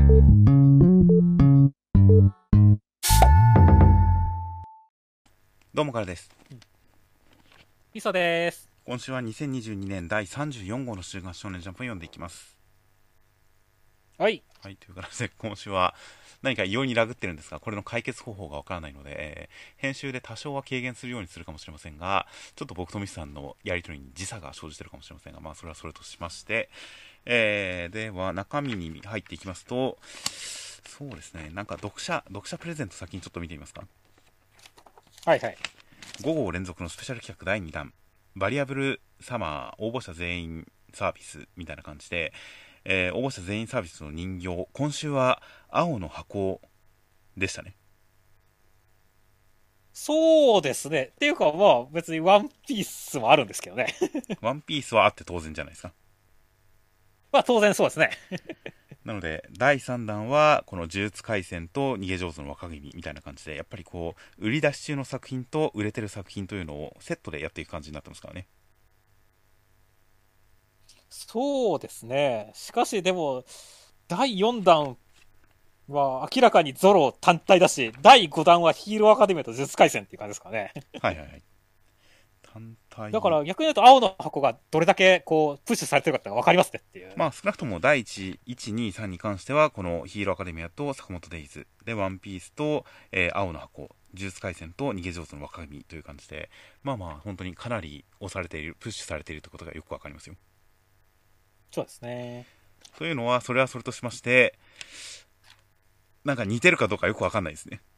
どうもからです。 みそです。 今週は2022年第34号の週刊少年ジャンプを読んでいきます。 はい。 はい、という形で今週は何か異様にラグってるんですが、これの解決方法がわからないので、編集で多少は軽減するようにするかもしれませんが、ちょっと僕とミスさんのやり取りに時差が生じてるかもしれませんが、まあそれはそれとしまして、では中身に入っていきますと、そうですね、なんか読者プレゼント先にちょっと見てみますか。 はいはい。 5号連続のスペシャル企画第2弾、バリアブルサマー応募者全員サービスみたいな感じで、応募者全員サービスの人形、今週は青の箱でしたね。 そうですね。っていうか、まあ、別にワンピースもあるんですけどね。 ワンピースはあって当然じゃないですか。 まあ、当然そうですね。 なので第3弾はこの呪術廻戦と逃げ上手の若君みたいな感じで、やっぱりこう売り出し中の作品と売れてる作品というのをセットでやっていく感じになってますからね。 そうですね。しかし、でも、第4弾は明らかにゾロ単体だし、第5弾はヒーローアカデミアと呪術廻戦っていう感じですかね。 はいはいはい。単体、 だから逆に言うと、青の箱がどれだけこう、プッシュされてるかって分かりますねっていう。 まあ少なくとも第1、1、2、3に関してはこのヒーローアカデミアと坂本デイズで、ワンピースと、青の箱、呪術廻戦と逃げ上手の若君という感じで、まあまあ本当にかなり押されている、プッシュされているということがよくわかりますよ。 そうですね。 というのはそれはそれとしまして、なんか似てるかどうかよくわかんないですね。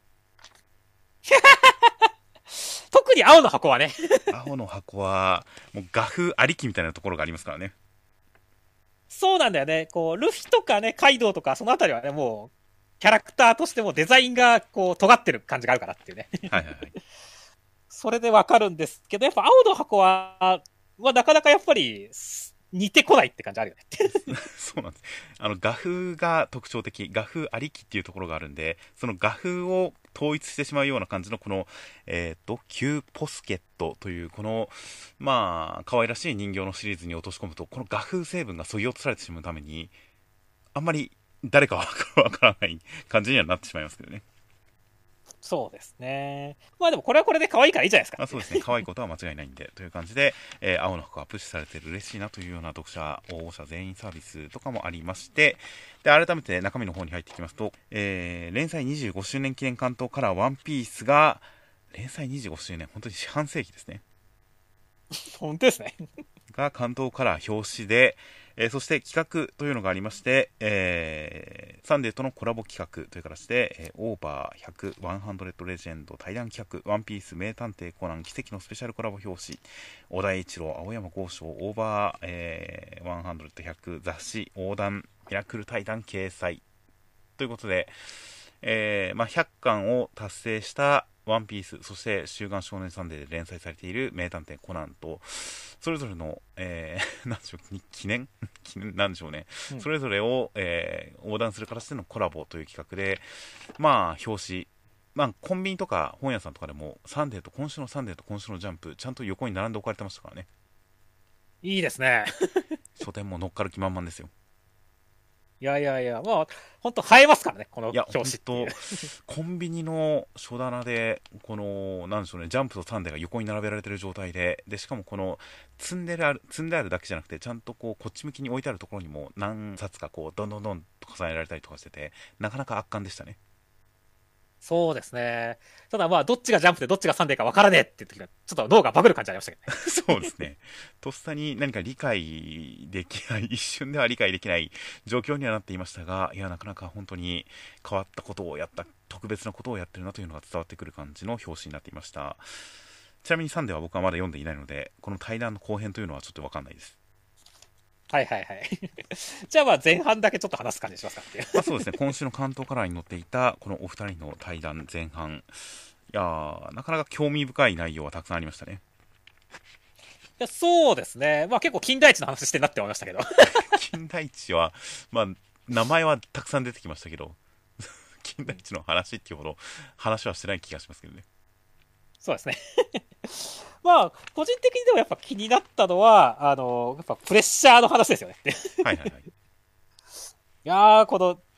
特に青の箱はね。 青の箱はもう画風ありきみたいなところがありますからね。 そうなんだよね。こう、ルフィとかね、カイドウとか、そのあたりはね、もう、キャラクターとしてもデザインが、こう、尖ってる感じがあるからっていうね。 はいはいはい。 それでわかるんですけど、やっぱ青の箱は、なかなかやっぱり、似てこないって感じあるよね。 そうなんです。画風が特徴的、画風ありきっていうところがあるんで、その画風を統一してしまうような感じのこの、キューポスケットという、この、まあ、可愛らしい人形のシリーズに落とし込むと、この画風成分が削ぎ落とされてしまうために、あんまり誰かわからない感じにはなってしまいますけどね。 そうですね。まあでもこれはこれで可愛いからいいじゃないですか。 まあそうですね、可愛いことは間違いないんで、という感じで、青の服がプッシュされてる嬉しいなというような読者、応募者全員サービスとかもありまして、で、改めて中身の方に入っていきますと、連載25周年記念関東からワンピースが、連載25周年、本当に四半世紀ですね。 本当ですね。 が関東カラー表紙で、そして企画というのがありまして、サンデーとのコラボ企画という形で、オーバー100、100レジェンド対談企画、ワンピース名探偵コナン奇跡のスペシャルコラボ表紙、小田栄一郎、青山剛昌、オーバー、100、100雑誌横断ミラクル対談掲載ということで、まあ、100巻を達成したワンピース、そして週刊少年サンデーで連載されている名探偵コナンと、それぞれの、なんでしょう、記念なんでしょうね。 うん、 それぞれを、横断する形でのコラボという企画で、まあ、表紙、まあ、コンビニとか本屋さんとかでも、今週のサンデーと今週のジャンプ、ちゃんと横に並んで置かれてましたからね。 いいですね。 書店も乗っかる気満々ですよ。 いやいやいや、まあ、本当映えますからね、このいや、 表紙っていう。 コンビニの書棚で、この、なんでしょうね、ジャンプとサンデーが横に並べられてる状態で、しかもこの、積んであるだけじゃなくて、ちゃんとこう、こっち向きに置いてあるところにも、何冊かこう、どんどんどんと重ねられたりとかしてて、なかなか圧巻でしたね。 そうですね。ただまあ、どっちがジャンプでどっちがサンデーか分からねえっていう時は、ちょっと脳がバグる感じありましたけどね。 そうですね。とっさに何か理解できない、一瞬では理解できない状況にはなっていましたが、いや、なかなか本当に変わったことをやった、特別なことをやってるなというのが伝わってくる感じの表紙になっていました。ちなみにサンデーは僕はまだ読んでいないので、この対談の後編というのはちょっとわかんないです。 はいはいはい。じゃあまあ前半だけちょっと話す感じにしますかっていう。 まあそうですね、今週の関東カラーに載っていたこのお二人の対談前半、いやー、なかなか興味深い内容はたくさんありましたね。 いや、そうですね。まあ結構近代一の話してんなって思いましたけど。 金田一は、まあ、名前はたくさん出てきましたけど、金田一の話っていうほど話はしてない気がしますけどね。 そうですね。まあ、個人的にでもやっぱ気になったのは、やっぱプレッシャーの話ですよね。 はいはいはい。 いやー、この、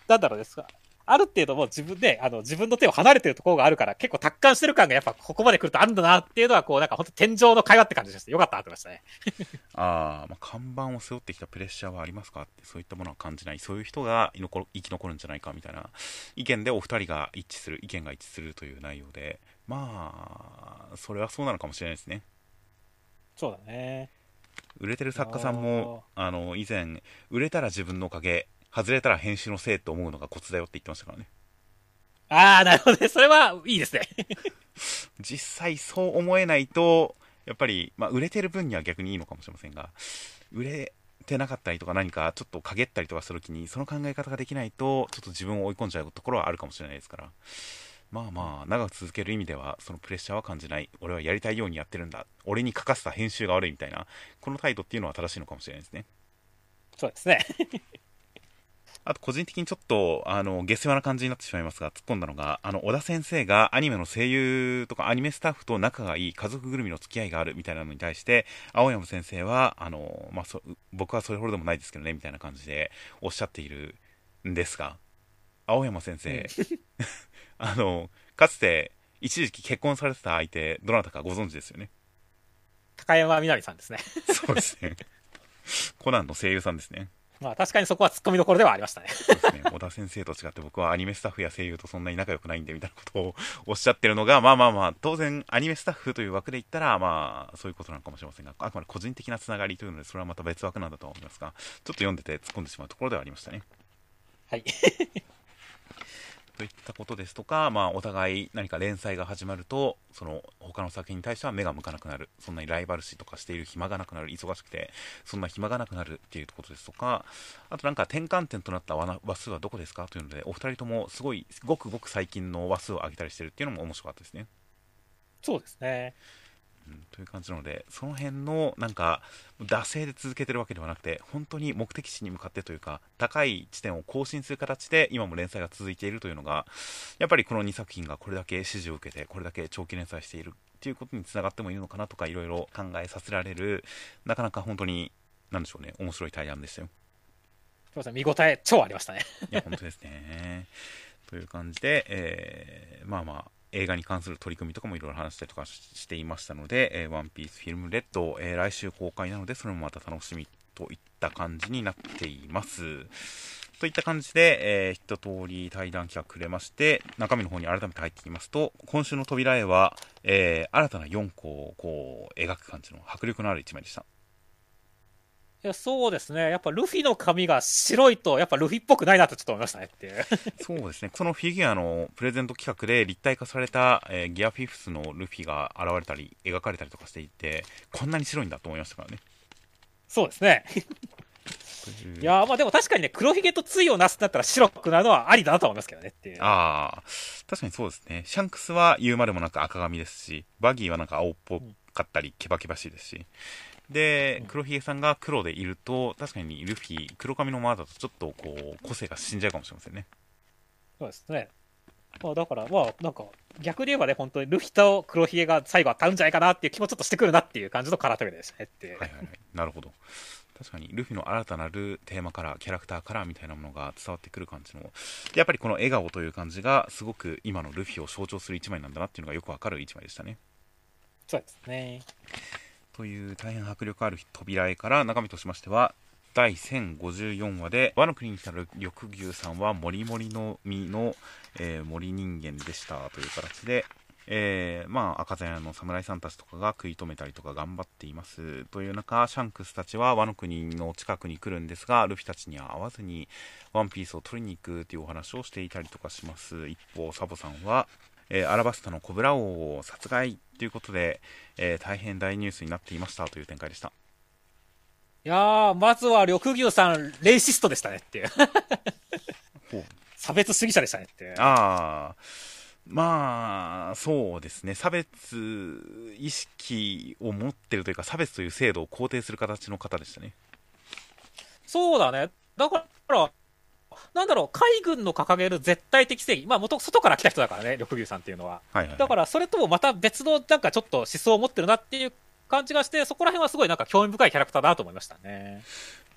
なんだろうですか。ある程度もう自分で、自分の手を離れてるところがあるから、結構達観してる感がやっぱここまで来るとあるんだなっていうのは、こうなんか本当天井の会話って感じでした。よかったってましたね。 ああ、まあ、看板を背負ってきたプレッシャーはありますかって、そういったものは感じない、そういう人が生き残るんじゃないかみたいな意見でお二人が一致する、意見が一致するという内容で、まあ、それはそうなのかもしれないですね。 そうだね。 売れてる作家さんも、以前、売れたら自分のおかげ、外れたら編集のせいと思うのがコツだよって言ってましたからね。 ああ、なるほどね。それはいいですね。 実際そう思えないと、やっぱり、まあ、売れてる分には逆にいいのかもしれませんが、売れてなかったりとか何かちょっと陰ったりとかした時に、その考え方ができないと、ちょっと自分を追い込んじゃうところはあるかもしれないですから、まあまあ、長く続ける意味では、そのプレッシャーは感じない。俺はやりたいようにやってるんだ。俺に書かせた編集が悪いみたいな、この態度っていうのは正しいのかもしれないですね。 そうですね。 あと個人的にちょっと、下世話な感じになってしまいますが、突っ込んだのが、小田先生がアニメの声優とかアニメスタッフと仲がいい、家族ぐるみの付き合いがあるみたいなのに対して、青山先生は、まあ、僕はそれほどでもないですけどね、みたいな感じでおっしゃっているんですが、青山先生、かつて、一時期結婚されてた相手、どなたかご存知ですよね。 高山みなみさんですね。 そうですね。コナンの声優さんですね。 まあ確かにそこは突っ込みどころではありましたね。 そうですね。小田先生と違って僕はアニメスタッフや声優とそんなに仲良くないんでみたいなことをおっしゃってるのが、まあまあまあ、当然アニメスタッフという枠で言ったら、まあそういうことなのかもしれませんが、あくまで個人的なつながりというので、それはまた別枠なんだとは思いますが、ちょっと読んでて突っ込んでしまうところではありましたね。 はい。 といったことですとか、まあ、お互い何か連載が始まると、その他の作品に対しては目が向かなくなる、そんなにライバル視とかしている暇がなくなる、忙しくて、そんな暇がなくなるっていうことですとか、あとなんか転換点となった話数はどこですかというので、お二人ともすごい、ごくごく最近の話数を上げたりしてるっていうのも面白かったですね。 そうですね。 という感じなので、その辺のなんか惰性で続けてるわけではなくて、本当に目的地に向かってというか、高い地点を更新する形で今も連載が続いているというのが、やっぱりこの2作品がこれだけ支持を受けて、これだけ長期連載しているっていうことにつながってもいるのかなとか、いろいろ考えさせられる、なかなか本当になんでしょうね、面白い対案でしたよ。 そうですね。見応え超ありましたね。 いや本当ですね。という感じで、まあまあ映画に関する取り組みとかもいろいろ話したりとかしていましたので、ワンピースフィルムレッド、来週公開なので、それもまた楽しみといった感じになっています。といった感じで、一通り対談企画くれまして、中身の方に改めて入ってきますと、今週の扉絵は、新たな4個をこう描く感じの迫力のある一枚でした。 いや、そうですね。やっぱルフィの髪が白いと、やっぱルフィっぽくないなとちょっと思いましたねっていう。 そうですね。そのフィギュアのプレゼント企画で立体化された、ギアフィフスのルフィが現れたり、描かれたりとかしていて、こんなに白いんだと思いましたからね。 そうですね。いやまあでも確かにね、黒ひげと対をなすんだったら白くなるのはありだなと思いますけどねっていう。 ああ、確かにそうですね。シャンクスは言うまでもなく赤髪ですし、バギーはなんか青っぽかったり、ケバケバしいですし。で、黒ひげさんが黒でいると、確かにルフィ、黒髪のままだとちょっとこう、個性が死んじゃうかもしれませんね。 そうですね。まあだからまあなんか逆に言えばね、本当にルフィと黒ひげが最後は買うんじゃないかなっていう気もちょっとしてくるなっていう感じのカラートゲでしたねっていう。 はいはいはい。なるほど。確かにルフィの新たなるテーマカラー、キャラクターカラーみたいなものが伝わってくる感じの、やっぱりこの笑顔という感じがすごく今のルフィを象徴する一枚なんだなっていうのがよくわかる一枚でしたね。 そうですね。 という大変迫力ある扉絵から中身としましては、第1054話で、和の国に来た緑牛さんはモリモリの実の、森人間でしたという形で、まあ赤鞘の侍さんたちとかが食い止めたりとか頑張っていますという中、シャンクスたちは和の国の近くに来るんですが、ルフィたちには会わずにワンピースを取りに行くというお話をしていたりとかします。一方サボさんはアラバスタのコブラ王を殺害ということで、大変大ニュースになっていましたという展開でした。 いやー、まずは緑牛さんレイシストでしたねっていう。差別主義者でしたねっていう。 ああ、まあそうですね、差別意識を持ってるというか、差別という制度を肯定する形の方でしたね。 そうだね。だからなんだろう、海軍の掲げる絶対的正義、まあ外から来た人だからね、緑牛さんっていうのは。 はいはいはい、 だからそれともまた別のなんかちょっと思想を持ってるなっていう感じがして、そこら辺はすごいなんか興味深いキャラクターだなと思いましたね。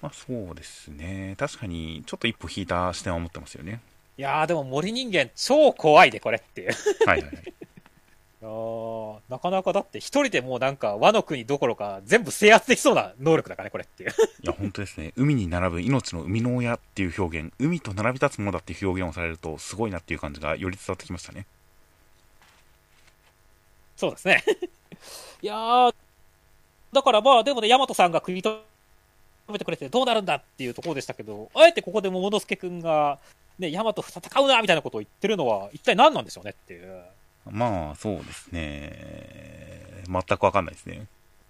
まあそうですね。確かに、ちょっと一歩引いた視点は持ってますよね。 いやーでも森人間超怖いで、これっていう。 はいはいはい。 いやーなかなかだって一人でもうなんか和の国どころか全部制圧できそうな能力だからね、これっていう。 いや、本当ですね。海に並ぶ命の生みの親っていう表現、海と並び立つものだっていう表現をされると、すごいなっていう感じがより伝わってきましたね。 そうですね。いやー、だからまあでもね、ヤマトさんが食い止めてくれてどうなるんだっていうところでしたけど、あえてここで桃之助くんが、ね、ヤマト戦うなみたいなことを言ってるのは一体何なんでしょうねっていう。 まあ、そうですね。全くわかんないですね。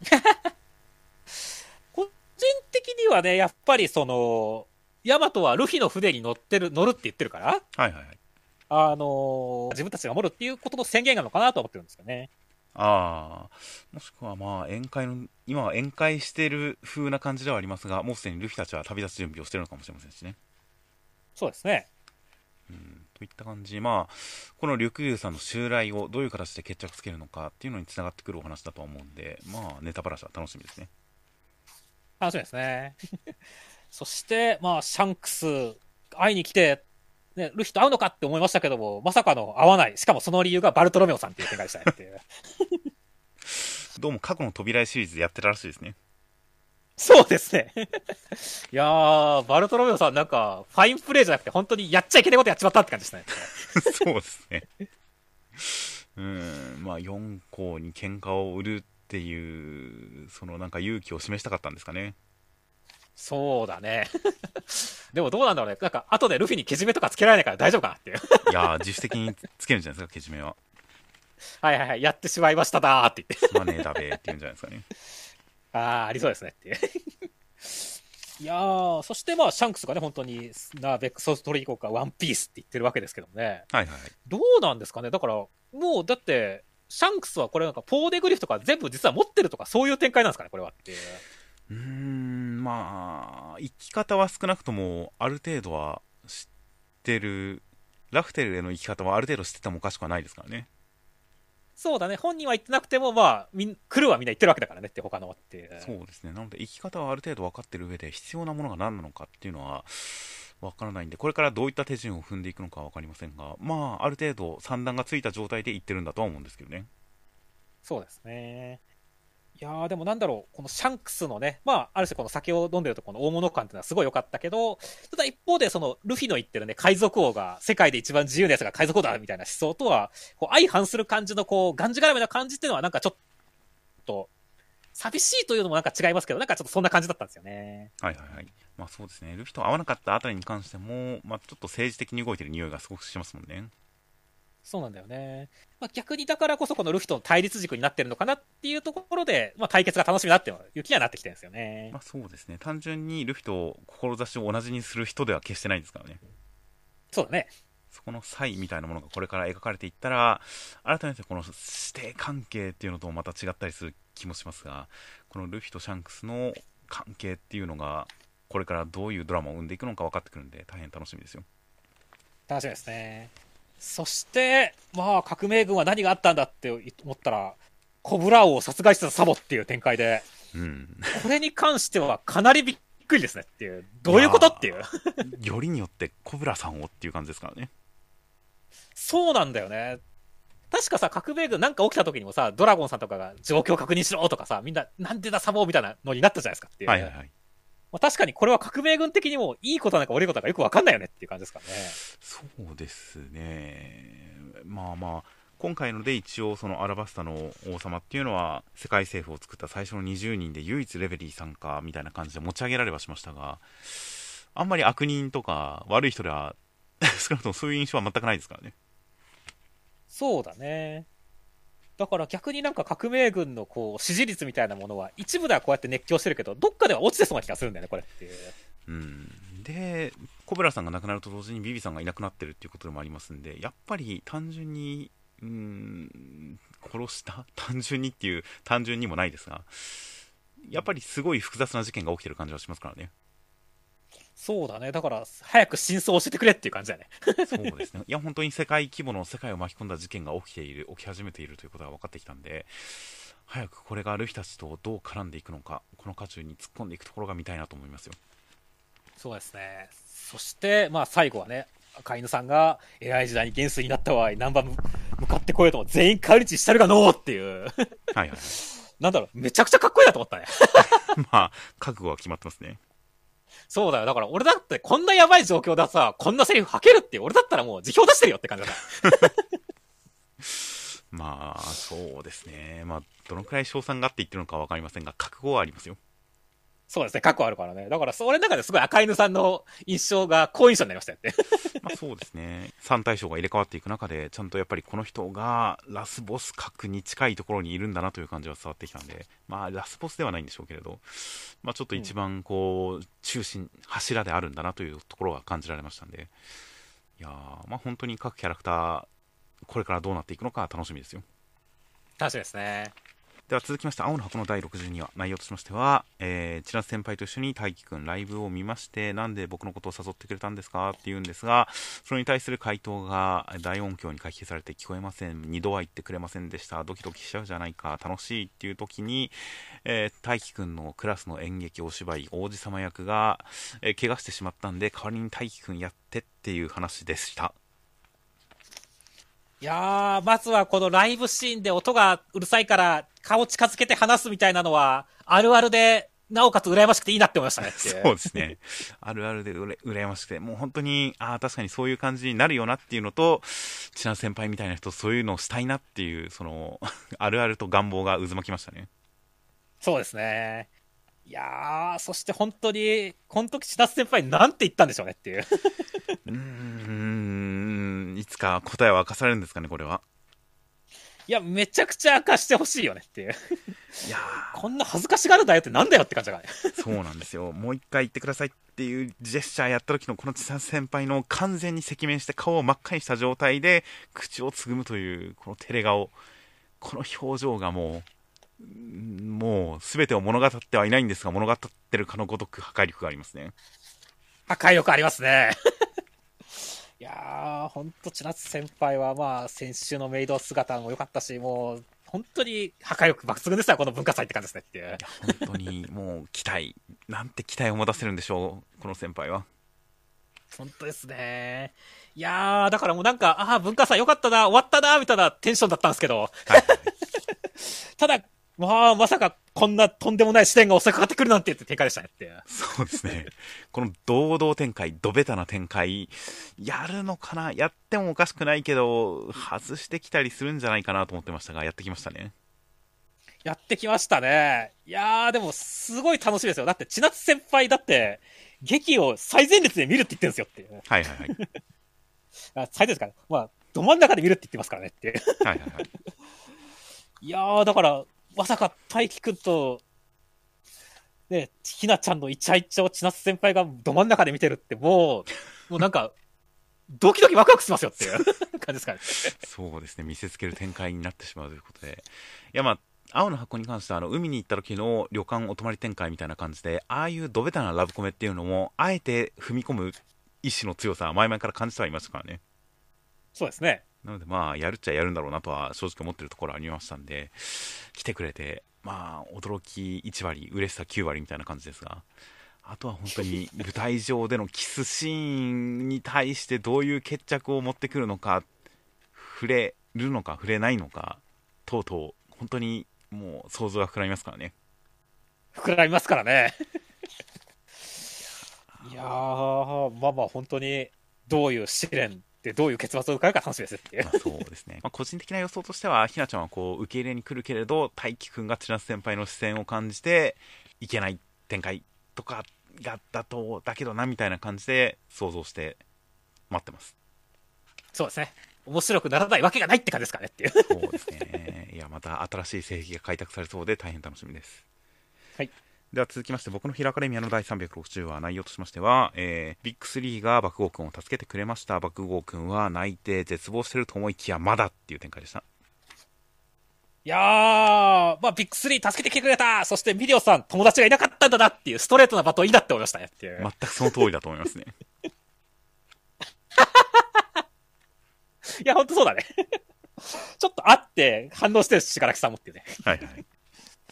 個人的にはね、やっぱりその、ヤマトはルフィの船に乗るって言ってるから、 はいはいはい。 自分たちが守るっていうことの宣言なのかなと思ってるんですよね。 ああ、もしくはまあ、今は宴会してる風な感じではありますが、もうすでにルフィたちは旅立つ準備をしてるのかもしれませんしね。 そうですね。 といった感じ、まあ、この緑龍さんの襲来をどういう形で決着つけるのかっていうのにつながってくるお話だと思うんで、まあ、ネタバラシは楽しみですね。 楽しみですね。そして、まあ、シャンクス、会いに来て、ね、ルフィと会うのかって思いましたけども、まさかの会わない。しかもその理由がバルトロメオさんっていう展開でしたねっていう。 どうも過去の扉絵シリーズでやってたらしいですね。 そうですね。いやー、バルトロメオさんなんか、ファインプレーじゃなくて本当にやっちゃいけないことやっちまったって感じですね。 そうですね。まあ、4校に喧嘩を売るっていう、そのなんか勇気を示したかったんですかね。 そうだね。でもどうなんだろうね。なんか、後でルフィにけじめとかつけられないから大丈夫かなっていう。 いやー、自主的につけるんじゃないですか、けじめは。 はいはいはい、やってしまいましただーって言って。 すまねえだべーって言うんじゃないですかね。 ありそうですねっていう。いやー、そしてまあ、シャンクスがね、本当に、ベックソース取り行こうか、ワンピースって言ってるわけですけどもね。 はいはいはい。 どうなんですかね。だから、もう、だって、シャンクスはこれなんか、ポーデグリフとか全部実は持ってるとか、そういう展開なんですかね、これはっていう。 まあ、生き方は少なくとも、ある程度は知ってる、ラフテルへの生き方はある程度知っててもおかしくはないですからね。 そうだね。本人は言ってなくても、まあ、来るはみんな言ってるわけだからねって、他のっていう。 そうですね。なので、生き方はある程度分かってる上で、必要なものが何なのかっていうのは、分からないんで、これからどういった手順を踏んでいくのかは分かりませんが、まあ、ある程度算段がついた状態で言ってるんだとは思うんですけどね。 そうですね。いやー、でもなんだろう、このシャンクスのね、まあ、ある種この酒を飲んでるとこの大物感っていうのはすごい良かったけど、ただ一方でそのルフィの言ってるね、海賊王が、世界で一番自由な奴が海賊王だみたいな思想とは、こう相反する感じのこう、がんじがらめな感じっていうのはなんかちょっと、寂しいというのもなんか違いますけど、なんかちょっとそんな感じだったんですよね。 はいはいはい。まあそうですね。ルフィと会わなかったあたりに関しても、まあちょっと政治的に動いてる匂いがすごくしますもんね。 そうなんだよね。まあ、逆にだからこそこのルフィとの対立軸になってるのかなっていうところで、まあ対決が楽しみだっていう気にはなってきてるんですよね。 まあそうですね。単純にルフィと志を同じにする人では決してないんですからね。 そうだね。 そこの差異みたいなものがこれから描かれていったら、改めてこの師弟関係っていうのとまた違ったりする気もしますが、このルフィとシャンクスの関係っていうのが、これからどういうドラマを生んでいくのか分かってくるんで、大変楽しみですよ。 楽しみですね。そして、まあ、革命軍は何があったんだって思ったら、コブラ王を殺害したサボっていう展開で、 うん。 これに関してはかなりびっくりですねっていう。どういうことっていう。 よりによってコブラさんをっていう感じですからね。 そうなんだよね。確かさ、革命軍なんか起きた時にもさ、ドラゴンさんとかが状況確認しろとかさ、みんな、なんでだサボみたいなのになったじゃないですかっていう。 はいはいはい。 まあ、確かにこれは革命軍的にもいいことなのか悪いことなのかよくわかんないよねっていう感じですからね。 そうですね。まあまあ、今回ので一応そのアラバスタの王様っていうのは世界政府を作った最初の20人で唯一レベリー参加みたいな感じで持ち上げられはしましたが、あんまり悪人とか悪い人では少なくともそういう印象は全くないですからね。 そうだね。だから逆になんか革命軍のこう支持率みたいなものは一部ではこうやって熱狂してるけど、どっかでは落ちてそうな気がするんだよね、これっていう。 うん。で、コブラさんが亡くなると同時にビビさんがいなくなってるっていうことでもありますんで、やっぱり単純に、殺した単純にっていう、単純にもないですが、やっぱりすごい複雑な事件が起きてる感じはしますからね。 そうだね。だから、早く真相を教えてくれっていう感じだね。 そうですね。いや、本当に世界規模の世界を巻き込んだ事件が起きている、起き始めているということが分かってきたんで、早くこれがルフィたちとどう絡んでいくのか、この渦中に突っ込んでいくところが見たいなと思いますよ。 そうですね。そして、まあ最後はね、赤犬さんが偉い時代に元帥になった場合、南蛮向かってこようとも全員返り討ちしたるがのうっていう。 はいはいはい。 なんだろう、めちゃくちゃかっこいいなと思ったね。 まあ、覚悟は決まってますね。 そうだよ。だから俺だってこんなやばい状況でさ、こんなセリフ吐けるって、俺だったらもう辞表出してるよって感じだから。 まあ、そうですね。まあ、どのくらい賞賛があって言ってるのかわかりませんが、覚悟はありますよ。 そうですね、過去あるからね。だから、それの中ですごい赤犬さんの印象が好印象になりましたよね。 まあそうですね。3対象が入れ替わっていく中で、ちゃんとやっぱりこの人がラスボス格に近いところにいるんだなという感じは伝わってきたんで、まあラスボスではないんでしょうけれど、まあちょっと一番こう、中心、柱であるんだなというところが感じられましたんで、いやー、まあ本当に各キャラクター、これからどうなっていくのか楽しみですよ。 楽しみですね。 では続きまして、青の箱の第62話、内容としましては、千夏先輩と一緒に大輝くんライブを見まして、なんで僕のことを誘ってくれたんですかって言うんですが、それに対する回答が大音響に書き消されて聞こえません、2度は言ってくれませんでした、ドキドキしちゃうじゃないか、楽しいっていう時に、大輝くんのクラスの演劇お芝居、王子様役が、怪我してしまったんで、代わりに大輝くんやってっていう話でした。 いやー、まずはこのライブシーンで音がうるさいから顔近づけて話すみたいなのは、あるあるで、なおかつ羨ましくていいなって思いましたねって。 そうですね。あるあるで羨ましくて、もう本当に、確かにそういう感じになるよなっていうのと、千奈先輩みたいな人、そういうのをしたいなっていう、その、あるあると願望が渦巻きましたね。 そうですね。いやー、そして本当に、この時千夏先輩なんて言ったんでしょうねっていう。 いつか答えは明かされるんですかね、これは。 いや、めちゃくちゃ明かしてほしいよねっていう。 いやこんな恥ずかしがるだよってなんだよって感じだからね。 そうなんですよ。もう一回言ってくださいっていうジェスチャーやった時のこの千奈先輩の完全に赤面して顔を真っ赤にした状態で口をつぐむというこの照れ顔、この表情がもう全てを物語ってはいないんですが物語ってるかのごとく破壊力がありますね。 破壊力ありますね。いやー、ほんと千夏先輩はまあ、先週のメイド姿も良かったし、もう、本当に破壊力抜群ですよ、この文化祭って感じですねっていう。 いや本当にもう期待、なんて期待を持たせるんでしょう、この先輩は。 本当ですね。いやー、だからもうなんか、文化祭良かったな、終わったな、みたいなテンションだったんですけど、 はい、 ただ、まさかこんなとんでもない視点が襲いかかってくるなんてって展開でしたねって。 そうですね。この堂々展開、ドベタな展開、やるのかな、やってもおかしくないけど、外してきたりするんじゃないかなと思ってましたが、やってきましたね。 やってきましたね。いやー、でも、すごい楽しいですよ。だって、千夏先輩だって、劇を最前列で見るって言ってるんですよっていう。 はいはいはい。 最前列かな。まあ、ど真ん中で見るって言ってますからねっていう。 はいはいはい。 いやー、だから、まさか大輝くんと、ね、ひなちゃんのイチャイチャを千夏先輩がど真ん中で見てるって、もうなんか、ドキドキワクワクしますよっていう感じですかね。 そうですね、見せつける展開になってしまうということで。いやまあ、青の箱に関しては海に行った時の旅館お泊まり展開みたいな感じで、ああいうドベタなラブコメっていうのも、あえて踏み込む意志の強さは前々から感じてはいましたからね。 そうですね。 なのでまあ、やるっちゃやるんだろうなとは正直思ってるところありましたんで、来てくれて、まあ、驚き1割、嬉しさ9割みたいな感じですが、あとは本当に舞台上でのキスシーンに対してどういう決着を持ってくるのか、触れるのか触れないのか、とうとう、本当にもう想像が膨らみますからね。 膨らみますからね。いやー、まあまあ本当に、どういう試練でどういう結末を迎えるか楽しみですっていう。 まあ、そうですね。まあ、個人的な予想としては、ひなちゃんはこう受け入れに来るけれど、大輝くんが千夏先輩の視線を感じて、いけない展開とかがだけどなみたいな感じで想像して待ってます。 そうですね。面白くならないわけがないって感じですかねっていう。 そうですね。いや、また新しい性癖が開拓されそうで大変楽しみです。 はい。 では続きまして、僕のヒラアカデミアの第360話、内容としましては、ビッグ3が爆豪くんを助けてくれました。爆豪くんは泣いて絶望してると思いきや、まだっていう展開でした。 いやー、まあビッグ3助けてきてくれた、そしてミリオさん友達がいなかったんだなっていうストレートなバトンいいなって思いましたねっていう。 全くその通りだと思いますね。 いや、ほんとそうだね。ちょっと会って反応してるしがらきさんもっていうね。 はいはい。 いや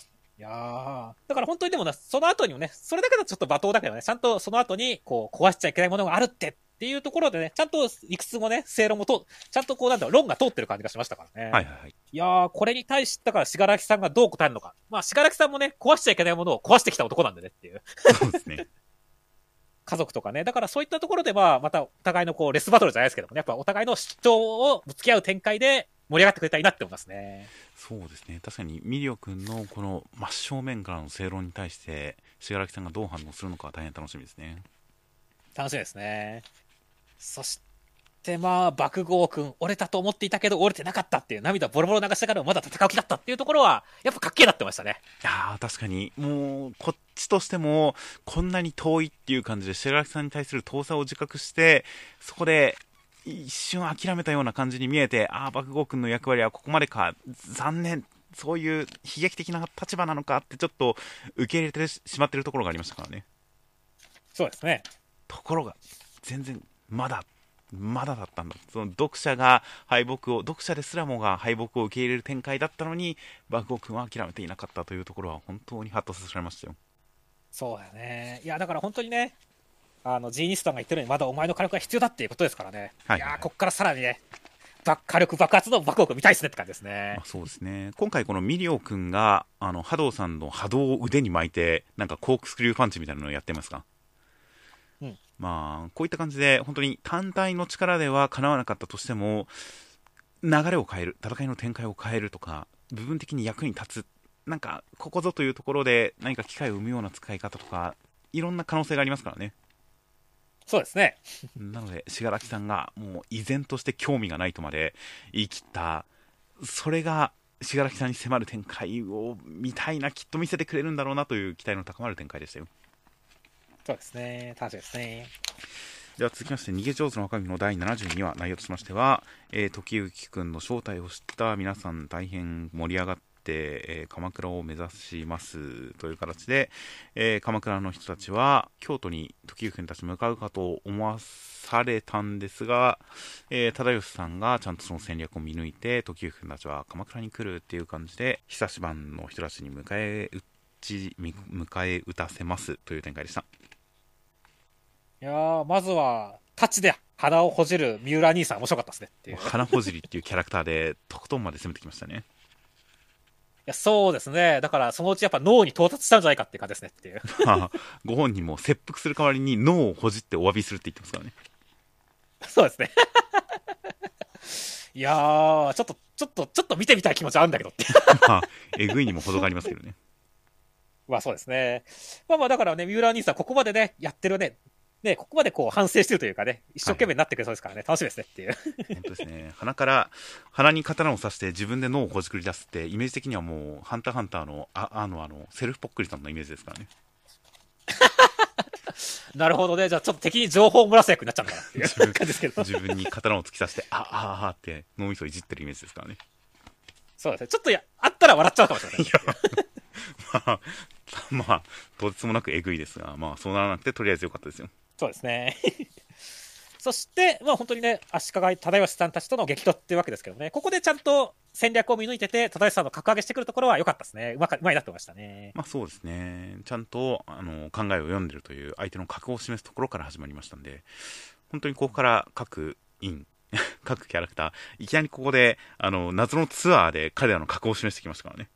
やー、だから本当にでもな、その後にもね、それだけだとちょっと罵倒だけどね、ちゃんとその後に、こう、壊しちゃいけないものがあるっていうところでね、ちゃんと理屈もね、正論もちゃんとこう、なんだろう、論が通ってる感じがしましたからね。 はいはいはい。 いやー、これに対して、だから、しがらきさんがどう答えるのか。まあ、しがらきさんもね、壊しちゃいけないものを壊してきた男なんでねっていう。 そうですね。 家族とかね。だからそういったところで、まあ、またお互いのこう、レスバトルじゃないですけどもね、やっぱお互いの主張をぶつけ合う展開で盛り上がってくれたらいいなって思いますね。 そうですね。確かにミリオ君のこの真正面からの正論に対して信楽さんがどう反応するのか大変楽しみですね。 楽しみですね。そしてまあ、爆豪くん、折れたと思っていたけど折れてなかったっていう涙ボロボロ流しながらもまだ戦う気だったっていうところは、やっぱかっけえなってましたね。 いやー確かにもうこっちとしてもこんなに遠いっていう感じで信楽さんに対する遠さを自覚して、そこで一瞬諦めたような感じに見えて、ああ爆豪君の役割はここまでか、残念、そういう悲劇的な立場なのかってちょっと受け入れてしまっているところがありましたからね。 そうですね。 ところが全然まだだったんだ。その読者が敗北を、読者ですらもが敗北を受け入れる展開だったのに爆豪君は諦めていなかったというところは本当にハッとさせられましたよ。 そうだよね。いや、だから本当にね、ジーニストンが言ってるようにまだお前の火力が必要だっていうことですからね。 はい、 いやー、こっからさらにね、火力爆発の爆豪くん見たいですねって感じですね。 まあ、そうですね。今回このミリオ君が波動さんの波動を腕に巻いてなんかコークスクリューパンチみたいなのをやってますか。 うん。 まあこういった感じで本当に単体の力では叶わなかったとしても流れを変える、戦いの展開を変えるとか部分的に役に立つ、なんかここぞというところで何か機会を生むような使い方とかいろんな可能性がありますからね。 そうですね。 なので信楽さんがもう依然として興味がないとまで言い切った、それが信楽さんに迫る展開を見たいな、きっと見せてくれるんだろうなという期待の高まる展開でしたよ。 そうですね。楽しみですね。 では続きまして逃げ上手の若君の第72話、内容としましては、時行くんの正体を知った皆さん大変盛り上がって、鎌倉を目指しますという形で、鎌倉の人たちは京都に時行くんたち向かうかと思わされたんですが、忠義さんがちゃんとその戦略を見抜いて時行くんたちは鎌倉に来るっていう感じで久しぶりの人たちに迎え撃たせますという展開でした。 いやー、まずは、タッチで鼻をほじる三浦兄さん面白かったですねっていう。い花ほじりっていうキャラクターでとことんまで攻めてきましたね。 や、そうですね。だから、そのうちやっぱ脳に到達したんじゃないかっていう感じですねっていう。 ご本人も切腹する代わりに脳をほじってお詫びするって言ってますからね。 そうですね。いやー、ちょっと見てみたい気持ちあるんだけどっていう。 まあ、えぐいにも程がありますけどね。 まあそうですね。まあまあだからね、三浦兄さんここまでね、やってるね、ここまでこう反省してるというかね、一生懸命になってくれそうですからね、楽しみですねっていう。 本当ですね。鼻に刀を刺して自分で脳をほじくり出すって、イメージ的にはもう、ハンターハンターの、セルフポックリさんのイメージですからね。 なるほどね。じゃあちょっと敵に情報を漏らす役になっちゃうのかなっていう感じですけど。 自分に刀を突き刺して、って脳みそをいじってるイメージですからね。 そうですね。ちょっとあったら笑っちゃうかもしれない。 まあ、とてつもなくえぐいですが、まあ、そうならなくて、とりあえずよかったですよ。 そうですね。そして、まあ本当にね、足利忠義さんたちとの激突っていうわけですけどね、ここでちゃんと戦略を見抜いてて、忠義さんの格上げしてくるところは良かったですね。うまいなってましたね。 まあそうですね。ちゃんと、考えを読んでるという相手の格を示すところから始まりましたんで、本当にここから各各キャラクター、いきなりここで、謎のツアーで彼らの格を示してきましたからね。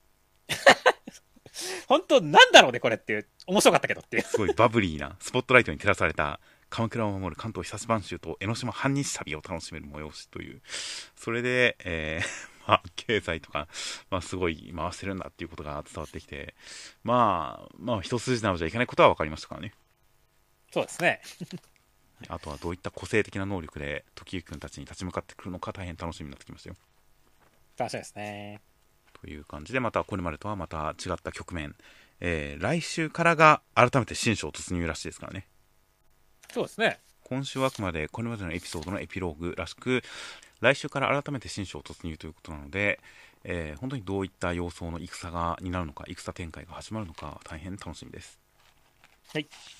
本当なんだろうね、これっていう。面白かったけどっていう。 すごいバブリーな、スポットライトに照らされた、鎌倉を守る関東久し播州と江ノ島半日旅を楽しめる催しという、それで、まあ、経済とか、まあ、すごい回してるんだっていうことが伝わってきて、まあ、一筋縄じゃいけないことは分かりましたからね。 そうですね。 あとはどういった個性的な能力で時行くんたちに立ち向かってくるのか大変楽しみになってきましたよ。 楽しみですね。 という感じで、またこれまでとはまた違った局面、来週からが改めて新章突入らしいですからね。 そうですね。 今週はあくまでこれまでのエピソードのエピローグらしく、来週から改めて新章突入ということなので、本当にどういった様相の戦になるのか、戦展開が始まるのか大変楽しみです。 はい。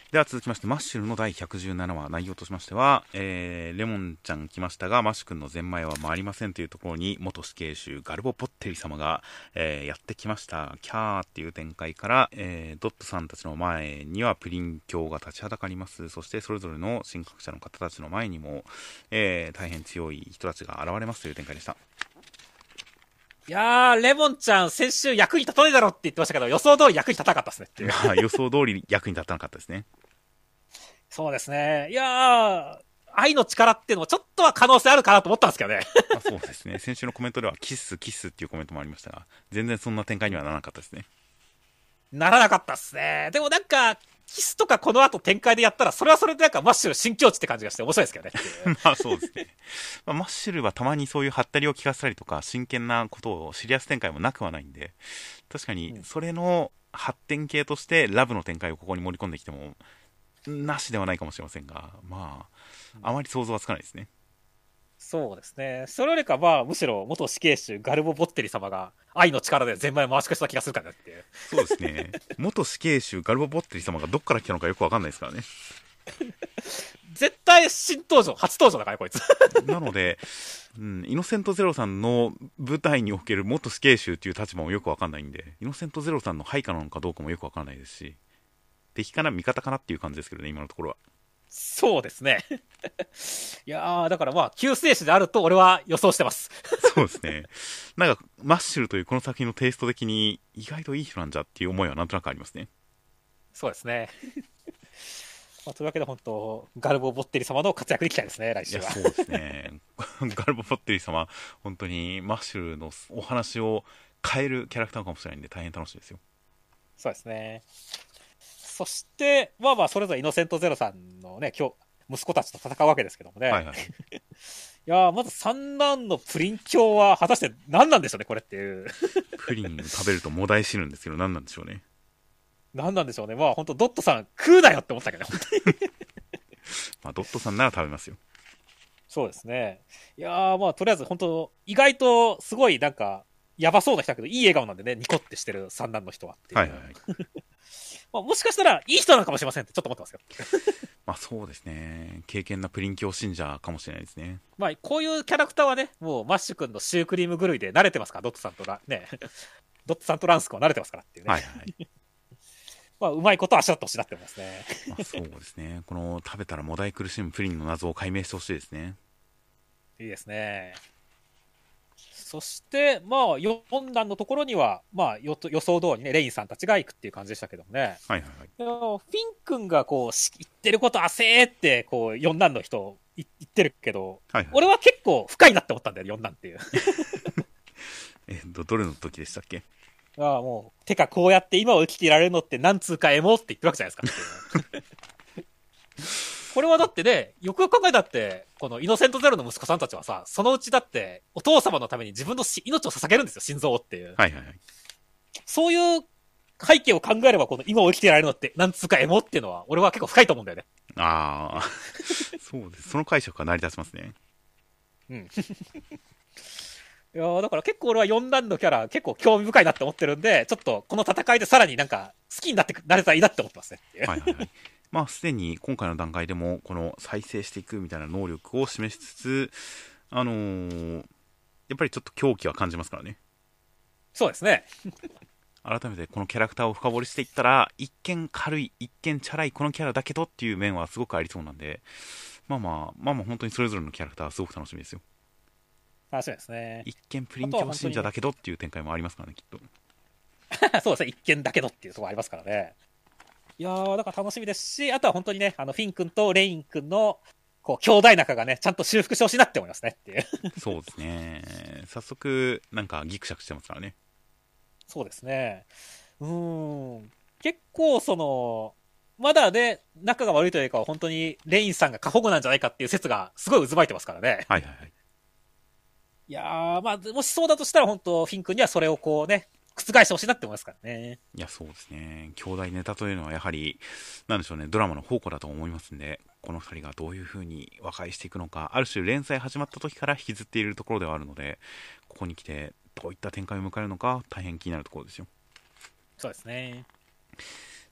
では続きまして、マッシュルの第117話、内容としましては、レモンちゃん来ましたが、マッシュ君のゼンマイは回りませんというところに、元死刑囚ガルボ・ポッテリ様が、やってきました。キャーっていう展開から、ドットさんたちの前にはプリン教が立ちはだかります。そしてそれぞれの神格者の方たちの前にも、大変強い人たちが現れますという展開でした。 いやー、レモンちゃん、先週役に立たないだろって言ってましたけど、予想通り役に立たなかったですねっていう。 まあ、予想通り役に立たなかったですね。 そうですね。いやー、愛の力っていうのもちょっとは可能性あるかなと思ったんですけどね。 まあ、そうですね。先週のコメントでは、キス、キスっていうコメントもありましたが、全然そんな展開にはならなかったですね。 ならなかったっすね。でもなんか、キスとかこの後展開でやったら、それはそれでなんかマッシュル新境地って感じがして面白いですけどね。 まあそうですね。まあ、マッシュルはたまにそういうハったりを聞かせたりとか、真剣なことをシリアス展開もなくはないんで、確かにそれの発展系としてラブの展開をここに盛り込んできても、なしではないかもしれませんが、まあ、あまり想像はつかないですね。 そうですね。それよりかまあ、むしろ元死刑囚ガルボ・ボッテリ様が愛の力で全枚回し越した気がするかなっていう。 そうですね。元死刑囚ガルボ・ボッテリ様がどっから来たのかよくわかんないですからね。 絶対新登場、初登場だからね、こいつ。 なので、イノセントゼロさんの舞台における元死刑囚っていう立場もよくわかんないんで、イノセントゼロさんの配下なのかどうかもよくわかんないですし、敵かな味方かなっていう感じですけどね、今のところは。 そうですね。いやー、だからまあ、救世主であると俺は予想してます。 そうですね。なんか、マッシュルというこの作品のテイスト的に、意外といい人なんじゃっていう思いはなんとなくありますね。 そうですね。まあ、というわけで本当、ガルボ・ボッテリ様の活躍に期待ですね、来週は。 いや、そうですね。ガルボ・ポッテリ様、本当にマッシュルのお話を変えるキャラクターかもしれないんで、大変楽しみですよ。 そうですね。そして、まあまあ、それぞれイノセントゼロさんのね、今日、息子たちと戦うわけですけどもね。 はいはい。 いやー、まず三男のプリン教は果たして何なんでしょうね、これっていう。 プリンを食べるともだえ死ぬんですけど、何なんでしょうね。 何なんでしょうね。まあ本当ドットさん食うなよって思ったけど、本当に。 まあ、ドットさんなら食べますよ。 そうですね。いやー、まあとりあえず本当、意外とすごいなんか、やばそうな人だけど、いい笑顔なんでね、ニコってしてる三男の人はっていう。 はいはいはい。 まあ、もしかしたらいい人なのかもしれませんってちょっと思ってますよ。 まあそうですね。敬虔なプリン教信者かもしれないですね。 まあこういうキャラクターはね、もうマッシュ君のシュークリーム狂いで慣れてますから、ドットさんとね、ドットさんとランス君は慣れてますからっていうね。 はいはい。 まあうまいことはあしらってほしいなって思いますね。 まあそうですね。この食べたらもだえ苦しむプリンの謎を解明してほしいですね。 いいですね。そして、まあ、4段のところには、まあ、予想通りね、レインさんたちが行くっていう感じでしたけどもね。 はいはいはい。 フィン君がこう、言ってること焦って、こう、4段の人言ってるけど、 はいはい、 俺は結構深いなって思ったんだよ、4段っていう。 どれの時でしたっけ？ ああ、もう、てかこうやって今を生きていられるのって何通かエモって言ってるわけじゃないですか。これはだってね、よくよく考えたって、このイノセントゼロの息子さんたちはさ、そのうちだって、お父様のために自分の命を捧げるんですよ、心臓をっていう。 はいはいはい。 そういう背景を考えれば、この今を生きていられるのって、なんつうかエモっていうのは、俺は結構深いと思うんだよね。 ああ、そうです。その解釈が成り立ちますね。 うん。いやだから結構俺は4段のキャラ結構興味深いなって思ってるんで、ちょっとこの戦いでさらになんか好きになれたらいいなって思ってますね。 はいはいはい。まあすでに今回の段階でもこの再生していくみたいな能力を示しつつ、やっぱりちょっと狂気は感じますからね。 そうですね。 改めてこのキャラクターを深掘りしていったら、一見軽い、一見チャラいこのキャラだけどっていう面はすごくありそうなんで、まあ本当にそれぞれのキャラクターはすごく楽しみですよ。 楽しみですね。 一見プリン教信者だけどっていう展開もありますからね、きっと。 そうですね、一見だけどっていうところありますからね。いやだから楽しみですし、あとは本当にね、フィン君とレイン君の、こう、兄弟仲がね、ちゃんと修復してほしいなって思いますねっていう。 そうですね。早速、なんかギクシャクしてますからね。 そうですね。結構まだね、仲が悪いというか、本当にレインさんが過保護なんじゃないかっていう説がすごい渦巻いてますからね。 はいはいはい。 いやまあ、もしそうだとしたら本当、フィン君にはそれをこうね、覆してほしいなって思いますからね。 いや、そうですね。兄弟ネタというのはやはり、なんでしょうね、ドラマの宝庫だと思いますんで、この二人がどういう風に和解していくのか、ある種連載始まった時から引きずっているところではあるので、ここに来てどういった展開を迎えるのか大変気になるところですよ。 そうですね。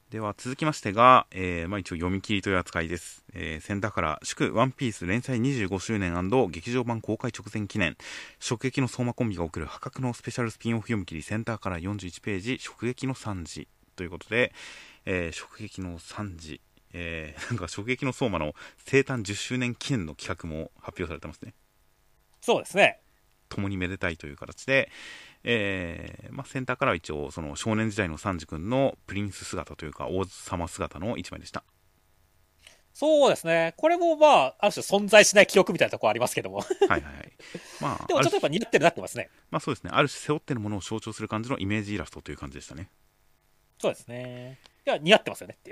では続きましてが、まあ、一応読み切りという扱いです。センターから祝ワンピース連載25周年&劇場版公開直前記念、直撃の相馬コンビが送る破格のスペシャルスピンオフ読み切り、センターから41ページ、直撃の3時ということで、直撃の3時、なんか直撃の相馬の生誕10周年記念の企画も発表されてますね。 そうですね。 共にめでたいという形で、まあ、センターからは一応その少年時代のサンジ君のプリンス姿というか王様姿の一枚でした。 そうですね。これもまあ、ある種存在しない記憶みたいなところありますけども。 はいはいはい。まあ、 でもちょっとやっぱ似合ってるなってますね。 まあそうですね。ある種背負ってるものを象徴する感じのイメージイラストという感じでしたね。 そうですね。いや、似合ってますよねっていう。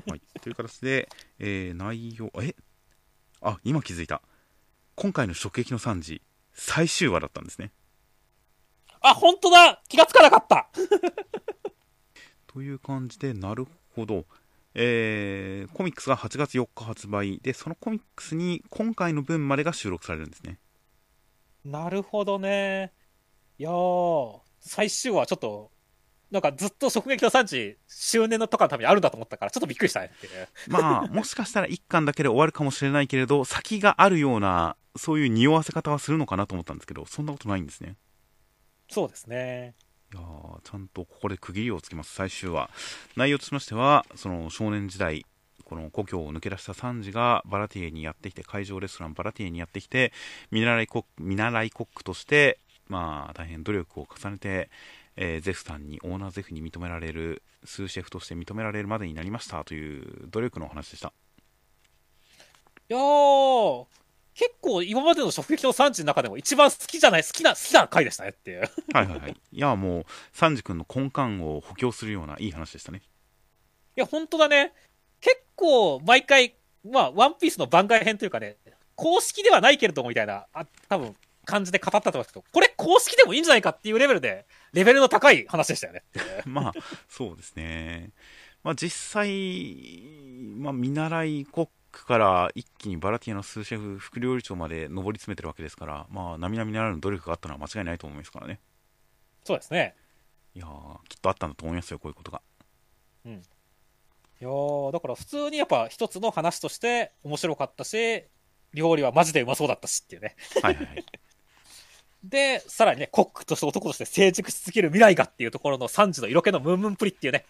はい。という形で、内容、今気づいた。今回の直撃の3時、最終話だったんですね。 あ、本当だ気がつかなかったという感じで、なるほど。コミックスが8月4日発売で、そのコミックスに今回の分までが収録されるんですね。 なるほどね。いやー、最終話ちょっと、なんかずっと直撃の産地周年のとかのためにあるんだと思ったから、ちょっとびっくりしたねっていう。 まあ、もしかしたら1巻だけで終わるかもしれないけれど、先があるような、そういう匂わせ方はするのかなと思ったんですけど、そんなことないんですね。 そうですね。 いやー、ちゃんとここで区切りをつけます。最終話、内容としましては、その少年時代、この故郷を抜け出したサンジがバラティエにやってきて、会場レストランバラティエにやってきて、見習いコックとして、まあ、大変努力を重ねて、ゼフさんに、オーナーゼフに認められる、スーシェフとして認められるまでになりましたという努力のお話でした。 いやー、結構今までの直撃の産地の中でも一番好きじゃない、好きな回でしたねっていう。 はいはいはい。いや、もう、サンジ君の根幹を補強するようないい話でしたね。 いや、本当だね。結構、毎回、まあ、ワンピースの番外編というかね、公式ではないけれども、みたいな、多分、感じで語ったと思うんですけど、これ公式でもいいんじゃないかっていうレベルで、レベルの高い話でしたよね。 まあ、そうですね。まあ実際、まあ見習いコックから一気にバラティアのスーシェフ副料理長まで上り詰めてるわけですから、まあ並々ならぬ努力があったのは間違いないと思いますからね。 そうですね。 いやー、きっとあったんだと思いますよ、こういうことが。 うん。いやー、だから普通にやっぱ一つの話として面白かったし、料理はマジでうまそうだったしっていうね。 はいはいはい。 で、さらにね、コックとして男として成熟し続ける未来がっていうところの3時の色気のムンムンプリっていうね。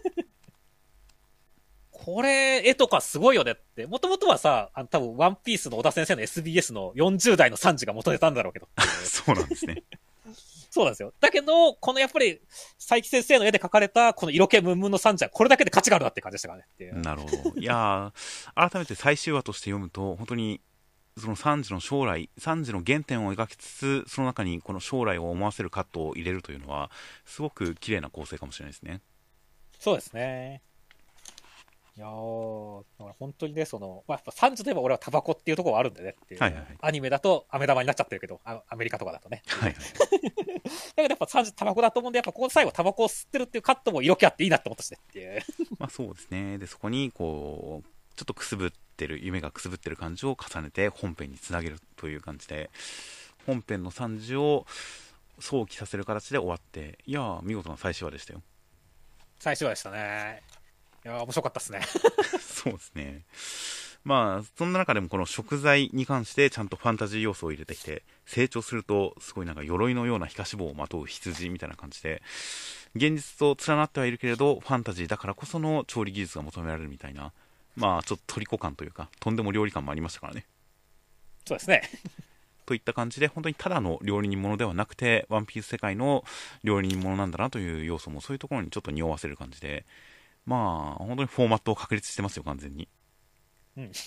これ、絵とかすごいよねって。もともとはさ、多分ワンピースの小田先生の SBS の40代の3時が元ネタなんだろうけど。 そうなんですね。 そうなんですよ。だけど、このやっぱり、佐伯先生の絵で描かれた、この色気ムンムンの3時はこれだけで価値があるなって感じでしたからねっていう。 なるほど。いやー、改めて最終話として読むと、本当に、そのサンジの将来、サンジの原点を描きつつ、その中にこの将来を思わせるカットを入れるというのは、すごく綺麗な構成かもしれないですね。 そうですね。いやー、だから本当にね、まあ、やっぱ3時といえば俺はタバコっていうところはあるんでねっていう。 はいはいはい。 アニメだと飴玉になっちゃってるけど、アメリカとかだとね。 はいはい。 だけどやっぱ3時タバコだと思うんで、やっぱここ最後タバコを吸ってるっていうカットも色気あっていいなって思ったしねっていう。 まあそうですね。で、そこに、こう、ちょっとくすぶってる、夢がくすぶってる感じを重ねて本編につなげるという感じで、本編の惨事を想起させる形で終わって、いやー、見事な最終話でしたよ。 最初はでしたね。いやー、面白かったっすね。 そうですね。まあ、そんな中でもこの食材に関してちゃんとファンタジー要素を入れてきて、成長するとすごいなんか鎧のような皮下脂肪をまとう羊みたいな感じで、現実と連なってはいるけれど、ファンタジーだからこその調理技術が求められるみたいな、まあちょっと虜感というか、とんでも料理感もありましたからね。 そうですね。 といった感じで、本当にただの料理人ものではなくて、ワンピース世界の料理人ものなんだなという要素もそういうところにちょっと匂わせる感じで、まあ、本当にフォーマットを確立してますよ、完全に。 うん。い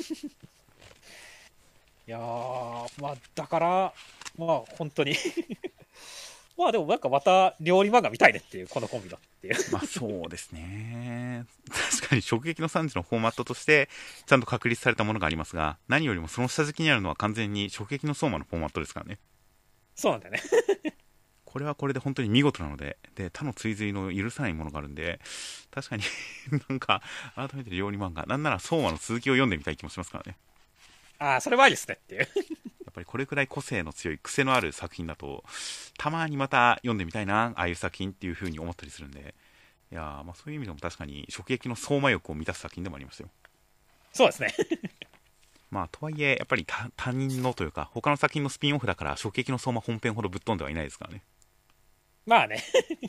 やー、まあ、だから、まあ、本当にまあでもなんかまた料理漫画見たいねっていう、このコンビだっていう。 まあそうですね。確かに直撃の3時のフォーマットとしてちゃんと確立されたものがありますが、何よりもその下敷きにあるのは完全に直撃の相馬のフォーマットですからね。 そうなんだよね。 これはこれで本当に見事なので、で、他の追随の許さないものがあるんで、確かになんか、改めて料理漫画、なんなら相馬の続きを読んでみたい気もしますからね。 ああ、それはいいですねっていう。 やっぱりこれくらい個性の強い癖のある作品だと、たまにまた読んでみたいな、ああいう作品っていう風に思ったりするんで、 いやー、まあそういう意味でも確かに食撃の相馬欲を満たす作品でもありましたよ。 そうですね。 まあとはいえやっぱり他人のというか他の作品のスピンオフだから食撃の相馬本編ほどぶっ飛んではいないですからね。 まあね。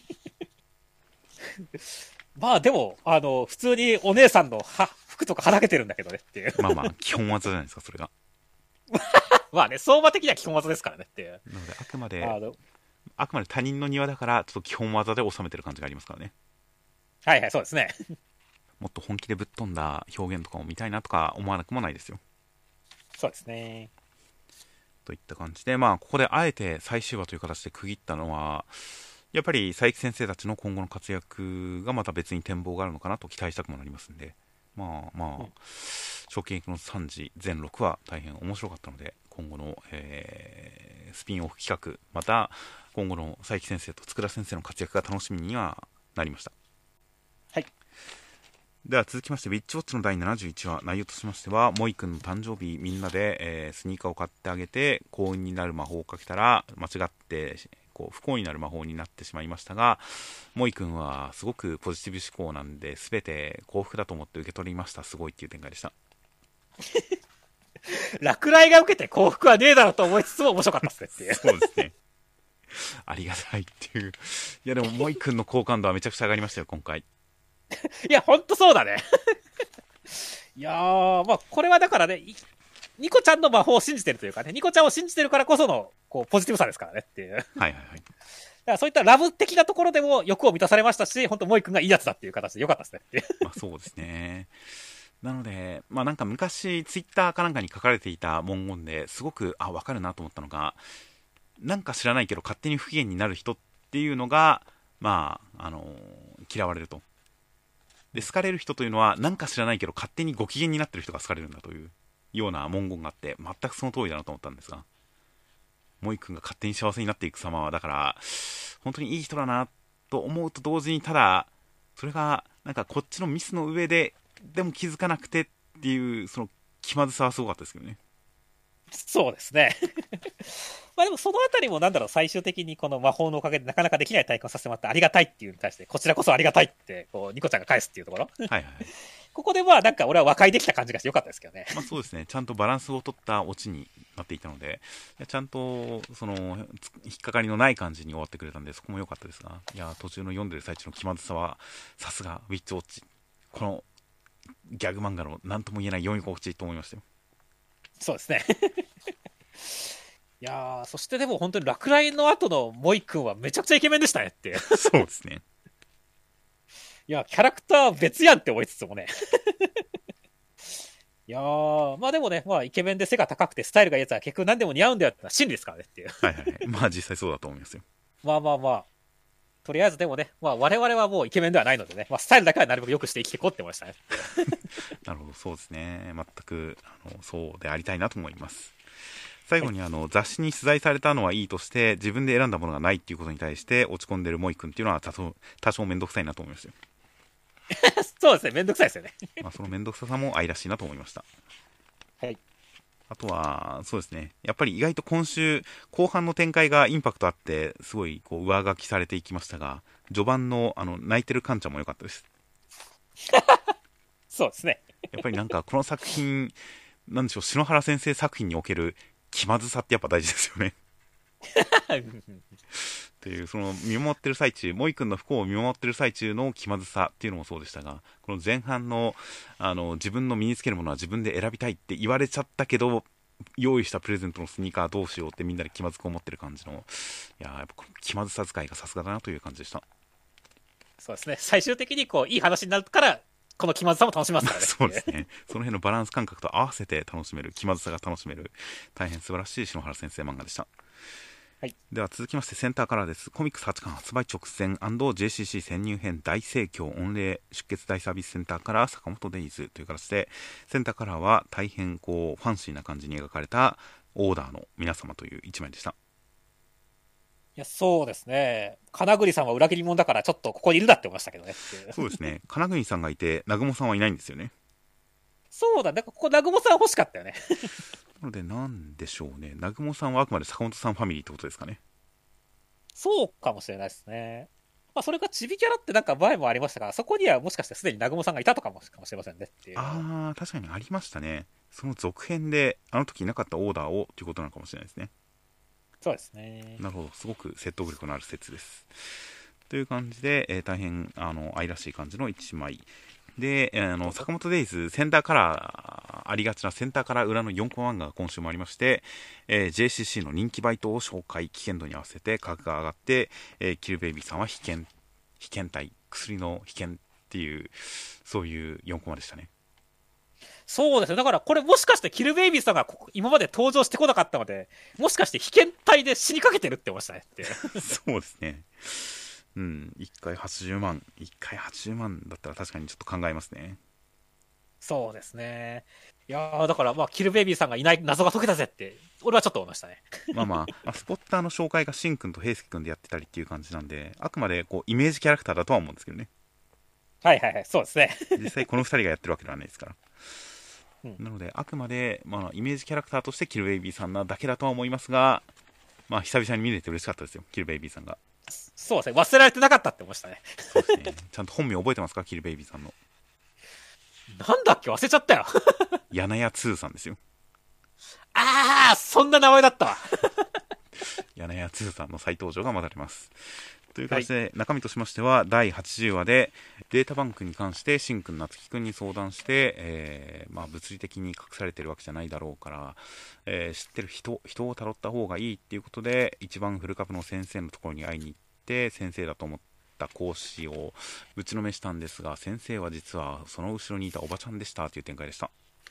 まあでも、普通にお姉さんの服とかはだけてるんだけどねっていう。 まあまあ基本技じゃないですかそれが。 まあね、相場的には基本技ですからねっていう。 なのでのあくまで他人の庭だからちょっと基本技で収めてる感じがありますからね。 はいはい、そうですね。 もっと本気でぶっ飛んだ表現とかも見たいなとか思わなくもないですよ。 そうですね。 といった感じで、まあここであえて最終話という形で区切ったのはやっぱり佐伯先生たちの今後の活躍がまた別に展望があるのかなと期待したくもなりますんで、まあまあ、賞金の3時全6話大変面白かったので今後の、スピンオフ企画また今後の佐伯先生と佃先生の活躍が楽しみにはなりました。 はい。 では続きましてウィッチウォッチの第71話内容としましてはモイ君の誕生日みんなで、スニーカーを買ってあげて幸運になる魔法をかけたら間違ってこう不幸になる魔法になってしまいましたがモイ君はすごくポジティブ思考なんで全て幸福だと思って受け取りましたすごいっていう展開でした。 落雷が受けて幸福はねえだろうと思いつつも面白かったっすねっていう。 そうですねありがたいっていう。いやでもモイ君の好感度はめちゃくちゃ上がりましたよ今回。 いや、ほんとそうだね。いやー、まあ、これはだからね、ニコちゃんの魔法を信じてるというかね、ニコちゃんを信じてるからこその、こう、ポジティブさですからねっていう。 はいはいはい。 だからそういったラブ的なところでも欲を満たされましたし、本当モイ君がいいやつだっていう形でよかったですねっていう。 まあそうですね。なので、まあなんか昔ツイッターかなんかに書かれていた文言ですごく、わかるなと思ったのが、なんか知らないけど勝手に不機嫌になる人っていうのが、まあ、嫌われると。で、好かれる人というのは、なんか知らないけど勝手にご機嫌になってる人が好かれるんだというような文言があって、全くその通りだなと思ったんですが、モイ君が勝手に幸せになっていく様は、だから、本当にいい人だなと思うと同時に、ただ、それが、なんかこっちのミスの上で、でも気づかなくてっていう、その気まずさはすごかったですけどね。 そうですね。まあでもそのあたりもなんだろう、最終的にこの魔法のおかげでなかなかできない体験をさせてもらってありがたいっていうに対して、こちらこそありがたいって、こう、ニコちゃんが返すっていうところ。 はいはい。 ここでまあなんか俺は和解できた感じがしてよかったですけどね。 まあそうですね、ちゃんとバランスを取ったオチになっていたので、ちゃんとその引っかかりのない感じに終わってくれたんで、そこも良かったですが、いや途中の読んでる最中の気まずさは、さすがウィッチウォッチ、このギャグ漫画の何とも言えない読み心地と思いましたよ。 そうですね。いやー、そしてでも本当に落雷の後のモイ君はめちゃくちゃイケメンでしたねって。 そうですね。 いや、キャラクター別やんって思いつつもね。いやー、まあでもね、まあイケメンで背が高くてスタイルがいいやつは結局何でも似合うんだよってのは真理ですからねっていう。 はいはいはい。まあ実際そうだと思いますよ。 まあまあまあ。とりあえずでもね、まあ我々はもうイケメンではないのでね、まあスタイルだけはなるべく良くして生きていこうって思いましたね。 なるほど、そうですね。全くそうでありたいなと思います。最後に雑誌に取材されたのはいいとして自分で選んだものがないっていうことに対して落ち込んでるモイ君っていうのは多少面倒くさいなと思いましたよ。 そうですね、めんどくさいですよね。 まあその面倒くささも愛らしいなと思いました。 はい。 あとはそうですね、やっぱり意外と今週後半の展開がインパクトあってすごいこう上書きされていきましたが、序盤の泣いてるカンちゃんも良かったです。 そうですね。 やっぱりなんかこの作品なんでしょう、篠原先生作品における気まずさってやっぱ大事ですよね。っていうその見守ってる最中、モイ君の不幸を見守ってる最中の気まずさっていうのもそうでしたが、この前半の自分の身につけるものは自分で選びたいって言われちゃったけど用意したプレゼントのスニーカーどうしようってみんなで気まずく思ってる感じの、いややっぱこの気まずさ使いがさすがだなという感じでした。 そうですね。最終的にこういい話になるからこの気まずさも楽しみますからね。 そうですね。その辺のバランス感覚と合わせて楽しめる、気まずさが楽しめる、大変素晴らしい篠原先生漫画でした。 はい、 では続きましてセンターカラーです。コミックス8巻発売直前 &JCC 潜入編大盛況御礼出血大サービスセンターカラー坂本デイズという形で、センターカラーは大変こうファンシーな感じに描かれたオーダーの皆様という一枚でした。 いや、そうですね。金栗さんは裏切り者だからちょっとここにいるなって思いましたけどね。 そうですね。金栗さんがいて南雲さんはいないんですよね。 そうだ、なんかここ南雲さん欲しかったよね。 なのでなんでしょうね、南雲さんはあくまで坂本さんファミリーってことですかね。 そうかもしれないですね。 まあ、それがチビキャラってなんか前もありましたが、そこにはもしかしてすでに南雲さんがいたとかもしれませんねっていう。 ああ、確かにありましたね。その続編であの時いなかったオーダーをということなのかもしれないですね。 そうですね。 なるほど、すごく説得力のある説です。という感じで、大変愛らしい感じの1枚で、坂本デイズセンターカラーありがちなセンターカラー裏の4コマ漫画が今週もありまして、JCC の人気バイトを紹介、危険度に合わせて価格が上がって、キルベイビーさんは被験体、薬の被験っていう、そういう4コマでしたね。 そうですね。だからこれもしかしてキルベイビーさんが今まで登場してこなかったので、もしかして被験体で死にかけてるって思いましたねっていう。 そうですね。うん、1回80万、1回80万だったら確かにちょっと考えますね。 そうですね。いやー、だからまあ、キルベイビーさんがいない謎が解けたぜって、俺はちょっと思いましたね。 まあ、スポッターの紹介がシンくんとヘイスケくんでやってたりっていう感じなんで、あくまでこうイメージキャラクターだとは思うんですけどね。 はいはいはい、そうですね。 実際この2人がやってるわけではないですから。 うん、 なので、あくまで、まあ、イメージキャラクターとしてキルベイビーさんなだけだとは思いますが、まあ、久々に見れて嬉しかったですよ、キルベイビーさんが。 そうですね。忘れられてなかったって思いましたね。 そうですね。ちゃんと本名覚えてますか、キルベイビーさんの。 なんだっけ忘れちゃったよ。 柳屋2さんですよ。 あー、そんな名前だったわ。 柳屋2さんの再登場が待たれます。という形で、中身としましては第80話でデータバンクに関してしんくん、なつきくんに相談して、まあ、物理的に隠されてるわけじゃないだろうから、知ってる人をたどった方がいいっていうことで一番古株の先生のところに会いに行って、先生だと思った講師を打ちのめしたんですが、先生は実はその後ろにいたおばちゃんでしたという展開でした。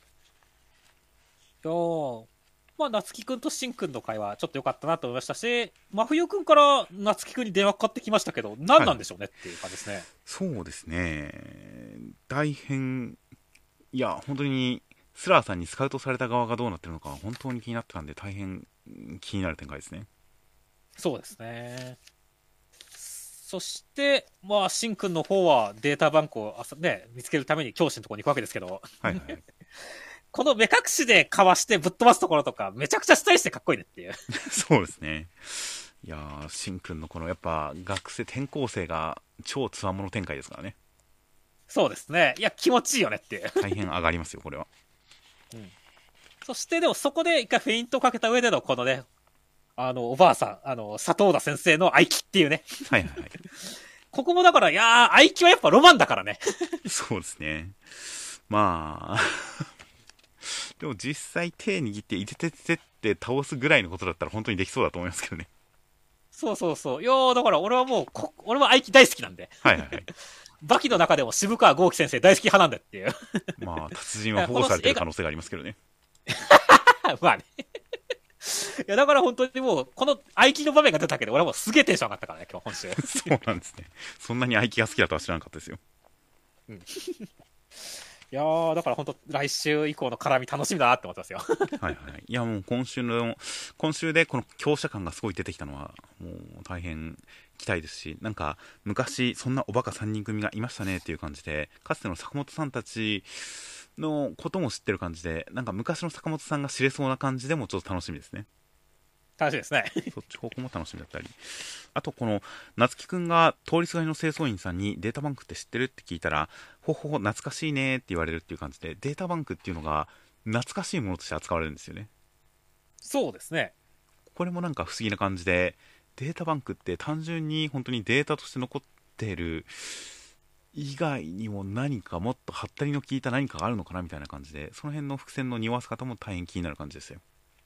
いやー、まあ、夏樹くんとしんくんの会話、ちょっと良かったなと思いましたし、真冬くんから夏樹くんに電話かかってきましたけど、何なんでしょうねっていう感じですね。 そうですね、大変、いや本当にスラーさんにスカウトされた側がどうなってるのか本当に気になってたんで、大変気になる展開ですね。 そうですね。そして、まあ、しんくんの方はデータバンクをね、見つけるために教師のところに行くわけですけど、 はいはい。 この目隠しでかわしてぶっ飛ばすところとか、めちゃくちゃスタイリッシュでかっこいいねっていう。 そうですね。いやー、しんくんのこのやっぱ学生、転校生が超つわもの展開ですからね。 そうですね。いや、気持ちいいよねっていう。 大変上がりますよ、これは。 うん、そして、でもそこで一回フェイントをかけた上でのこのね、おばあさん、佐藤田先生の愛機っていうね。 はいはいはい。 ここもだから、いやー、愛機はやっぱロマンだからね。 そうですね。まあ、でも実際手握っていてててって倒すぐらいのことだったら本当にできそうだと思いますけどね。 そうそうそう。いやー、だから俺はもう、俺は愛機大好きなんで。 はいはいはい。 バキの中でも渋川豪樹先生大好き派なんだっていう。 まあ、達人は保護されてる可能性がありますけどね。 まあね。いや、だから本当にもう、この愛機の場面が出たけど、俺はもうすげえテンション上がったからね、今日本州。 そうなんですね。そんなに愛機が好きだとは知らなかったですよ。 うん。いやー、だから本当来週以降の絡み楽しみだなって思ってますよ。 はいはい。いやもう今週でこの強者感がすごい出てきたのは、もう大変期待ですし、なんか昔そんなおバカ3人組がいましたねっていう感じで、かつての坂本さんたちのことも知ってる感じで、なんか昔の坂本さんが知れそうな感じでもちょっと楽しみですね。 楽しみですね。 そっち方向も楽しみだったり、あとこの夏樹くんが通りすがりの清掃員さんにデータバンクって知ってるって聞いたら、ほほほ懐かしいねって言われるっていう感じで、データバンクっていうのが懐かしいものとして扱われるんですよね。 そうですね。 これもなんか不思議な感じで、データバンクって単純に本当にデータとして残っている以外にも何かもっとハったりの効いた何かがあるのかなみたいな感じで、その辺の伏線の匂わせ方も大変気になる感じですよ。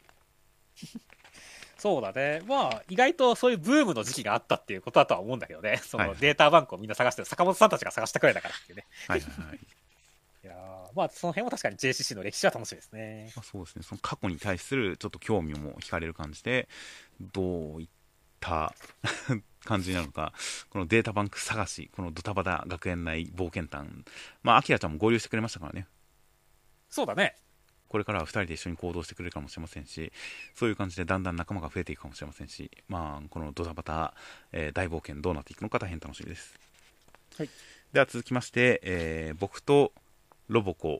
そうだね。まあ、意外とそういうブームの時期があったっていうことだとは思うんだけどね。そはいはいのデータバンクをみんな探してる坂本さんたちが探したくらいだからっていうね。 はいはいはい。 いやまあ、その辺は確かに JCC の歴史は楽しみですね。 まあ、そうですね、その過去に対するちょっと興味も惹かれる感じで、どういった感じになるのか、このデータバンク探し、このドタバタ学園内冒険探、まあ、アキラちゃんも合流してくれましたからね、 そうだね。 これからは2人で一緒に行動してくれるかもしれませんし、そういう感じでだんだん仲間が増えていくかもしれませんし、まあ、このドタバタ、大冒険どうなっていくのか大変楽しみです。 はい。 では続きまして、僕とロボコ、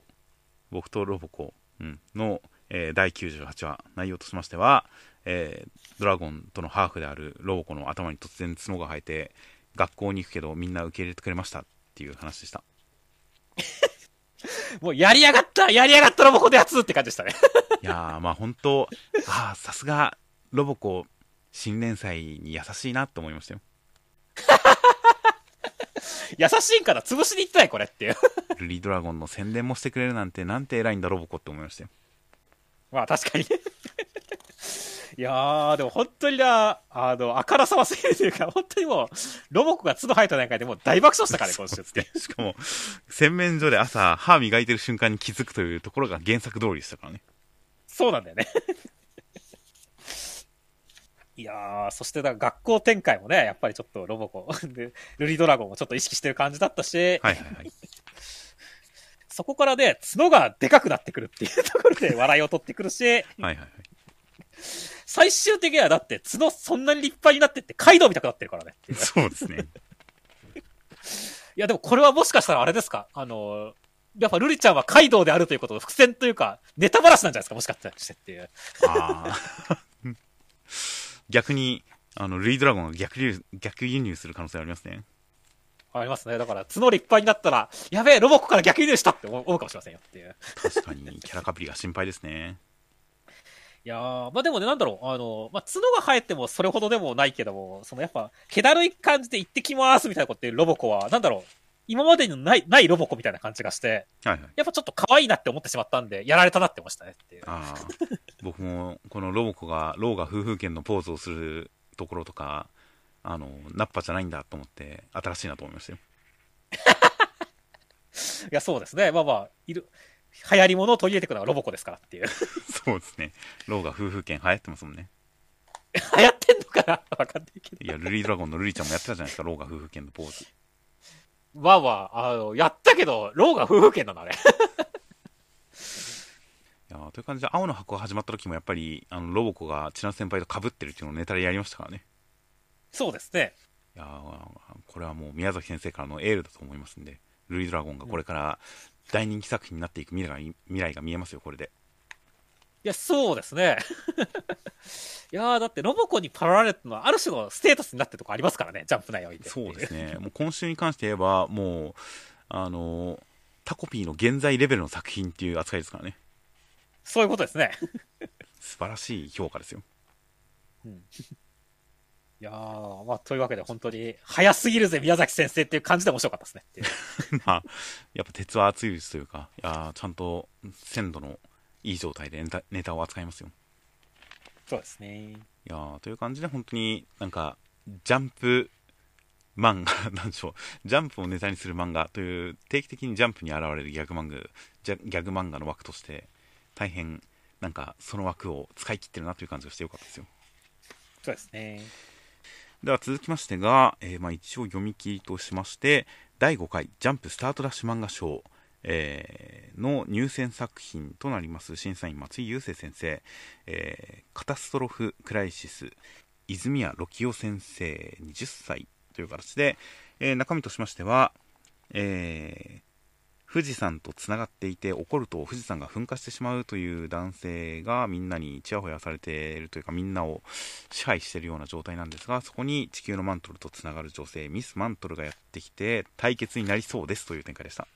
の、第98話、内容としましては、ドラゴンとのハーフであるロボコの頭に突然角が生えて、 学校に行くけどみんな受け入れてくれましたっていう話でした。 もうやりやがったロボコのやつって感じでしたね。 いやー、まあ本当、さすがロボコ新連載に優しいなと思いましたよ。 優しいんかな、潰しに行ったねこれっていう。 ルリードラゴンの宣伝もしてくれるなんて、なんて偉いんだロボコって思いましたよ。 まあ確かにね。いやー、でも本当にな、あからさますぎるというか、本当にもう、ロボコが角生えた段階でもう大爆笑したからね、今週って。 しかも、洗面所で朝、歯磨いてる瞬間に気づくというところが原作通りでしたからね。 そうなんだよね。いやー、そしてだ学校展開もね、やっぱりちょっとロボコで、ルリドラゴンもちょっと意識してる感じだったし、 はいはいはい。 そこからね、角がでかくなってくるっていうところで笑いを取ってくるし、 はいはいはい。 最終的にはだって角そんなに立派になってってカイドウみたくなってるからね。 そうですね。 いやでもこれはもしかしたらあれですか、やっぱルリちゃんはカイドウであるということの伏線というか、ネタバラシなんじゃないですか、もしかしたらしてっていう。 ああ。逆に、ルイドラゴンが逆輸入する可能性ありますね。 ありますね。だから角立派になったら、やべえ、ロボコから逆輸入したって思うかもしれませんよっていう。 確かに、キャラかぶりが心配ですね。 いやー、まあでもね、なんだろう、角が生えてもそれほどでもないけども、そのやっぱ、気だるい感じで行ってきますみたいなこと言うロボコは、なんだろう、今までにないロボコみたいな感じがして、 はいはい。 やっぱちょっと可愛いなって思ってしまったんで、やられたなって思いましたねっていう。 ああ。僕も、このロボコが、ローが夫婦犬のポーズをするところとか、ナッパじゃないんだと思って、新しいなと思いましたよ。 いや、そうですね。まあまあ、流行り物を取り入れていくのがロボコですからっていう。 そうですね。ローが夫婦犬流行ってますもんね。 流行ってんのかなわかんないけど。 いや、ルリードラゴンのルリちゃんもやってたじゃないですか、ローが夫婦犬のポーズ。 まあまあ、やったけど、ローが夫婦犬なのあれ。 いやという感じで、青の箱が始まった時もやっぱり、ロボコが千奈先輩と被ってるっていうのをネタでやりましたからね。 そうですね。 いやこれはもう宮崎先生からのエールだと思いますんで、ルリードラゴンがこれから大人気作品になっていく未来が見えますよ、これで。 いや、そうですね。いやー、だってロボコにパラられたのはある種のステータスになってるとこありますからね、ジャンプ内において。 そうですね。もう今週に関して言えば、もう、タコピーの現在レベルの作品っていう扱いですからね。 そういうことですね。 素晴らしい評価ですよ。 うん、いやー、まあ、というわけで本当に、早すぎるぜ、宮崎先生っていう感じで面白かったですね。 まあ、やっぱ鉄は熱いうちというか、いやちゃんと鮮度のいい状態でネタを扱いますよ。 そうですね。 いやという感じで、本当になんか、ジャンプ漫画、なんでしょう、ジャンプをネタにする漫画という、定期的にジャンプに現れるギャグ漫画の枠として、大変、なんか、その枠を使い切ってるなという感じがしてよかったですよ。 そうですね。 では続きましてが、一応読み切りとしまして、第5回ジャンプスタートダッシュ漫画賞、の入選作品となります審査員松井雄生先生、カタストロフクライシス泉谷ロキオ先生20歳という形で、中身としましては、富士山とつながっていて怒ると富士山が噴火してしまうという男性がみんなにちやほやされているというか、みんなを支配しているような状態なんですが、そこに地球のマントルとつながる女性ミスマントルがやってきて対決になりそうですという展開でした。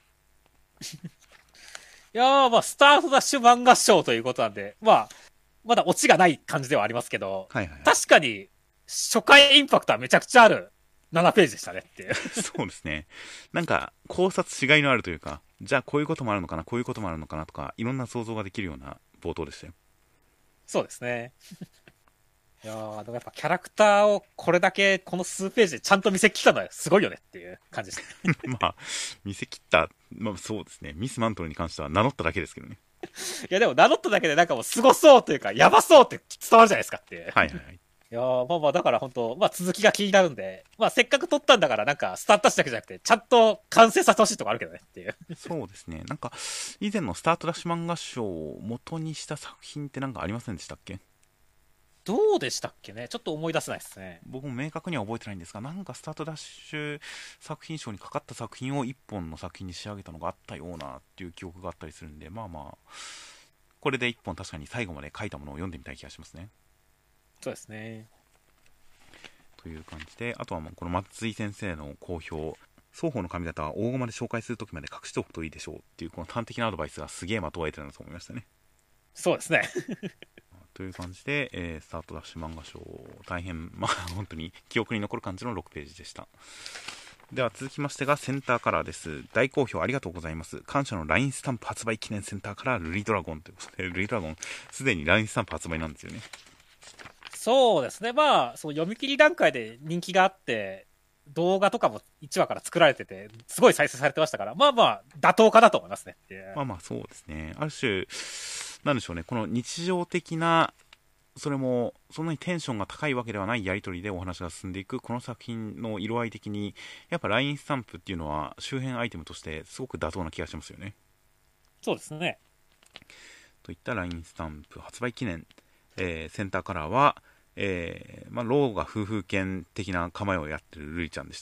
いやー、まあ、スタートダッシュ漫画賞ということなんで、まあ、まだオチがない感じではありますけど、 はいはいはい、 確かに、初回インパクトはめちゃくちゃある7ページでしたねっていう。 そうですね。なんか考察しがいのあるというか、じゃあこういうこともあるのかな、こういうこともあるのかなとか、いろんな想像ができるような冒頭でしたよ。 そうですね。いやー、でもやっぱキャラクターをこれだけこの数ページでちゃんと見せ切ったのはすごいよねっていう感じですね。 まあ、見せ切った、まあそうですね。ミスマントルに関しては名乗っただけですけどね。 いやでも名乗っただけでなんかもう凄そうというか、やばそうって伝わるじゃないですかっていう。 はいはいはい。 いやー、まあまあだから本当、まあ続きが気になるんで、まあせっかく撮ったんだからなんかスタートダッシュだけじゃなくて、ちゃんと完成させてほしいとこあるけどねっていう。 そうですね。なんか、以前のスタートダッシュ漫画賞を元にした作品ってなんかありませんでしたっけ？ どうでしたっけね、ちょっと思い出せないですね。 僕も明確には覚えてないんですが、なんかスタートダッシュ作品賞にかかった作品を一本の作品に仕上げたのがあったようなっていう記憶があったりするんで、まあまあ、これで一本確かに最後まで書いたものを読んでみたい気がしますね。 そうですね。 という感じで、あとはもうこの松井先生の好評、双方の髪型は大駒で紹介するときまで隠しておくといいでしょうっていうこの端的なアドバイスがすげえまとわれてるなと思いましたね。 そうですね。 という感じで、スタートダッシュ漫画賞、大変、本当に記憶に残る感じの6ページでした。では続きましてがセンターカラーです。大好評ありがとうございます。感謝の LINE スタンプ発売記念センターカラールリドラゴンということで、ルリドラゴン、すでに LINE スタンプ発売なんですよね。 そうですね。そう読み切り段階で人気があって、動画とかも1話から作られてて、すごい再生されてましたから、妥当かなと思いますね。 そうですね。ある種、なんでしょうね、この日常的な、それもそんなにテンションが高いわけではないやり取りでお話が進んでいくこの作品の色合い的に、やっぱ LINE スタンプっていうのは周辺アイテムとしてすごく妥当な気がしますよね。 そうですね。 といった LINE スタンプ発売記念、センターカラーは、ローが夫婦犬的な構えをやってるルイちゃんでした。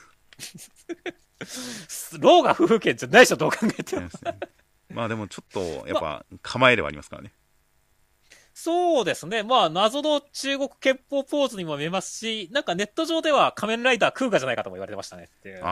ローが夫婦犬じゃないでしょ、どう考えても。 でもちょっとやっぱ構えではありますからね。 そうですね。謎の中国憲法ポーズにも見えますし、なんかネット上では仮面ライダークーガじゃないかとも言われてましたねっていう。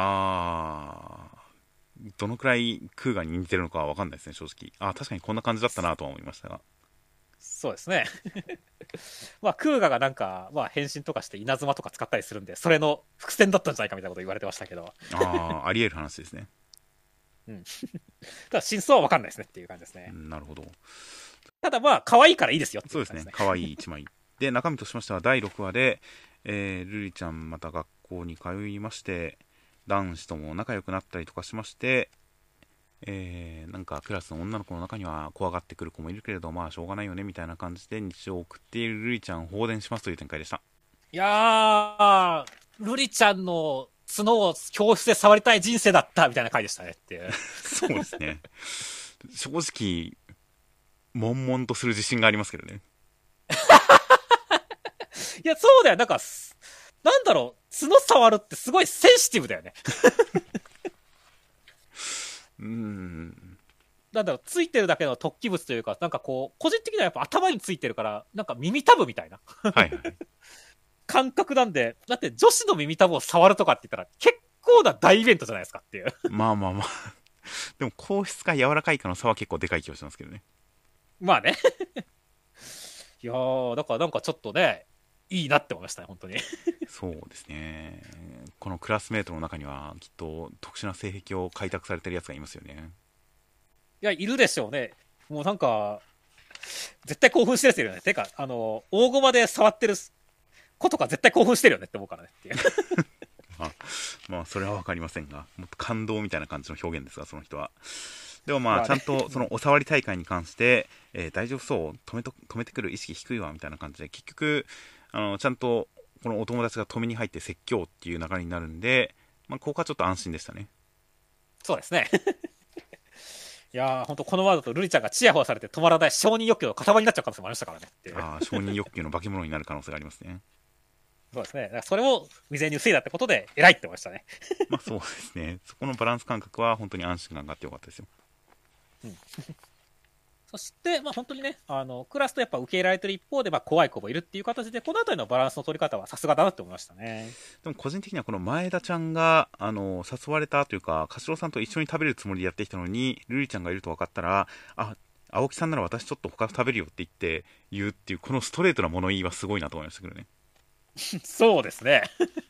どのくらいクーガに似てるのかは分かんないですね、正直。確かにこんな感じだったなとは思いましたが。 そうですね。クーガがなんか、変身とかして稲妻とか使ったりするんで、それの伏線だったんじゃないかみたいなこと言われてましたけど。 あり得る話ですね。 うん。ただ真相は分かんないですねっていう感じですね。 なるほど。 ただ可愛いからいいですよっていう感じですね。 そうですね。可愛い一枚。で、中身としましては第6話で、ルリちゃんまた学校に通いまして、男子とも仲良くなったりとかしまして、なんかクラスの女の子の中には怖がってくる子もいるけれど、しょうがないよねみたいな感じで日常を送っているルリちゃんを放電しますという展開でした。 いやー、ルリちゃんの角を教室で触りたい人生だったみたいな回でしたねっていう。 そうですね。正直、悶々とする自信がありますけどね。 いや、そうだよ。なんだろう、角触るってすごいセンシティブだよね。なんだろう、ついてるだけの突起物というか、個人的にはやっぱ頭についてるから、耳たぶみたいな。感覚なんで、だって女子の耳たぶを触るとかって言ったら、結構な大イベントじゃないですかっていう。 でも、硬質か柔らかいかの差は結構でかい気がしますけどね。 ね。いやー、だからちょっとね、いいなって思いましたね、本当に。 そうですね。このクラスメートの中には、きっと特殊な性癖を開拓されてるやつがいますよね。 いや、いるでしょうね。もう絶対興奮してるよね。てか、大駒で触ってる子とか絶対興奮してるよねって思うからねっていう。 それはわかりませんが、もっと感動みたいな感じの表現ですが、その人は。でもちゃんとそのお触り大会に関して、大丈夫そう、止めてくる意識低いわみたいな感じで、結局ちゃんとこのお友達が止めに入って説教っていう流れになるんで、ここはちょっと安心でしたね。 そうですね。いやー、本当このワードとルリちゃんがチヤホヤされて止まらない承認欲求の塊になっちゃう可能性もありましたからねっていう。 承認欲求の化け物になる可能性がありますね。 そうですね。それを未然に防いだってことで偉いって思いましたね。 そうですね。そこのバランス感覚は本当に安心感があってよかったですよ。 そして、本当にね、クラスとやっぱ受け入れられてる一方で、怖い子もいるっていう形で、このあたりのバランスの取り方はさすがだなって思いましたね。 でも個人的にはこの前田ちゃんが、誘われたというか、柏さんと一緒に食べるつもりでやってきたのに、ルリちゃんがいると分かったら、青木さんなら私ちょっと他食べるよって言うっていう、このストレートな物言いはすごいなと思いましたけどね。 そうですね。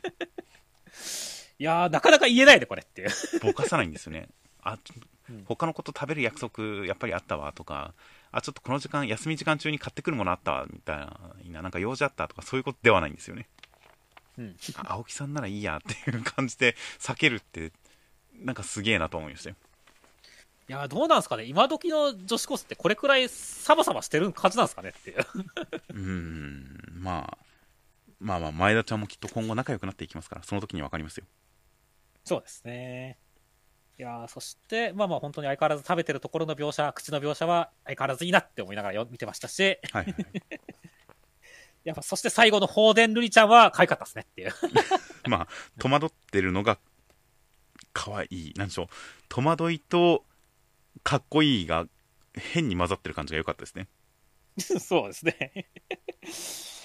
いやー、なかなか言えないで、これっていう。 ぼかさないんですよね。他の子と食べる約束やっぱりあったわとか、ちょっとこの時間、休み時間中に買ってくるものあったわみたいな、なんか用事あったとかそういうことではないんですよね。青木さんならいいやっていう感じで避けるって、なんかすげえなと思いましたよ。 いやー、どうなんですかね。今時の女子高生ってこれくらいサバサバしてる感じなんですかねっていう。 前田ちゃんもきっと今後仲良くなっていきますから、その時に分かりますよ。 そうですね。いやー、そして、本当に相変わらず食べてるところの描写、口の描写は相変わらずいいなって思いながら見てましたし、やっぱそして最後の放電瑠璃ちゃんは可愛かったですねっていう。 戸惑ってるのが可愛い。なんでしょう。戸惑いとかっこいいが変に混ざってる感じが良かったですね。 そうですね。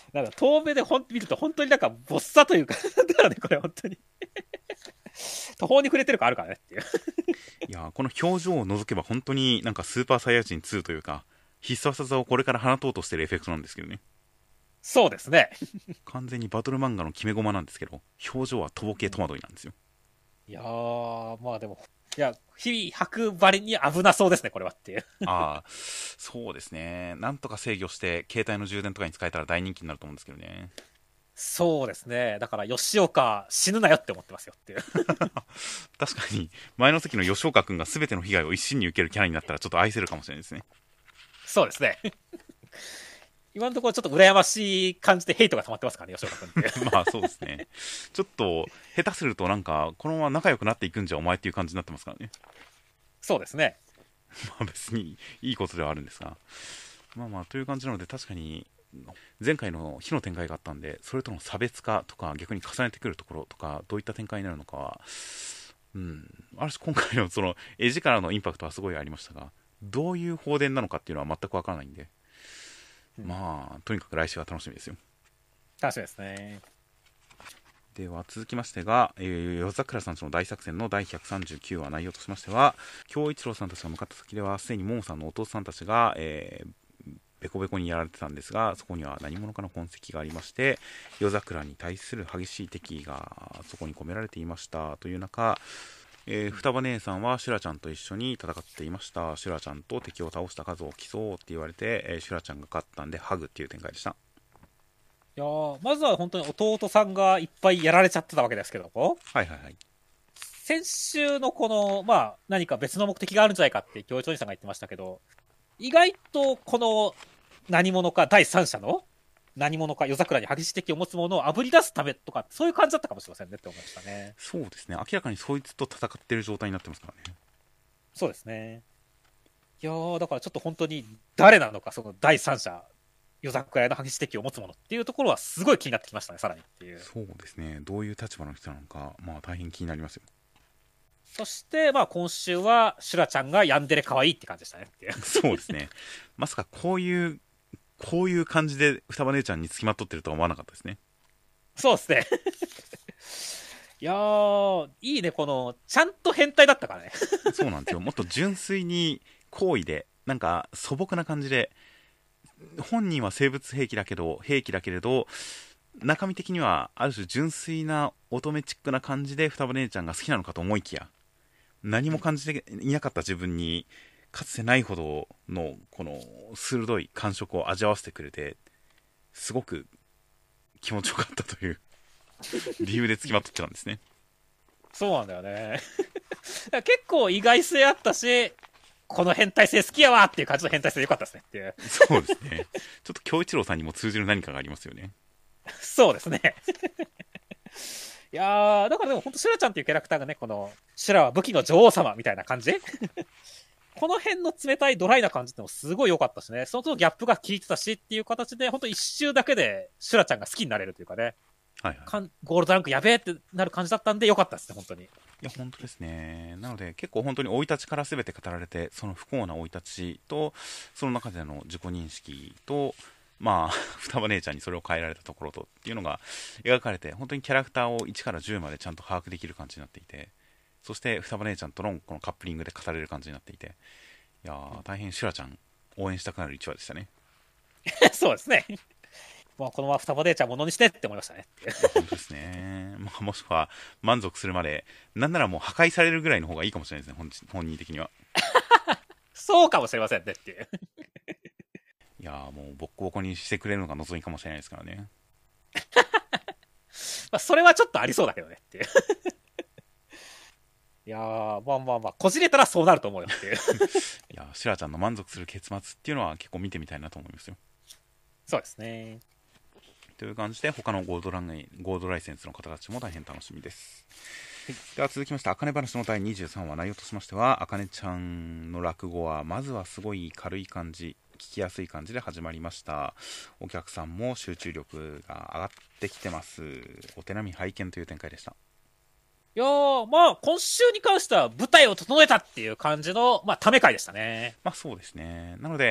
なんか遠目で見ると本当になんかボッサというか、なんだろうね、これ本当に。途方に暮れてる感あるからねっていう。 いやー、この表情を除けば本当になんかスーパーサイヤ人2というか、必殺技をこれから放とうとしてるエフェクトなんですけどね。 そうですね。 完全にバトル漫画の決め駒なんですけど、表情はとぼけ戸惑いなんですよ。 いやー、まあでも、いや、日々吐くばりに危なそうですね、これはっていう。 ああ、そうですね。なんとか制御して、携帯の充電とかに使えたら大人気になると思うんですけどね。 そうですね。だから、吉岡死ぬなよって思ってますよっていう。 確かに、前の席の吉岡君が全ての被害を一身に受けるキャラになったらちょっと愛せるかもしれないですね。 そうですね。今のところちょっと羨ましい感じでヘイトが溜まってますからね、吉岡君っていう。 まあそうですね。ちょっと、下手するとなんか、このまま仲良くなっていくんじゃお前っていう感じになってますからね。 そうですね。 まあ別にいいことではあるんですが。まあまあ、という感じなので、確かに、前回の火の展開があったんで、それとの差別化とか、逆に重ねてくるところとか、どういった展開になるのかは、ある種今回のその、絵力のインパクトはすごいありましたが、どういう放電なのかっていうのは全くわからないんで、まあ、とにかく来週は楽しみですよ。 楽しみですね。 では続きましてが、夜桜さんちの大作戦の第139話内容としましては、京一郎さんたちが向かった先ではすでに桃さんのお父さんたちが、ベコベコにやられてたんですが、そこには何者かの痕跡がありまして、夜桜に対する激しい敵意がそこに込められていましたという中、双葉姉さんはシュラちゃんと一緒に戦っていました。シュラちゃんと敵を倒した数を競おうって言われて、シュラちゃんが勝ったんでハグっていう展開でした。 いやー、まずは本当に弟さんがいっぱいやられちゃってたわけですけども、 はいはいはい。 先週のこの、まあ、何か別の目的があるんじゃないかって教授さんが言ってましたけど、意外とこの何者か第三者の何者か夜桜に激しい敵を持つものをあぶり出すためとか、そういう感じだったかもしれませんねって思いましたね。 そうですね。明らかにそいつと戦ってる状態になってますからね。 そうですね。いやー、だからちょっと本当に誰なのか、その第三者、夜桜への激しい敵を持つものっていうところはすごい気になってきましたね、さらにっていう。 そうですね。どういう立場の人なのか、まあ大変気になりますよ。 そして、まあ今週は、シュラちゃんがヤンデレ可愛いって感じでしたねっていう。 そうですね。まさかこういう感じで双葉姉ちゃんにつきまとってるとは思わなかったですね。 そうですね。いやー、いいね、この、ちゃんと変態だったからね。 そうなんですよ。もっと純粋に好意で、なんか素朴な感じで、本人は生物兵器だけれど、中身的にはある種純粋な乙女チックな感じで双葉姉ちゃんが好きなのかと思いきや、何も感じていなかった自分にかつてないほどのこの鋭い感触を味わわせてくれて、すごく気持ちよかったという理由で付きまとってたんですね。 そうなんだよね。結構意外性あったし、この変態性好きやわっていう感じの変態性良かったですねっていう。 そうですね。ちょっと京一郎さんにも通じる何かがありますよね。 そうですね。いやー、だからでも本当シュラちゃんっていうキャラクターがね、この、シュラは武器の女王様みたいな感じこの辺の冷たいドライな感じってもすごい良かったしね。そのとギャップが効いてたしっていう形で、本当一周だけでシュラちゃんが好きになれるというかね。 はいはい。 ゴールドランクやべえってなる感じだったんで良かったですね、本当に。 いや、本当ですね。なので、結構本当に生い立ちから全て語られて、その不幸な生い立ちと、その中での自己認識と、まあ、双葉姉ちゃんにそれを変えられたところとっていうのが描かれて、本当にキャラクターを1から10までちゃんと把握できる感じになっていて、そして双葉姉ちゃんとのこのカップリングで語れる感じになっていて、いやー、大変シュラちゃん、応援したくなる1話でしたね。 そうですね。まあ、このまま双葉姉ちゃんものにしてって思いましたね。 いや、本当ですね。まあ、もしくは満足するまで、なんならもう破壊されるぐらいの方がいいかもしれないですね、本人的には。 そうかもしれませんねっていう。 いやー、もうボッコボコにしてくれるのが望みかもしれないですからね。 まあ、それはちょっとありそうだけどねっていう。いやー、まあまあまあ、こじれたらそうなると思うよっていう。 いやー、シュラちゃんの満足する結末っていうのは結構見てみたいなと思いますよ。 そうですね。 という感じで、他のゴールドライセンスの方たちも大変楽しみです。では続きまして、あかね話の第23話、内容としましては、あかねちゃんの落語は、まずはすごい軽い感じ、聞きやすい感じで始まりました。お客さんも集中力が上がってきてます。お手並み拝見という展開でした。 いやー、まあ、今週に関しては舞台を整えたっていう感じの、まあ、ため会でしたね。 まあそうですね。なので、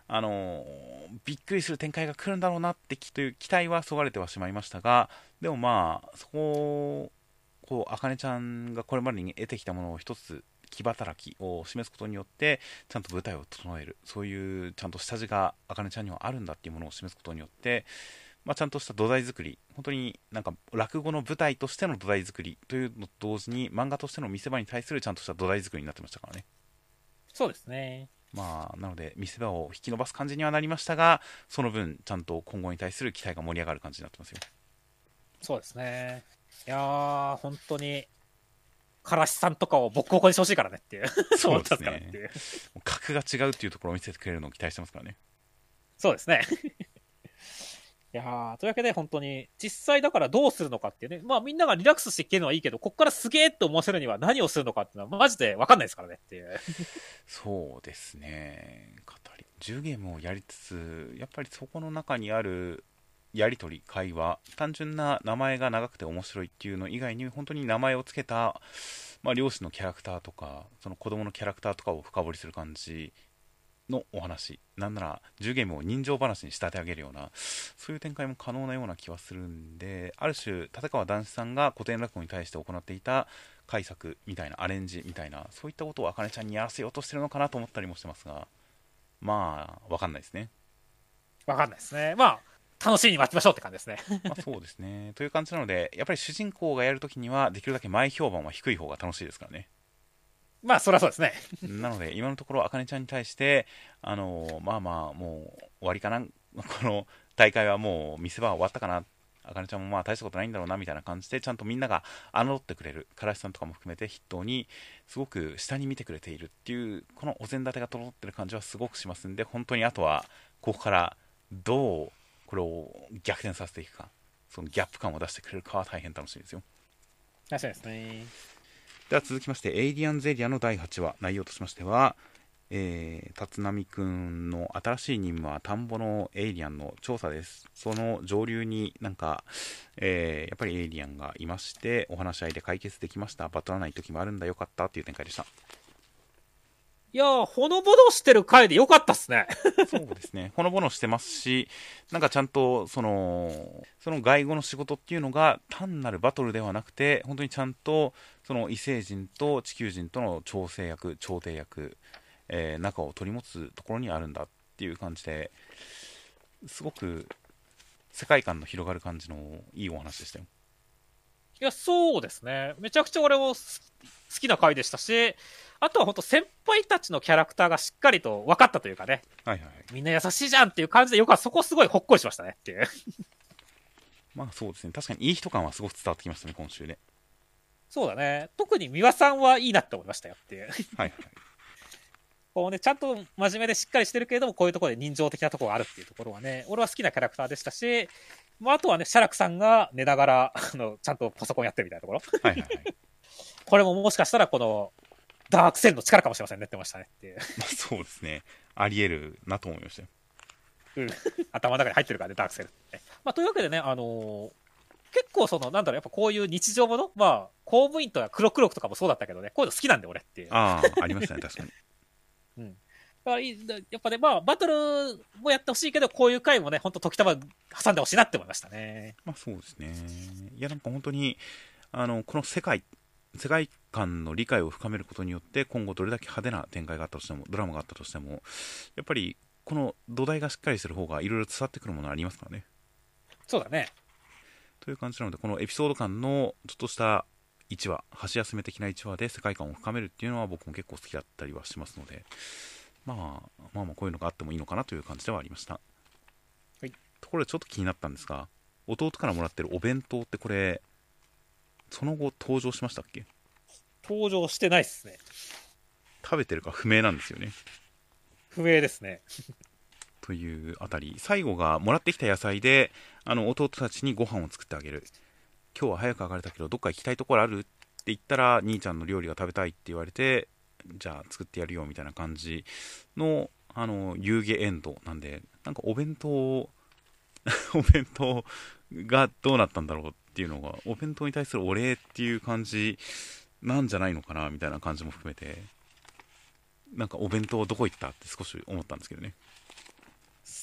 びっくりする展開が来るんだろうなってという期待はそがれてはしまいましたが、でもまあそこをこう茜ちゃんがこれまでに得てきたものを一つ気働きを示すことによってちゃんと舞台を整える、そういうちゃんと下地が茜ちゃんにはあるんだっていうものを示すことによって、ちゃんとした土台作り、本当になんか落語の舞台としての土台作りというのと同時に漫画としての見せ場に対するちゃんとした土台作りになってましたからね。 そうですね。 なので見せ場を引き伸ばす感じにはなりましたが、その分ちゃんと今後に対する期待が盛り上がる感じになってますよ。 そうですね。いやー、本当に、からしさんとかをボコボコにしてほしいからねっていう。 そうですね。 っていう格が違うっていうところを見せてくれるのを期待してますからね。 そうですね。いやー、というわけで本当に、実際だからどうするのかっていうね、みんながリラックスしていけるのはいいけど、こっからすげーって思わせるには何をするのかっていうのはマジで分かんないですからねっていう。 そうですね。10ゲームをやりつつ、やっぱりそこの中にあるやり取り、会話、単純な名前が長くて面白いっていうの以外に、本当に名前を付けた、両親のキャラクターとか、その子供のキャラクターとかを深掘りする感じのお話、なんなら10ゲームを人情話に仕立て上げるような、そういう展開も可能なような気はするんで、ある種立川談志さんが古典落語に対して行っていた改作みたいな、アレンジみたいな、そういったことを茜ちゃんにやらせようとしてるのかなと思ったりもしてますが、わかんないですね。 分かんないですね。楽しみに待ちましょうって感じですね。 そうですね。という感じなので、やっぱり主人公がやるときには、できるだけ前評判は低い方が楽しいですからね。 そりゃそうですね。 なので、今のところ、茜ちゃんに対して、もう終わりかな、この大会はもう見せ場は終わったかな、茜ちゃんも大したことないんだろうなみたいな感じで、ちゃんとみんなが侮ってくれる、からしさんとかも含めて筆頭に、すごく下に見てくれているっていう、このお膳立てが整ってる感じはすごくしますんで、本当にあとは、ここからどうこれを逆転させていくか、そのギャップ感を出してくれるかは大変楽しみですよ。 確かにですね。 では続きまして、エイリアンズエリアの第8話、内容としましては、立浪くんの新しい任務は田んぼのエイリアンの調査です。その上流にやっぱりエイリアンがいまして、お話し合いで解決できました、バトらない時もあるんだ、よかったっていう展開でした。 いやー、ほのぼのしてる回でよかったっすね。 そうですね、ほのぼのしてますし、ちゃんとその外語の仕事っていうのが単なるバトルではなくて、本当にちゃんとその異星人と地球人との調整役、調停役、仲を取り持つところにあるんだっていう感じで、すごく世界観の広がる感じのいいお話でしたよ。 いや、そうですね。めちゃくちゃ俺も好きな回でしたし、あとは本当先輩たちのキャラクターがしっかりと分かったというかね、 はいはい、 みんな優しいじゃんっていう感じで、よくそこすごいほっこりしましたねっていう。 そうですね、確かにいい人感はすごく伝わってきましたね、今週で。 そうだね。特に三輪さんはいいなって思いましたよっていう。 はいはい。 こうね、ちゃんと真面目でしっかりしてるけれども、こういうところで人情的なところがあるっていうところはね、俺は好きなキャラクターでしたし、あとはね、写楽さんが寝ながら、ちゃんとパソコンやってるみたいなところ。 はいはいはい。 これももしかしたら、この、ダークセルの力かもしれませんねって言ってましたねっていう。 そうですね。あり得るなと思いましたよ。 うん。頭の中に入ってるからね、ダークセルって。というわけでね、結構やっぱこういう日常もの、公務員とか黒黒とかもそうだったけどね、こういうの好きなんで俺っていう。 ありましたね、確かに。 うん。やっぱね、バトルもやってほしいけど、こういう回もね、ほんと時たま挟んでほしいなって思いましたね。 そうですね。いや、本当に、この世界観の理解を深めることによって、今後どれだけ派手な展開があったとしても、ドラマがあったとしても、やっぱり、この土台がしっかりする方が、いろいろ伝わってくるものありますからね。 そうだね。 という感じなので、このエピソード間のちょっとした1話、箸休め的な1話で世界観を深めるっていうのは僕も結構好きだったりはしますので、こういうのがあってもいいのかなという感じではありました。 はい。 ところでちょっと気になったんですが、弟からもらってるお弁当ってこれ、その後登場しましたっけ？ 登場してないっすね。 食べてるか不明なんですよね。 不明ですね。 というあたり、最後がもらってきた野菜で弟たちにご飯を作ってあげる。今日は早く上がれたけどどっか行きたいところあるって言ったら、兄ちゃんの料理が食べたいって言われて、じゃあ作ってやるよみたいな感じの遊戯エンドなんで、お弁当お弁当がどうなったんだろうっていうのが、お弁当に対するお礼っていう感じなんじゃないのかなみたいな感じも含めて、お弁当どこ行ったって少し思ったんですけどね。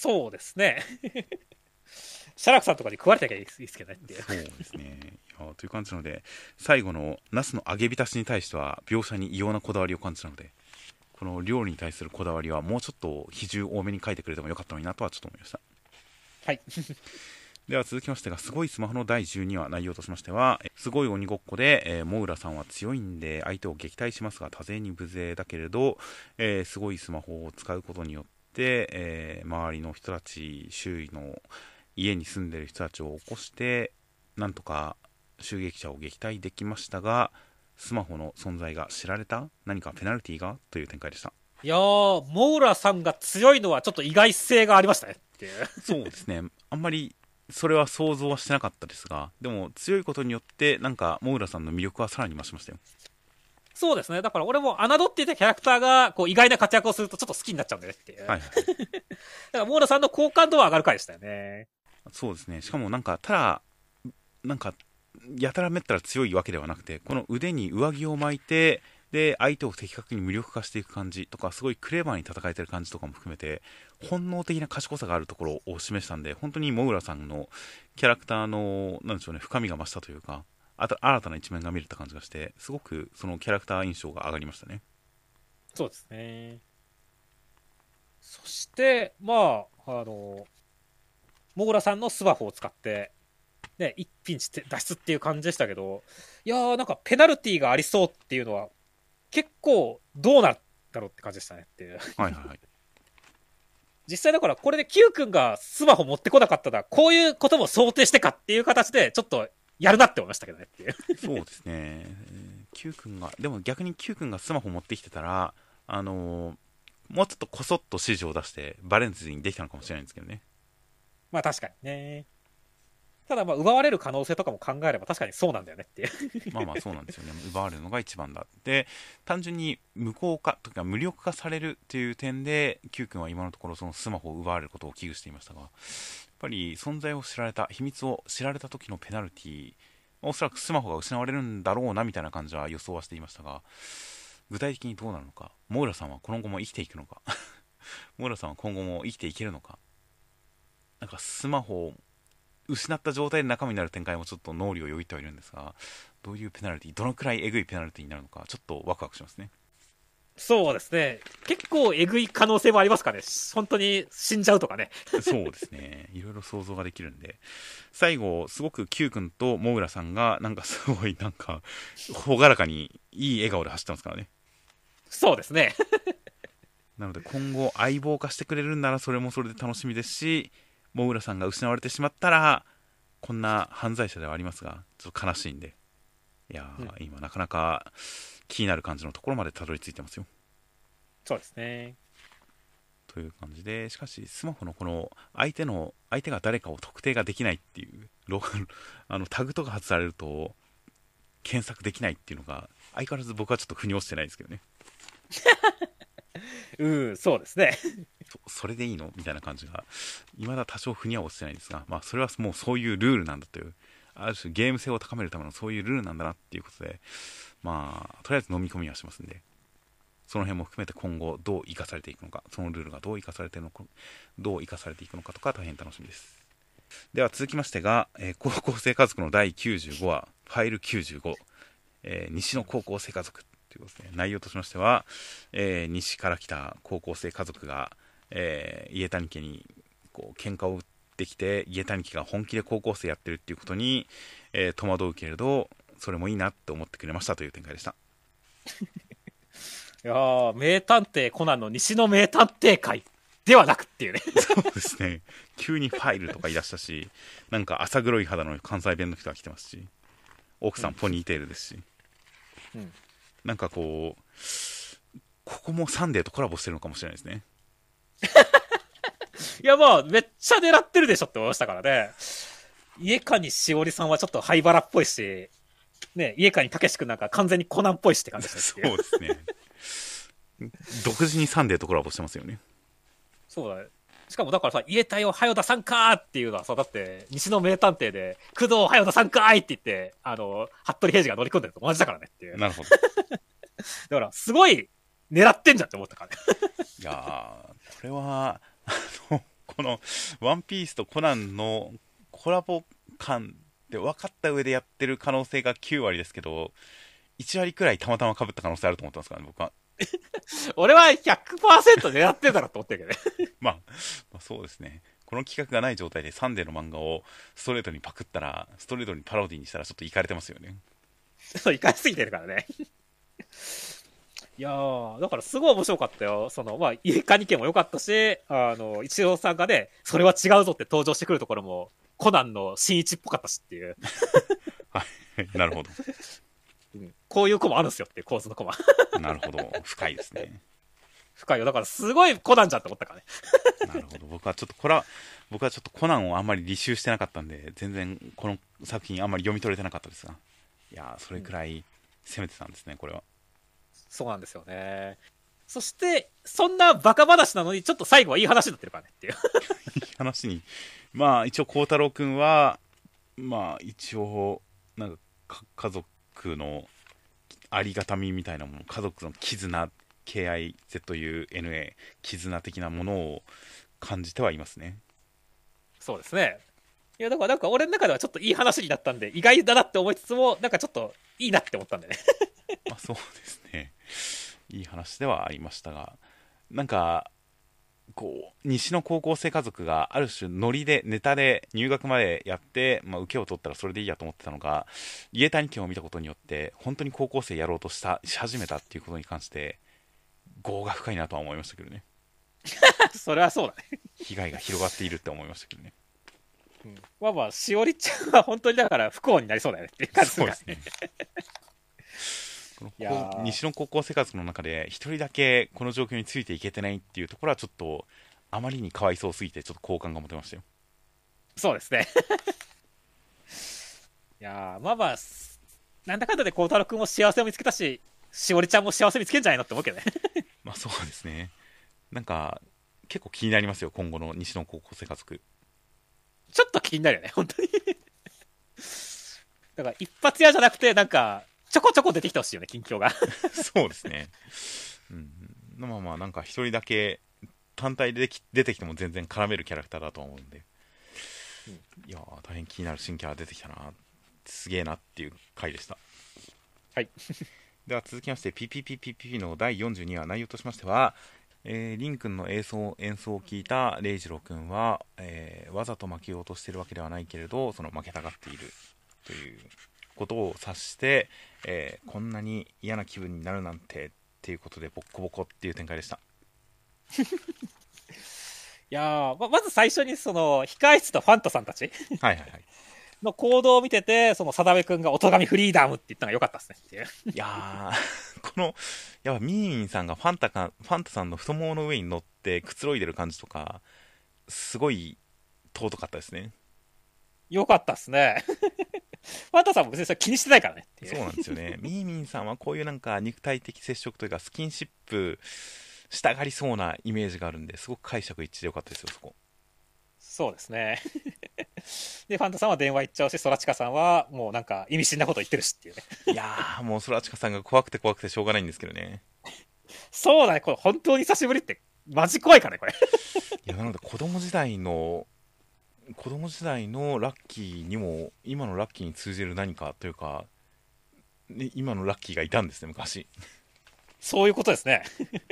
そうですね。写楽さんとかに食われたらいいですけどねっていう。 そうですね。という感じなので、最後のナスの揚げ浸しに対しては描写に異様なこだわりを感じたので、この料理に対するこだわりはもうちょっと比重多めに書いてくれてもよかったのになとはちょっと思いました。 はい。 では続きましてが、すごいスマホの第12話、内容としましては、すごい鬼ごっこで、モウラさんは強いんで相手を撃退しますが多勢に無勢だけれど、すごいスマホを使うことによって、周りの人たち、周囲の家に住んでる人たちを起こしてなんとか襲撃者を撃退できましたが、スマホの存在が知られた、何かペナルティーがという展開でした。 いやー、モーラさんが強いのはちょっと意外性がありましたねっていう。 そうですね、あんまりそれは想像はしてなかったですが、でも強いことによってなんかモウラさんの魅力はさらに増しましたよ。 そうですね。だから俺も侮っていたキャラクターがこう意外な活躍をするとちょっと好きになっちゃうんだよねっていう。 はいはい。 だからモーラさんの好感度は上がる回でしたよね。 そうですね。しかもなんかただなんかやたらめったら強いわけではなくて、この腕に上着を巻いてで相手を的確に無力化していく感じとか、すごいクレバーに戦えてる感じとかも含めて本能的な賢さがあるところを示したんで、本当にモウラさんのキャラクターのなんでしょうね、深みが増したというか、新たな一面が見れた感じがして、すごくそのキャラクター印象が上がりましたね。 そうですね。そしてまあモーラさんのスマホを使ってね、一ピンチ脱出っていう感じでしたけど、いやーなんかペナルティーがありそうっていうのは結構どうなるだろうって感じでしたねっていう。 はいはいはい。 実際だからこれで Q 君がスマホ持ってこなかったらこういうことも想定してかっていう形でちょっとやるなって思いましたけどねっていう。 そうですね。Q 君が、でも逆に Q 君がスマホ持ってきてたら、もうちょっとこそっと指示を出してバレンズにできたのかもしれないんですけどね。 まあ確かにね。ただまあ奪われる可能性とかも考えれば確かにそうなんだよねっていう。 まあまあそうなんですよね。奪われるのが一番だ。で、単純に無効化とか無力化されるっていう点で Q 君は今のところそのスマホを奪われることを危惧していましたが、やっぱり存在を知られた、秘密を知られた時のペナルティー、おそらくスマホが失われるんだろうなみたいな感じは予想はしていましたが、具体的にどうなるのか、モーラさんは今後も生きていくのかモーラさんは今後も生きていけるのか、なんかスマホを失った状態で中身になる展開もちょっと脳裏をよぎってはいるんですが、どういうペナルティ、どのくらいえぐいペナルティになるのか、ちょっとワクワクしますね。 そうですね。結構えぐい可能性もありますかね。本当に死んじゃうとかね。 そうですね、いろいろ想像ができるんで、最後すごく Q 君とモウラさんがなんかすごいなんか朗らかにいい笑顔で走ってますからね。 そうですね。 なので今後相棒化してくれるんならそれもそれで楽しみですし、モウラさんが失われてしまったらこんな犯罪者ではありますがちょっと悲しいんで、いやー、今なかなか気になる感じのところまでたどり着いてますよ。 そうですね。 という感じで、しかしスマホのこの相手が誰かを特定ができないっていうタグとか発されると検索できないっていうのが相変わらず僕はちょっと腑に落ちてないですけどね。 うん、そうですね。 それでいいのみたいな感じが未だ多少腑には落ちてないんですが、まあそれはもうそういうルールなんだという、ある種ゲーム性を高めるためのそういうルールなんだなっていうことで、まあとりあえず飲み込みはしますんで、その辺も含めて今後どう生かされていくのか、そのルールがどう生かされていくのか、どう生かされていくのかとか大変楽しみです。では続きましてが、高校生家族の第95話ファイル95、西の高校生家族ということですね。内容としましては、西から来た高校生家族が、家谷家にこう喧嘩を売ってきて、家谷家が本気で高校生やってるっていうことに、戸惑うけれどそれもいいなって思ってくれましたという展開でした。 いやー、名探偵コナンの西の名探偵会ではなくっていうね。 そうですね、急にファイルとか言い出したし、なんか浅黒い肌の関西弁の人が来てますし、奥さんポニーテールですし、 うん、 なんかここもサンデーとコラボしてるのかもしれないですね。 いやまあ、めっちゃ狙ってるでしょって思いましたからね。家谷しおりさんはちょっと灰原っぽいし、ね、家谷武志くんなんか完全にコナンっぽいしって感じですそうですね。独自にサンデーとコラボしてますよね。 そうだね。しかもだからさ、家谷をはよ出さんかーっていうのはさ、だって西の名探偵で工藤はよ出さんかーいって言って服部平次が乗り込んでると同じだからねっていう。 なるほど。 だからすごい狙ってんじゃんって思ったからね。 いやー、これはこのワンピースとコナンのコラボ感で分かった上でやってる可能性が9割ですけど、1割くらいたまたま被った可能性あると思ってますからね、僕は。 俺は 100% 狙ってんだろと思ってるけどね。 まあそうですね。この企画がない状態でサンデーの漫画をストレートにパクったら、ストレートにパロディにしたらちょっとイカれてますよね。 そう、怒りすぎてるからね。いやー、だからすごい面白かったよ。まあ、家カニ家も良かったし、一郎さんがね、それは違うぞって登場してくるところも、コナンの新一っぽかったしっていう。 はい。なるほど。 こういうコマあるんですよっていう構図のコマ。 なるほど。深いですね。 深いよ。だからすごいコナンじゃんって思ったからね。 なるほど。僕はちょっとコナンをあんまり履修してなかったんで、全然この作品あんまり読み取れてなかったですが。いやー、それくらい攻めてたんですね、これは。 そうなんですよね。そして、そんなバカ話なのに、ちょっと最後はいい話になってるからねっていう。 いい話に。まあ、一応、孝太郎くんは、まあ、一応、なんか、家族のありがたみみたいなもの、家族の絆、KIZUNA、絆的なものを感じてはいますね。 そうですね。いや、だからなんか俺の中ではちょっといい話になったんで、意外だなって思いつつも、なんかちょっといいなって思ったんでね。 まあ、そうですね。いい話ではありましたが、なんか、こう西の高校生家族がある種ノリでネタで入学までやって、まあ、受けを取ったらそれでいいやと思ってたのが、家谷家を見たことによって本当に高校生やろうとし始めたっていうことに関して業が深いなとは思いましたけどね。 それはそうだね。 被害が広がっているって思いましたけどね。 うん、まあまあ、しおりちゃんは本当にだから不幸になりそうだよねっていう感じそうですね。この西の高校生活の中で一人だけこの状況についていけてないっていうところはちょっとあまりにかわいそうすぎてちょっと好感が持てましたよ。 そうですね。いやー、まあまあ、なんだかんだで孝太郎君も幸せを見つけたし、しおりちゃんも幸せ見つけんじゃないのって思うけどね。 まあそうですね。なんか結構気になりますよ、今後の西の高校生活。 ちょっと気になるよね、本当に。だから一発屋じゃなくて、なんか、ちょこちょこ出てきてほしいよね、近況が。 そうですね。うん。まあまあ、なんか一人だけ単体で出てきても全然絡めるキャラクターだと思うんで。 うん、 いやー、大変気になる新キャラ出てきたな。すげえなっていう回でした。 はい。 では続きまして、PPPPP の第42話、内容としましては、リン君の演奏を聞いたレイジロ君は、わざと負けようとしてるわけではないけれど、その負けたがっているということを指して、こんなに嫌な気分になるなんてっていうことでボッコボコっていう展開でした。 いやー、まず最初にその控室とファンタさんたちはいはいはい。 の行動を見てて、その定部君がおとがみフリーダムって言ったのが良かったですねっていう。 いやーこのやっぱミーミンさんがファンタさんの太ももの上に乗ってくつろいでる感じとかすごい尊かったですね。 良かったっすね。ファンタさんも別にそれ気にしてないからねっていう。 そうなんですよね。ミーミンさんはこういうなんか肉体的接触というかスキンシップしたがりそうなイメージがあるんで、すごく解釈一致でよかったですよ、そこ。 そうですね。で、ファンタさんは電話行っちゃうし、ソラチカさんはもうなんか意味深なこと言ってるしっていうね。 いやー、もうソラチカさんが怖くて怖くてしょうがないんですけどね。 そうだね、これ本当に久しぶりって、マジ怖いからね、これ。 いや、なので子供時代のラッキーにも今のラッキーに通じる何かというか、ね、今のラッキーがいたんですね、昔。 そういうことですね。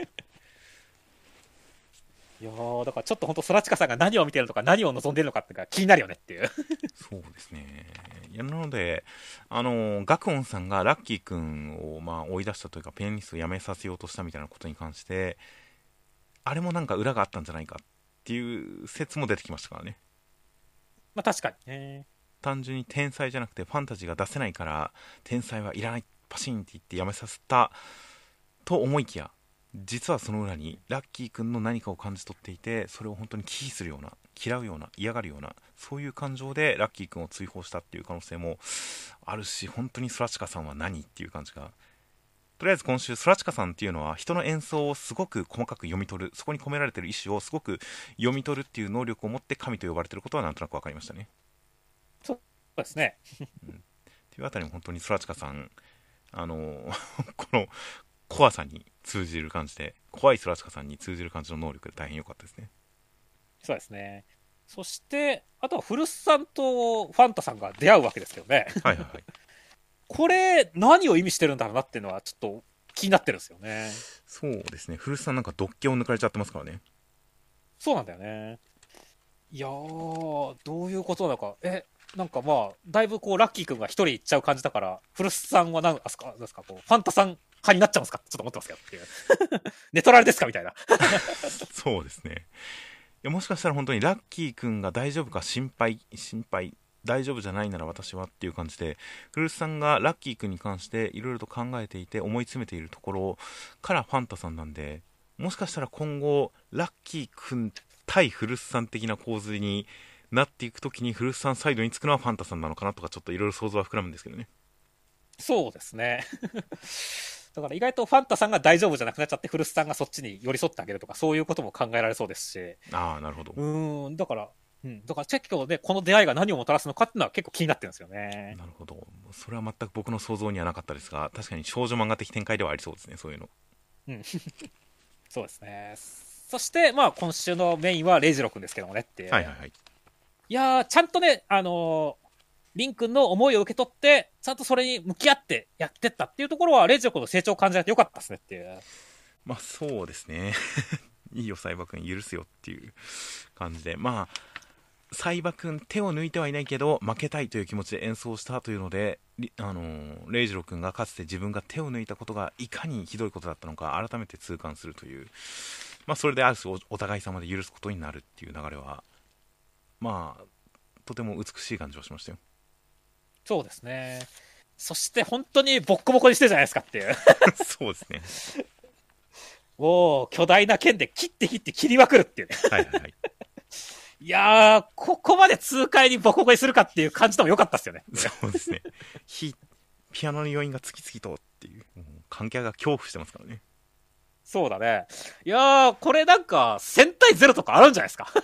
いやー、だからちょっと本当、ソラチカさんが何を見てるのか、何を望んでるのかっていうか気になるよねっていう。 そうですね。いや、なので、ガクオンさんがラッキー君を、まあ、追い出したというか、ピアニストを辞めさせようとしたみたいなことに関して、あれもなんか裏があったんじゃないかっていう説も出てきましたからね。 まあ確かにね。 単純に天才じゃなくてファンタジーが出せないから天才はいらない、パシンって言ってやめさせたと思いきや、実はその裏にラッキー君の何かを感じ取っていて、それを本当に忌避するような、嫌うような、嫌がるような、そういう感情でラッキー君を追放したっていう可能性もあるし、本当にソラチカさんは何っていう感じが。とりあえず今週ソラチカさんっていうのは人の演奏をすごく細かく読み取る、そこに込められている意思をすごく読み取るっていう能力を持って神と呼ばれていることはなんとなく分かりましたね。 そうですね。 っていうあたりも本当にソラチカさん、この怖さに通じる感じで、怖いソラチカさんに通じる感じの能力で大変良かったですね。 そうですね。そして、あとは古巣さんとファンタさんが出会うわけですけどね。 はいはいはい。 これ、何を意味してるんだろうなっていうのは、ちょっと気になってるんですよね。 そうですね。古巣さんなんか毒気を抜かれちゃってますからね。 そうなんだよね。いやどういうことなのか。なんかまあ、だいぶこう、ラッキー君が一人行っちゃう感じだから、古巣さんはなんですか、こう、ファンタさん派になっちゃうんですかってちょっと思ってますけどっていう。ネトラルですかみたいな。 そうですね。いやもしかしたら本当にラッキーくんが大丈夫か心配、大丈夫じゃないなら私はっていう感じで、古巣さんがラッキーくんに関していろいろと考えていて思い詰めているところからファンタさんなんで、もしかしたら今後ラッキーくん対古巣さん的な構図になっていくときに古巣さんサイドにつくのはファンタさんなのかなとか、ちょっといろいろ想像は膨らむんですけどね。 そうですね。だから意外とファンタさんが大丈夫じゃなくなっちゃって、古巣さんがそっちに寄り添ってあげるとか、そういうことも考えられそうですし。 ああ、なるほど。 だから、だから結構ね、この出会いが何をもたらすのかっていうのは結構気になってるんですよね。 なるほど。それは全く僕の想像にはなかったですが、確かに少女漫画的展開ではありそうですね、そういうの。 うん、そうですね。そして、まあ、今週のメインはレイジロ君ですけどもねっていう。 はいはいはい。 いやー、ちゃんとね、リン君の思いを受け取って、ちゃんとそれに向き合ってやってったっていうところは、レイジロ君の成長を感じられてよかったですねっていう。 まあそうですね。いいよ、サイバくん許すよっていう感じで。まあ、サイバくん手を抜いてはいないけど、負けたいという気持ちで演奏したというので、レイジロ君がかつて自分が手を抜いたことがいかにひどいことだったのか改めて痛感するという、まあそれである種お互い様で許すことになるっていう流れは、まあ、とても美しい感じはしましたよ。 そうですね。そして本当にボッコボコにしてるじゃないですかっていう。 そうですね。 もう巨大な剣で切って切って切りまくるっていうね。 はいはいはい。 いやー、ここまで痛快にボコボコにするかっていう感じでも良かったっすよね。 そうですね。ピアノの余韻が次々とっていう、観客が恐怖してますからね。 そうだね。いやー、これなんか、戦隊ゼロとかあるんじゃないですか。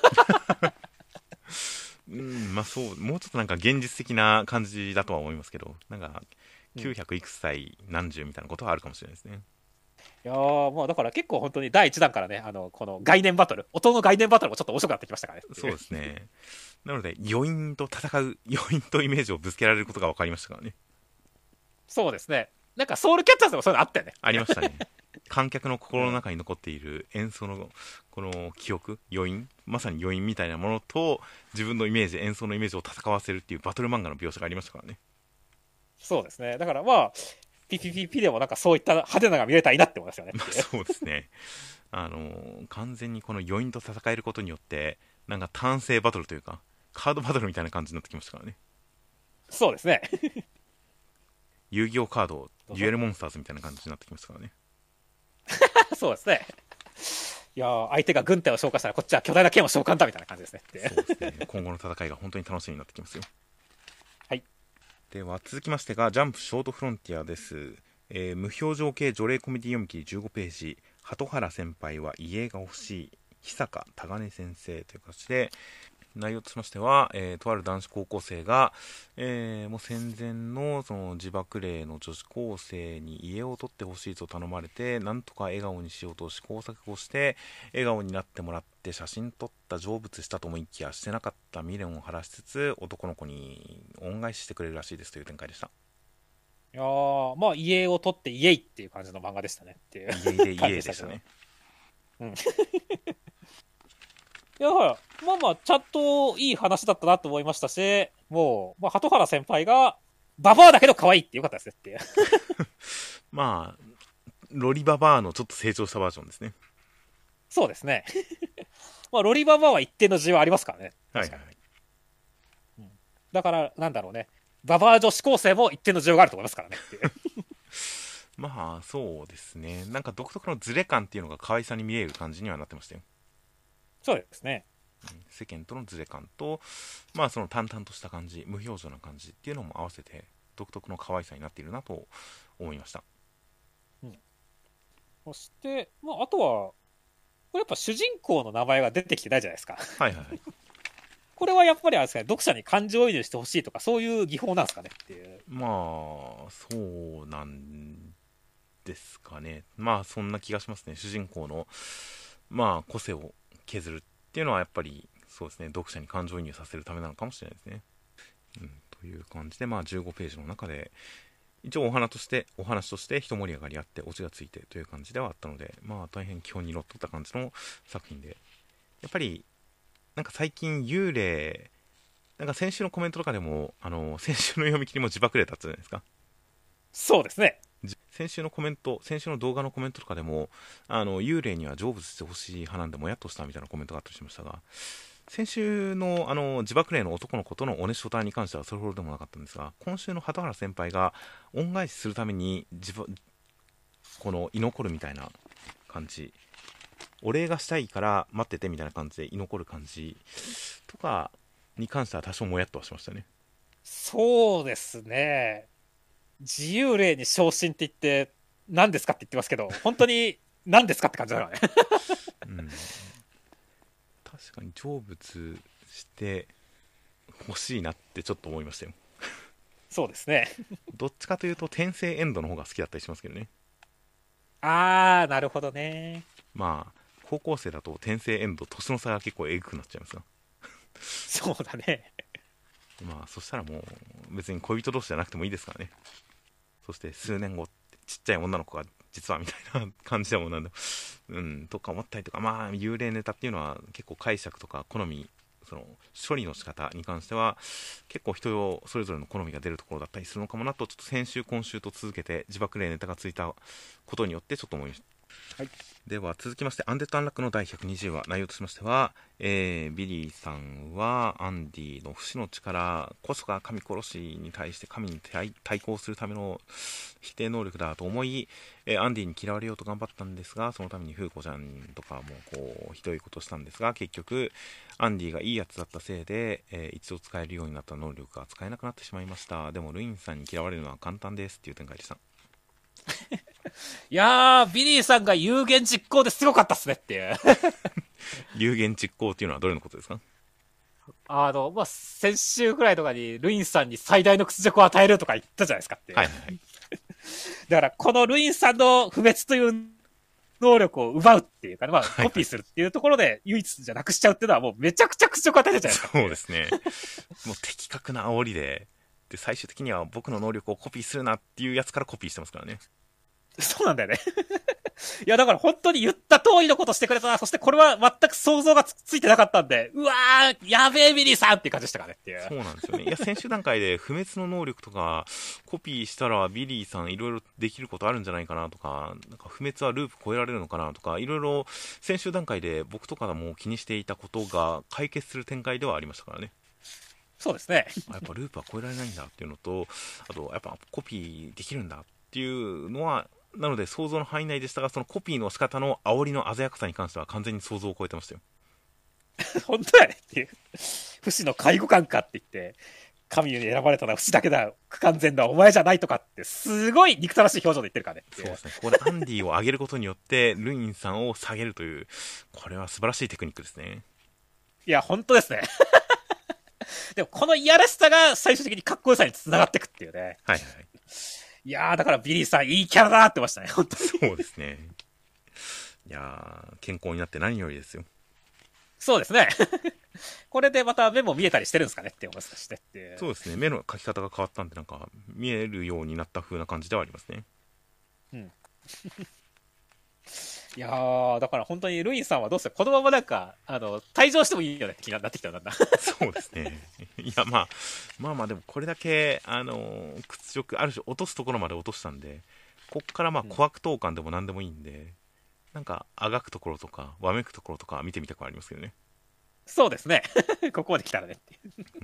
まあそう、もうちょっとなんか現実的な感じだとは思いますけど、なんか、 うん、い 900いくつ歳何十みたいなことはあるかもしれないですね。 やー、もうだから結構本当に第1弾からね、この概念バトル、音の概念バトルもちょっと面白くなってきましたからね。 そうですね。なので、余韻と戦う、余韻とイメージをぶつけられることが分かりましたからね。 そうですね。なんかソウルキャッチャーズでもそういうのあったよね。 ありましたね。観客の心の中に残っている演奏のこの記憶、余韻、まさに余韻みたいなものと自分のイメージ、演奏のイメージを戦わせるっていうバトル漫画の描写がありましたからね。 そうですね。だからまあ、ピピピピでもなんかそういった派手なのが見れたらいいなって思いますよね。 まあそうですね。完全にこの余韻と戦えることによってなんか単性バトルというかカードバトルみたいな感じになってきましたからね。 そうですね。 遊戯王カードデュエルモンスターズみたいな感じになってきましたからね。 そうですね。いやー、相手が軍隊を召喚したらこっちは巨大な剣を召喚だみたいな感じですね。 そうですね。今後の戦いが本当に楽しみになってきますよ。 はい。 では続きましてがジャンプショートフロンティアです。無表情系除霊コメディ読み切り15ページ、鳩原先輩は家が欲しい、久坂田金先生という形で、内容としましては、とある男子高校生が、もう戦前のその自爆霊の女子高生に家を取ってほしいと頼まれて、なんとか笑顔にしようと試行錯誤して笑顔になってもらって写真撮った成仏したと思いきやしてなかった未練を晴らしつつ男の子に恩返ししてくれるらしいですという展開でした。 いやー、まあ、家を取ってイエイっていう感じの漫画でしたねっていう家で感じ家でしたね。 うん。いや、まあまあ、ちゃんといい話だったなと思いましたし、もう、まあ、鳩原先輩が、ババアだけど可愛いってよかったですねっていう。 まあロリババアのちょっと成長したバージョンですね。 そうですね。まあ、ロリババアは一定の需要ありますからね。 はいはいはい。 だから、なんだろうね。ババア女子高生も一定の需要があると思いますからねっていう。 まあそうですね。なんか独特のズレ感っていうのが可愛さに見える感じにはなってましたよ。 そうですね。 世間とのズレ感と、まあその淡々とした感じ、無表情な感じっていうのも合わせて独特の可愛さになっているなと思いました。 うん。そして、まあ、あとは、これやっぱ主人公の名前が出てきてないじゃないですか。 はいはいはい。 これはやっぱりあれですかね、読者に感情移入してほしいとか、そういう技法なんですかねっていう。 まあそうなんですかね。まあそんな気がしますね。主人公のまあ個性を削るっていうのはやっぱりそうですね、読者に感情移入させるためなのかもしれないですね。という感じで、15ページの中で一応お話として一盛り上がりあってオチがついてという感じではあったので、大変基本にのっとった感じの作品で、やっぱりなんか最近幽霊、なんか先週のコメントとかでも先週の読み切りも自爆霊だったじゃないですか。 そうですね。 先週の動画のコメントとかでも幽霊には成仏してほしい派なんでもやっとしたみたいなコメントがあったりしましたが、先週の自爆霊の男の子とのオネショタに関してはそれほどでもなかったんですが、今週の畑原先輩が恩返しするためにこの居残るみたいな感じ、お礼がしたいから待っててみたいな感じで居残る感じとかに関しては多少もやっとはしましたね。 そうですね。自由霊に昇進って言って何ですかって言ってますけど、本当に何ですかって感じだからね。 確かに成仏して欲しいなってちょっと思いましたよ。 そうですね。 どっちかというと転生エンドの方が好きだったりしますけどね。 あー、なるほどね。 高校生だと転生エンド年の差が結構エグくなっちゃいますが、 そうだね。 そしたらもう別に恋人同士じゃなくてもいいですからね。そして数年後ちっちゃい女の子が実はみたいな感じでもなんでとか思ったりとか、幽霊ネタっていうのは結構解釈とか好み、その処理の仕方に関しては結構人それぞれの好みが出るところだったりするのかもなと、ちょっと先週今週と続けて自爆霊ネタがついたことによってちょっと思いました。 はい、 では続きましてアンデッドアンラックの第120話、内容としましては、ビリーさんはアンディの不死の力こそが神殺しに対して神に対抗するための否定能力だと思い、アンディに嫌われようと頑張ったんですが、そのためにフーコちゃんとかもこうひどいことしたんですが、結局アンディがいいやつだったせいで、一度使えるようになった能力が使えなくなってしまいました。でもルインさんに嫌われるのは簡単ですっていう展開でした。 いやー、ビリーさんが有言実行ですごかったっすねっていう。 有言実行っていうのはどれのことですか？ 先週ぐらいとかにルインさんに最大の屈辱を与えるとか言ったじゃないですかっていう。 はいはいはい。 だから、このルインさんの不滅という能力を奪うっていうか、コピーするっていうところで唯一じゃなくしちゃうっていうのはもうめちゃくちゃ屈辱を与えるじゃないですか。 そうですね。もう的確な煽りで、最終的には僕の能力をコピーするなっていうやつからコピーしてますからね。 そうなんだよね。いや、だから本当に言った通りのことしてくれたな。そしてこれは全く想像がついてなかったんで、うわー、やべえビリーさんっていう感じでしたからねっていう。 そうなんですよね。いや、先週段階で不滅の能力とかコピーしたらビリーさんいろいろできることあるんじゃないかなとか、なんか不滅はループ超えられるのかなとか、いろいろ先週段階で僕とかも気にしていたことが解決する展開ではありましたからね。 そうですね。 やっぱループは超えられないんだっていうのと、あとやっぱコピーできるんだっていうのは、なので想像の範囲内でしたが、そのコピーの仕方の煽りの鮮やかさに関しては完全に想像を超えてましたよ。 本当やねっていう。不死の介護官かって言って、神に選ばれたのは不死だけだ、不完全だ、お前じゃないとかって、すごい憎たらしい表情で言ってるからね。 そうですね。ここでアンディを上げることによって、ルインさんを下げるという、これは素晴らしいテクニックですね。 いや、本当ですね。でも、このいやらしさが最終的にかっこよさにつながっていくっていうね。 はいはい。 いやー、だからビリーさんいいキャラだってましたね、本当に。 そうですね。いやー、健康になって何よりですよ。 そうですね。これでまた目も見えたりしてるんですかねって思いましてって。 そうですね。目の描き方が変わったんで、なんか、見えるようになった風な感じではありますね。 うん。いやー、だから本当にルインさんはどうせこのままなんか、退場してもいいよねって気になってきたんだんだ。 そうですね。いや、まあでもこれだけ、屈辱、ある種落とすところまで落としたんで、こっから小悪党感でも何でもいいんで、なんか、あがくところとか、わめくところとか見てみたくはありますけどね。 そうですね。ここまで来たらねっていう。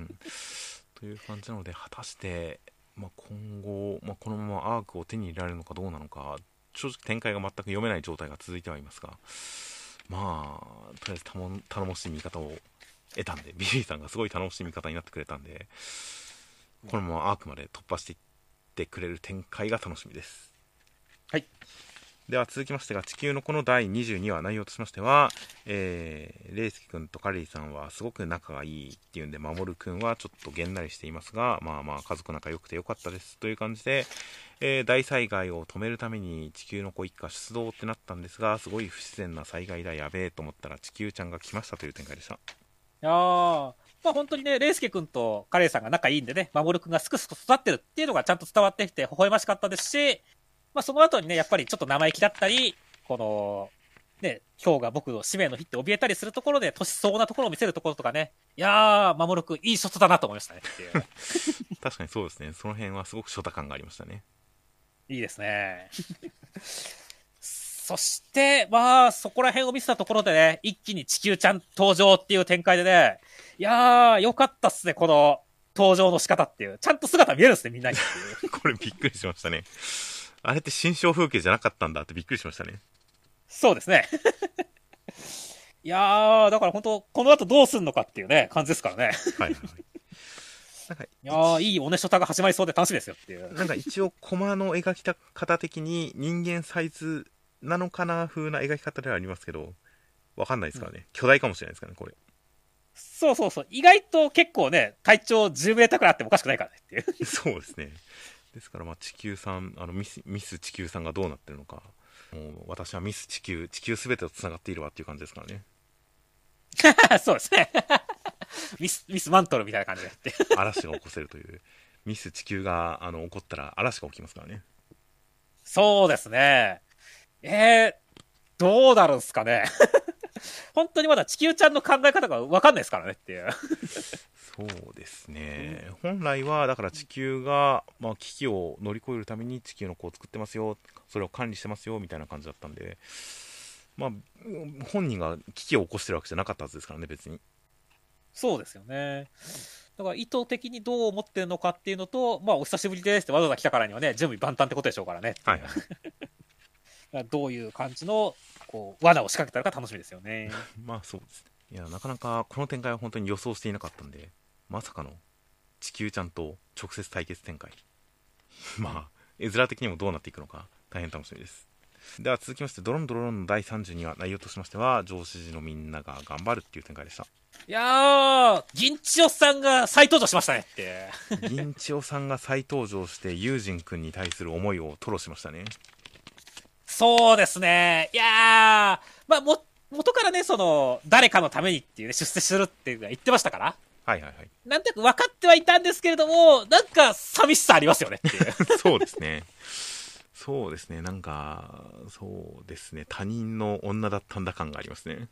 という感じなので、果たして、今後、このままアークを手に入れられるのかどうなのか、正直展開が全く読めない状態が続いてはいますが、とりあえず頼もしい見方を得たんで、ビリーさんがすごい頼もしい見方になってくれたんで、このままアークまで突破していってくれる展開が楽しみです。 はい。 では続きましてが、地球のこの第22話、内容としましては、レイスケ君とカレリさんはすごく仲がいいっていうんで、マモル君はちょっとげんなりしていますが、まあまあ家族仲良くてよかったですという感じで、大災害を止めるために地球の子一家出動ってなったんですが、すごい不自然な災害だ、やべえと思ったら地球ちゃんが来ましたという展開でした。 いやー、まあ本当にね、レイスケ君とカレイさんが仲いいんでね、マモル君がすくすく育ってるっていうのがちゃんと伝わってきて、微笑ましかったですし、まあその後にね、やっぱりちょっと生意気だったり、この、ね、今日が僕の使命の日って怯えたりするところで、年相応なところを見せるところとかね、いやー、マモル君いいショットだなと思いましたねっていう。 確かにそうですね。その辺はすごくショタ感がありましたね。 いいですね。そして、まあ、そこら辺を見せたところでね、一気に地球ちゃん登場っていう展開でね、いやー、よかったっすね、この登場の仕方っていう。ちゃんと姿見えるんですね、みんなにっていう。 これびっくりしましたね。あれって新象風景じゃなかったんだってびっくりしましたね。 そうですね。いやー、だから本当この後どうすんのかっていうね、感じですからね。 はいはいはい。なんかいやー、いいおねしょたが始まりそうで楽しみですよっていう。 なんか一応コマの描き方的に人間サイズなのかな風な描き方ではありますけど、わかんないですからね。巨大かもしれないですからね、これ。 そうそうそう。意外と結構ね、体長10メーターくらいあってもおかしくないからねっていう。 そうですね。ですからまあ地球さん、ミス地球さんがどうなってるのか、もう私はミス地球すべてと繋がっているわっていう感じですからね。 そうですね。ミスマントルみたいな感じでって。 嵐が起こせるという。ミス地球が起こったら嵐が起きますからね。 そうですね。どうなるんすかね。本当にまだ地球ちゃんの考え方が分かんないですからねっていう。 そうですね。本来はだから地球が、まあ、危機を乗り越えるために地球の子を作ってますよ、それを管理してますよみたいな感じだったんで、まあ、本人が危機を起こしてるわけじゃなかったはずですからね、別に。 そうですよね。だから意図的にどう思ってるのかっていうのと、まあお久しぶりですってわざわざ来たからにはね、準備万端ってことでしょうからね。 はいはい。 どういう感じのこう罠を仕掛けたのか楽しみですよね。 まあそうですね。いや、なかなかこの展開は本当に予想していなかったんで、まさかの地球ちゃんと直接対決展開。まあ、絵面的にもどうなっていくのか大変楽しみです。では続きまして、ドロンドロンの第32話、内容としましては、上司寺のみんなが頑張るっていう展開でした。 いやー、銀千代さんが再登場しましたねって。 銀千代さんが再登場して、ユージン君に対する思いを吐露しましたね。 そうですね。いやー、まあ元からね、その、誰かのためにっていうね、出世するっていうのは言ってましたから。 はいはいはい。 なんとなく分かってはいたんですけれども、なんか寂しさありますよねっていう。 そうですね。そうですね。なんか、そうですね。他人の女だったんだ感がありますね。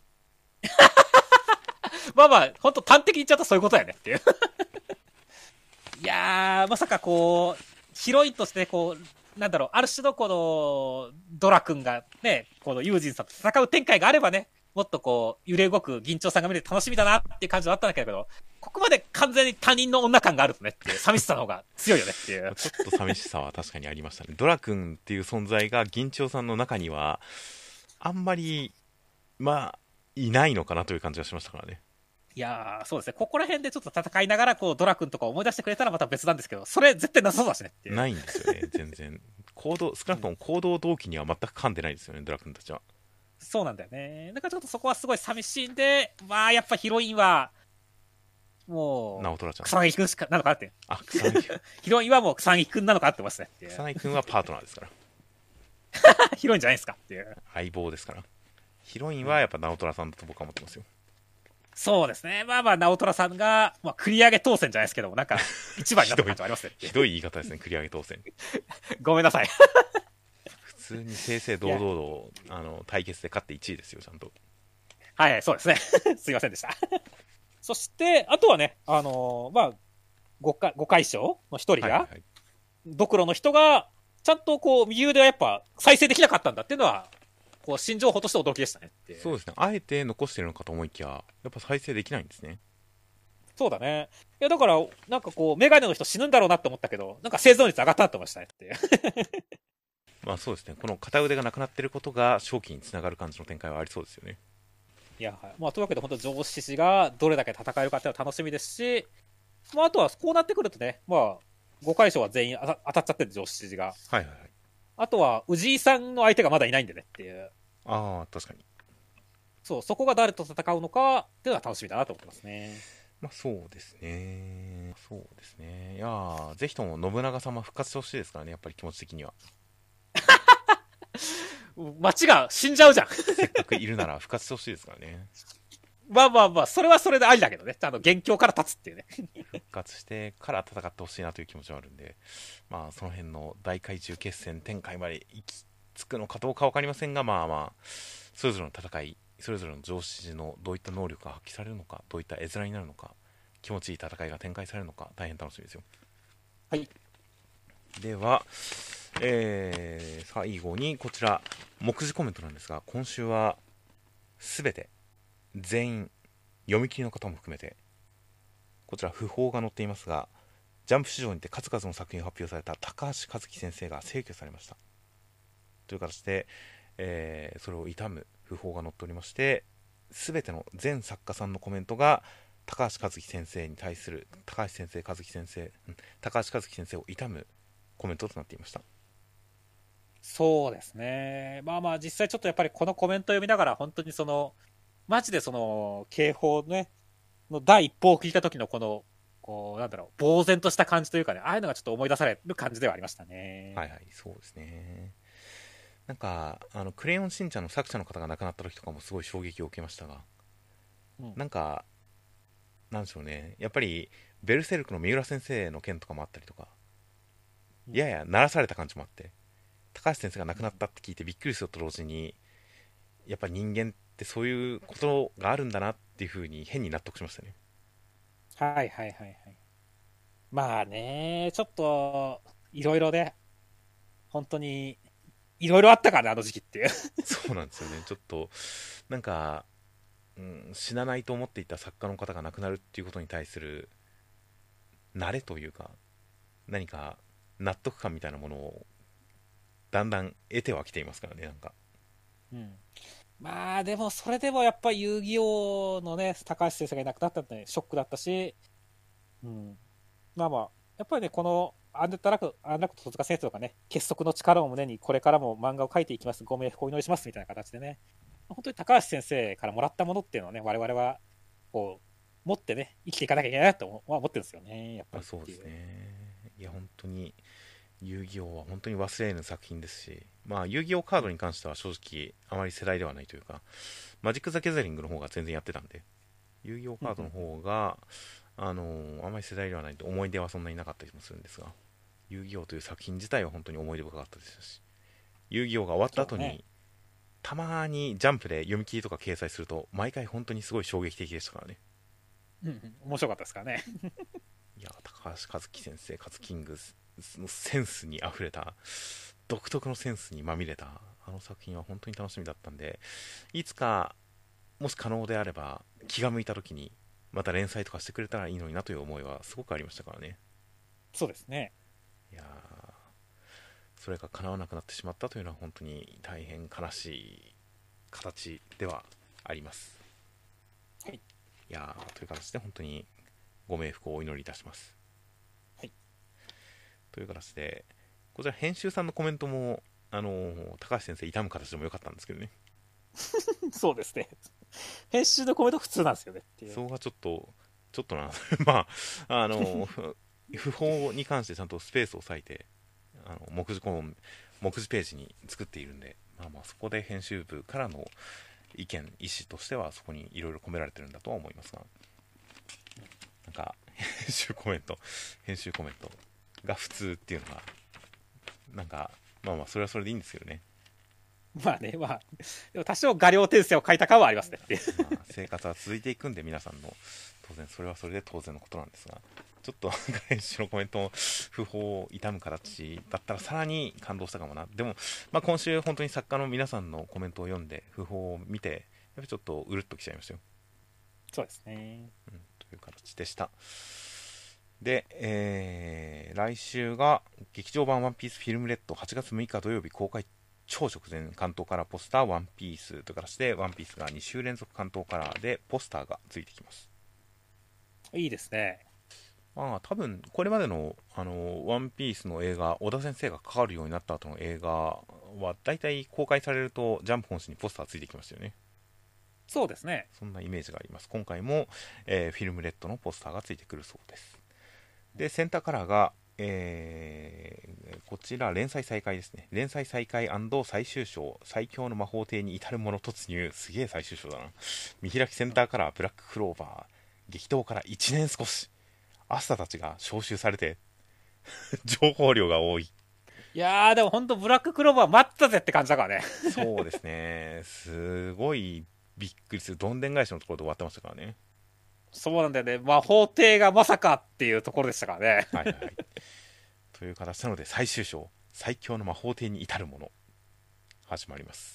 まあまあ、ほんと端的に言っちゃうとそういうことやねっていう。いやー、まさかこう、ヒロインとしてこう、なんだろう、ある種のこの、ドラ君がね、このユージンさんと戦う展開があればね、もっとこう、揺れ動く銀蝶さんが見れて楽しみだなっていう感じはあったんだけど、ここまで完全に他人の女感があるとねっていう、寂しさの方が強いよねっていう。 ちょっと寂しさは確かにありましたね。ドラ君っていう存在が銀蝶さんの中には、あんまり、まあ、いないのかなという感じがしましたからね。 いやー、そうですね。ここら辺でちょっと戦いながら、こう、ドラ君とか思い出してくれたらまた別なんですけど、それ絶対なさそうだしねっていう。 ないんですよね、全然。少なくとも行動動機には全く噛んでないですよね、ドラ君たちは。 そうなんだよね。だからちょっとそこはすごい寂しいんで、まあ、やっぱヒロインは、もう、 直虎ちゃん。 草薙くんしか、なのかなって。 あ、草薙。 ヒロインはもう草薙くんなのかなって思いますねっていう。 草薙くんはパートナーですから。 ヒロインじゃないですかっていう。 相棒ですから。ヒロインはやっぱ直虎さんだと僕は思ってますよ。 そうですね。まあまあ、直虎さんが、まあ、繰り上げ当選じゃないですけども、なんか、一番になった感じはありますねっていう。 ひどい言い方ですね、繰り上げ当選。 ごめんなさい。 普通に正々堂々対決で勝って1位ですよ、ちゃんと。 はい、そうですね。すいませんでした。そして、あとはね、まあ、五回将の一人が、 はいはいはい、 ドクロの人が、ちゃんとこう、右腕はやっぱ再生できなかったんだっていうのは、こう、新情報として驚きでしたねって。 そうですね、あえて残してるのかと思いきや、やっぱ再生できないんですね。 そうだね。いや、だから、なんかこう、メガネの人死ぬんだろうなって思ったけど、なんか生存率上がったなって思いましたねって。 まあそうですね、この片腕がなくなってることが正気につながる感じの展開はありそうですよね。 いや、はい。まあ、というわけで、本当上司氏がどれだけ戦えるかっていうのは楽しみですし、まあ、あとはこうなってくるとね、まあ、5回賞は全員当たっちゃってる上司氏が。 はいはいはい。 あとは、氏井さんの相手がまだいないんでねっていう。 ああ、確かに。 そう、そこが誰と戦うのかっていうのは楽しみだなと思ってますね。 まあそうですね。そうですね。いやー、ぜひとも信長様復活してほしいですからね、やっぱり気持ち的には。 街が死んじゃうじゃん。 せっかくいるなら復活してほしいですからね。 まあまあまあ、それはそれでありだけどね。元凶から立つっていうね。 復活してから戦ってほしいなという気持ちはあるんで、まあその辺の大怪獣決戦展開まで行き着くのかどうか分かりませんが、まあまあ、それぞれの戦い、それぞれの上司のどういった能力が発揮されるのか、どういった絵面になるのか、気持ちいい戦いが展開されるのか、大変楽しみですよ。 はい。 では、最後にこちら、目次コメントなんですが、今週は全て、全員、読み切りの方も含めて、こちら訃報が載っていますが、ジャンプ市場にて数々の作品が発表された高橋和樹先生が逝去されましたという形で、それを悼む訃報が載っておりまして、全ての全作家さんのコメントが高橋和樹先生に対する高橋和樹先生を悼むコメントとなっていました。 そうですね。まあまあ、実際ちょっとやっぱりこのコメントを読みながら、本当にマジで警報ね、の第一報を聞いた時のなんだろう、呆然とした感じというかね、ああいうのがちょっと思い出される感じではありましたね。 はいはい、そうですね。なんかクレヨンしんちゃんの作者の方が亡くなった時とかもすごい衝撃を受けましたが、 うん、 なんかなんでしょうね、やっぱりベルセルクの三浦先生の件とかもあったりとか、 うん、 やや鳴らされた感じもあって、高橋先生が亡くなったって聞いてびっくりすると同時に、やっぱ人間ってそういうことがあるんだなっていう風に変に納得しましたね。 はいはいはいはい。まあね、ちょっと、いろいろね、本当に、いろいろあったからね、あの時期っていう。 そうなんですよね。ちょっとなんか、死なないと思っていた作家の方が亡くなるっていうことに対する慣れというか、何か納得感みたいなものをだんだん得てはきていますからね。なんかうん。まあでも、それでもやっぱり遊戯王のね、高橋先生がいなくなったってショックだったし、うん。まあまあ、やっぱりね、アンラックと戸塚先生とかね、結束の力を胸に、これからも漫画を描いていきます、ご冥福をお祈りしますみたいな形でね、本当に高橋先生からもらったものっていうのをね、我々は、持ってね、生きていかなきゃいけないなと思ってるんですよね、やっぱりっていう。 そうですね。いや本当に遊戯王は本当に忘れぬ作品ですし、まあ遊戯王カードに関しては正直あまり世代ではないというか、マジック・ザ・ギャザリングの方が全然やってたんで、遊戯王カードの方があまり世代ではないと、思い出はそんなになかったりもするんですが、遊戯王という作品自体は本当に思い出深かったですし、遊戯王が終わった後に、 そうね。 たまにジャンプで読み切りとか掲載すると毎回本当にすごい衝撃的でしたからね。 うんうん、面白かったですからね。 いや高橋和樹先生、カズキングのセンスにあふれた、独特のセンスにまみれたあの作品は本当に楽しみだったんで、いつかもし可能であれば気が向いた時にまた連載とかしてくれたらいいのになという思いはすごくありましたからね。 そうですね。 いやそれが叶わなくなってしまったというのは本当に大変悲しい形ではあります。 はい。 いやという形で本当にご冥福をお祈りいたします。 はい。 という形で、こちら編集さんのコメントも高橋先生痛む形でも良かったんですけどね。 そうですね。編集のコメント普通なんですよねっていう。 そこがちょっとなまあ不法に関してちゃんとスペースを割いて目次ページに作っているんで、まあまあそこで編集部からの意見意思としてはそこにいろいろ込められてるんだとは思いますが、なんか編集コメントが普通っていうのがなんか、まあまあそれはそれでいいんですけどね。 まあね、まあ、でも多少画量訂正を書いた感はありますねっていう。 まあ、生活は続いていくんで皆さんの当然それはそれで当然のことなんですが、ちょっと編集のコメントも不法を痛む形だったらさらに感動したかもな。でも、まあ、今週本当に作家の皆さんのコメントを読んで不法を見てやっぱりちょっとうるっときちゃいましたよ、 そうですね。 という形でした。で、来週が劇場版ワンピースフィルムレッド8月6日土曜日公開超直前関東カラーポスターワンピースという形で、ワンピースが2週連続関東カラーでポスターがついてきます。 いいですね。 まあ多分これまでのワンピースの映画、小田先生が関わるようになった後の映画はだいたい公開されるとジャンプ本誌にポスターついてきますよね。 そうですね。 そんなイメージがあります。今回も、フィルムレッドのポスターがついてくるそうです。でセンターカラーが、こちら連載再開ですね。連載再開&最終章、最強の魔法帝に至る者突入。すげえ最終章だな。見開きセンターカラーブラッククローバー、激闘から1年少し、アスタたちが招集されて情報量が多い。 いやー、でも本当ブラッククローバー待ったぜって感じだからね。 そうですね、すごいびっくりする。どんでん返しのところで終わってましたからね。 そうなんだよね。魔法帝がまさかっていうところでしたからね。 はいはい、はい、という形なので最終章、最強の魔法帝に至るもの始まります。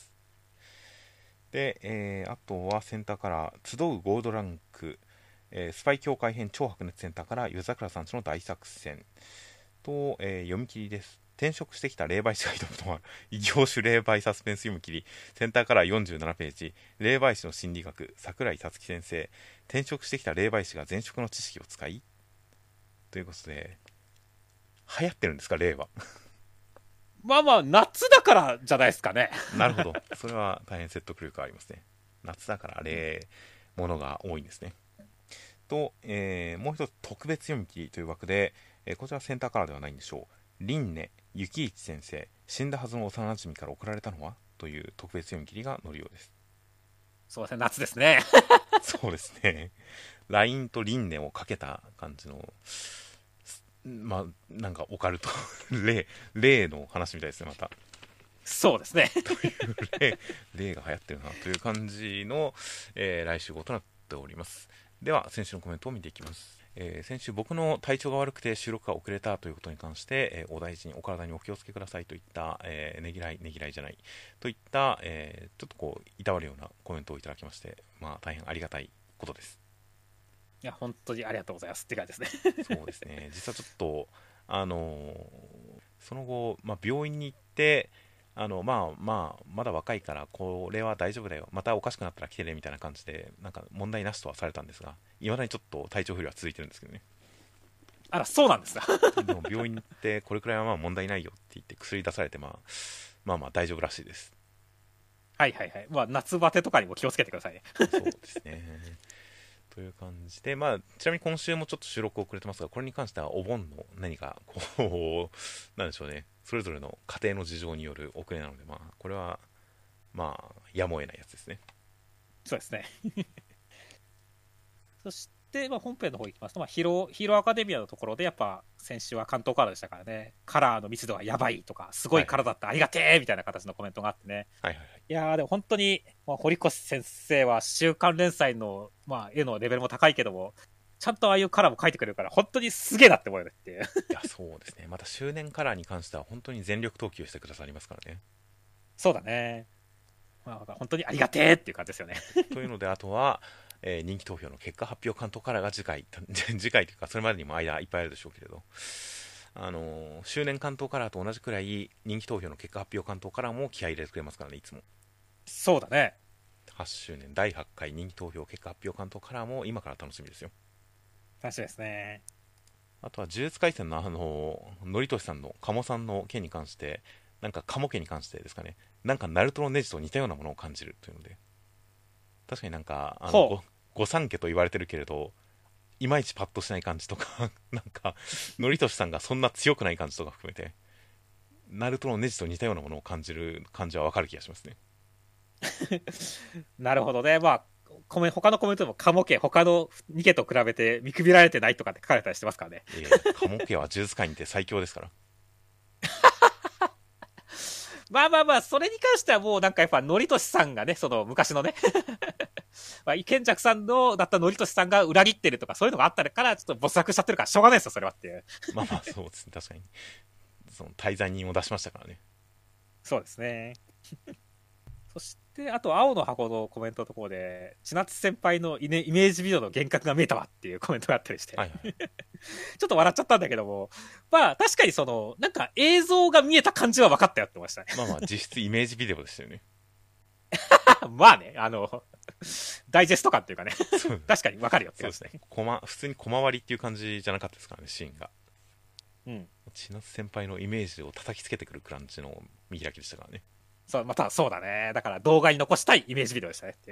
で、あとはセンターカラー集うゴールドランク、スパイ協会編超白熱センターから夜桜さんちの大作戦と、読み切りです。転職してきた霊媒師が挑むのは異業種霊媒サスペンス読み切り、センターカラー47ページ、霊媒師の心理学、桜井さつき先生。転職してきた霊媒師が前職の知識を使い、ということで流行ってるんですか、霊は。 まあまあ、夏だからじゃないですかね。 なるほど、それは大変説得力がありますね。夏だから霊ものが多いんですね。と、もう一つ特別読み切りという枠で、こちらセンターカラーではないんでしょう。輪廻幸一先生、死んだはずの幼馴染から送られたのはという特別読み切りが載るようです。 そうですね、夏ですね。 そうですね、LINE と輪廻をかけた感じの、まあなんかオカルト霊の話みたいですね、また。 そうですね。 という霊が流行ってるなという感じの、来週号となっております。では先週のコメントを見ていきます。先週僕の体調が悪くて収録が遅れたということに関して、お大事にお体にお気をつけくださいといった、ねぎらいじゃないといった、ちょっとこういたわるようなコメントをいただきまして、まあ大変ありがたいことです。 いや、本当にありがとうございますって感じですね。 そうですね、実はちょっとその後、病院に行って、まだ若いからこれは大丈夫だよ、またおかしくなったら来てねみたいな感じでなんか問題なしとはされたんですが、いまだにちょっと体調不良は続いてるんですけどね。 あら、そうなんですか。 でも病院に行ってこれくらいはまあ問題ないよって言って薬出されて、まあ大丈夫らしいです。 はいはいはい。まあ、夏バテとかにも気をつけてくださいね。 そうですねという感じで、ちなみに今週もちょっと収録遅れてますが、これに関してはお盆の何かこうなんでしょうね、それぞれの家庭の事情による遅れなので、これはやむを得ないやつですね。 そうですね。そして、本編の方行きますと、ヒーローアカデミアのところで、やっぱ先週は関東カラーでしたからね、カラーの密度がやばいとか、すごいカラーだったありがてえみたいな形のコメントがあってね。 はいはいはい。 いやー、でも本当に、堀越先生は週刊連載の、絵のレベルも高いけども、ちゃんとああいうカラーも描いてくれるから、本当にすげえなって思うよねっていう。 いや、そうですね。また周年カラーに関しては本当に全力投球してくださりますからね。 そうだね。本当にありがてえっていう感じですよね。 というので、あとは、人気投票の結果発表関東カラーが次回次回というか、それまでにも間いっぱいあるでしょうけれど、周年関東カラーと同じくらい人気投票の結果発表関東カラーも気合い入れてくれますからね、いつも。 そうだね。 8周年第8回人気投票結果発表関東カラーも今から楽しみですよ。 楽しみですね。 あとは呪術廻戦ののりとしさんの鴨さんの件に関して、なんか鴨家に関してですかね、なんかナルトのネジと似たようなものを感じるというので、確かになんか御三家と言われてるけれどいまいちパッとしない感じとかなんかのりとしさんがそんな強くない感じとか含めて、ナルトのネジと似たようなものを感じる感じはわかる気がしますね。 なるほどね。他のコメントでも、鴨家、他の2家と比べて見くびられてないとかって書かれたりしてますからね。 鴨家は呪術界にて最強ですから。 それに関してはもうなんかやっぱ、のりとしさんがね、その昔のね、賢者さんのだったのりとしさんが裏切ってるとか、そういうのがあったから、ちょっと没落しちゃってるから、しょうがないですよ、それはっていう。 そうですね、確かに。その滞在人を出しましたからね。 そうですね。そして、あと、青の箱のコメントのところで、千夏先輩のイメージビデオの幻覚が見えたわっていうコメントがあったりして、 はいはい、 ちょっと笑っちゃったんだけども、確かになんか映像が見えた感じは分かったよってましたね。 実質イメージビデオでしたよね。 まあね、 ダイジェスト感っていうかねそう、 確かに分かるよってそうですね。 感じね。 普通にコマ割りっていう感じじゃなかったですからね、シーンが。 うん。 千夏先輩のイメージを叩きつけてくる感じの見開きでしたからね。 そう、またそうだね。だから動画に残したいイメージビデオでしたねっていう。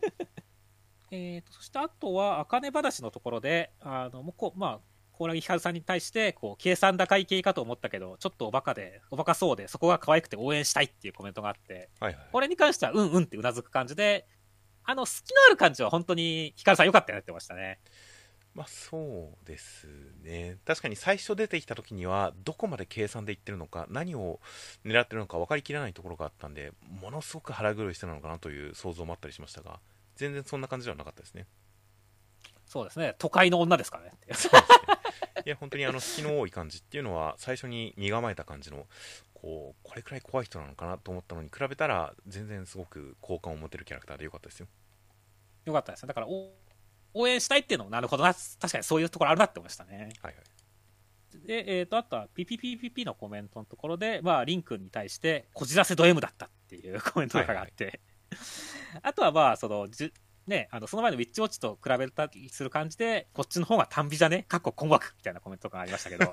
そしてあとは、あかね話のところで、もうまあ、高良ひはるさんに対して、計算高い系かと思ったけど、ちょっとおバカそうで、そこが可愛くて応援したいっていうコメントがあって、 はいはい。 これに関しては、うんうんってうなずく感じで、好きのある感じは本当にひかるさん良かったよねってましたね。 まあそうですね。確かに最初出てきた時には、どこまで計算でいってるのか、何を狙ってるのか分かりきらないところがあったんで、ものすごく腹黒い人なのかなという想像もあったりしましたが、全然そんな感じではなかったですね。 そうですね。都会の女ですからねっていう。 そうですね。いや、本当に隙の多い感じっていうのは、最初に身構えた感じの、これくらい怖い人なのかなと思ったのに比べたら、全然すごく好感を持てるキャラクターでよかったですよ。 よかったですね。だから応援したいっていうのもなるほどな。確かにそういうところあるなって思いましたね。 はいはい。 で、あとはピピピピピのコメントのところで、まあ、リン君に対して、こじらせド M だったっていうコメントとかがあって、はいはいはい、あとはまあ、ね、その前のウィッチウォッチと比べたりする感じで、こっちの方が短美じゃねかっこ困惑みたいなコメントがありましたけど。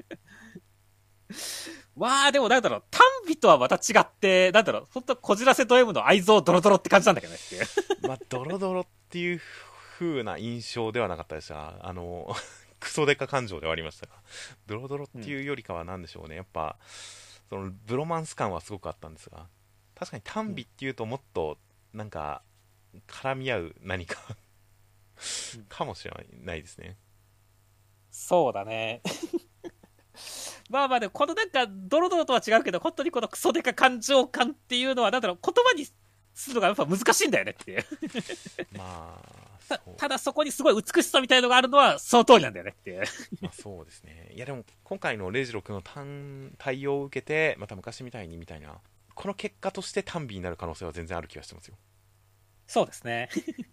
わあ、でもなんだろう、短美とはまた違って、なんだろう、ほんとこじらせド M の愛憎ドロドロって感じなんだけどねっていう。 まあ、ドロドロっていう風な印象ではなかったでしたが、クソデカ感情ではありましたが、ドロドロっていうよりかは何でしょうね、やっぱ、そのブロマンス感はすごくあったんですが、確かに短美っていうともっと、なんか、絡み合う何かかもしれないですね。 そうだね。まあまあでもこのなんかドロドロとは違うけど本当にこのクソデカ感情感っていうのはなんだろう言葉にするのがやっぱ難しいんだよねっていうまあただそこにすごい美しさみたいのがあるのはその通りなんだよねっていうまあそうですね。いやでも今回のレイジロ君の対応を受けてまた昔みたいにみたいなこの結果として短美になる可能性は全然ある気がしてますよ。 そうですね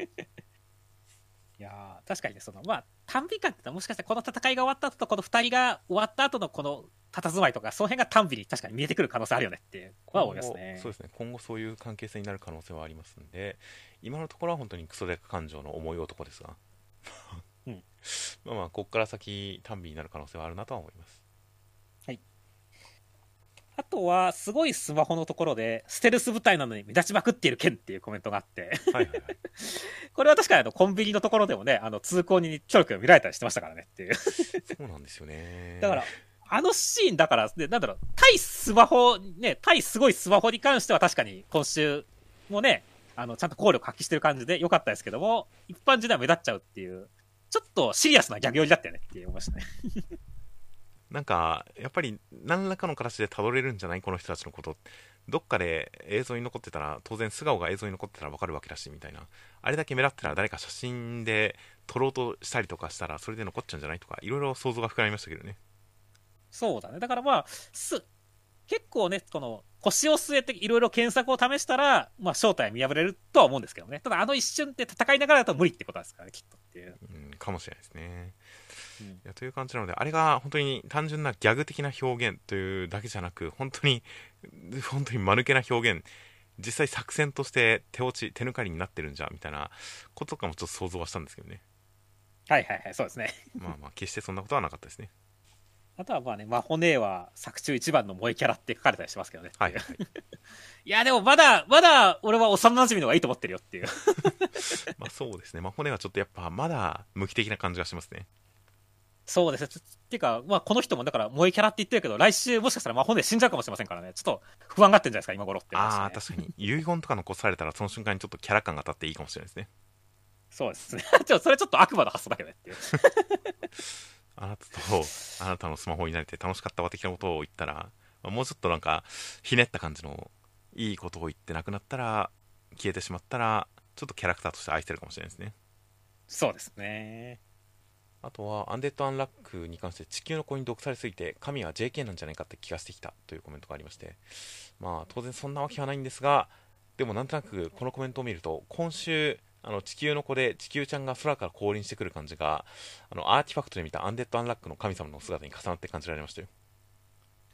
いや確かにねまあ短美感ってもしかしたらこの戦いが終わった後とこの2人が終わった後のこの佇まいとかその辺が短美に確かに見えてくる可能性あるよねっては思いますね。 そうですね。今後そういう関係性になる可能性はありますんで、今のところは本当にクソデカ感情の重い男ですがうん、 まあまあここから先短美になる可能性はあるなとは思います。 はい。あとは、すごいスマホのところで、ステルス部隊なのに目立ちまくっている件っていうコメントがあってはいはいはい。 これは確かにコンビニのところでもね、通行人にちょろちょろ見られたりしてましたからねっていうそうなんですよね。 だから、あのシーンだから、ね、なんだろう、対すごいスマホに関しては確かに今週もね、ちゃんと効力発揮してる感じで良かったですけども、一般人では目立っちゃうっていう、ちょっとシリアスなギャグ寄りだったよねって思いましたねなんかやっぱり何らかの形でたどれるんじゃないこの人たちのこと、どっかで映像に残ってたら当然素顔が映像に残ってたら分かるわけだしみたいな、あれだけ目立ってたら誰か写真で撮ろうとしたりとかしたらそれで残っちゃうんじゃないとかいろいろ想像が膨らみましたけどね。 そうだね。だからまあ、結構ね、この腰を据えていろいろ検索を試したら、まあ正体は見破れるとは思うんですけどね。ただあの一瞬って戦いながらだと無理ってことですからね、きっとっていう。 うん、かもしれないですね。 うん、 いやという感じなので、あれが本当に単純なギャグ的な表現というだけじゃなく、本当に間抜けな表現、実際作戦として手抜かりになってるんじゃみたいなこととかもちょっと想像はしたんですけどね。 はいはいはい、そうですね。 まあまあ決してそんなことはなかったですね。 あとはまあね、マホネーは作中一番の萌えキャラって書かれたりしますけどね。 はいはいいやでもまだ俺は幼馴染の方がいいと思ってるよっていう。 まあそうですね。まあ骨はちょっとやっぱまだ無機的な感じがしますね。 そうですね。っていうか、まあこの人もだから萌えキャラって言ってるけど、来週もしかしたらマホネー死んじゃうかもしれませんからね。ちょっと不安がってんじゃないですか、今頃って思いましたね。 ああ、確かに遺言とか残されたらその瞬間にちょっとキャラ感が立っていいかもしれないですね。 そうですね。それちょっと悪魔の発想だけどねっていう。 あなたとあなたのスマホになれて楽しかったわ的なことを言ったら、もうちょっとなんかひねった感じのいいことを言ってなくなったら、消えてしまったらちょっとキャラクターとして愛してるかもしれないですね。 そうですね。 あとはアンデッド・アンラックに関して地球の子に毒されすぎて神は JK なんじゃないかって気がしてきたというコメントがありまして、まあ当然そんなわけはないんですが、でもなんとなくこのコメントを見ると今週地球の子で地球ちゃんが空から降臨してくる感じがアーティファクトで見たアンデッド・アンラックの神様の姿に重なって感じられましたよ。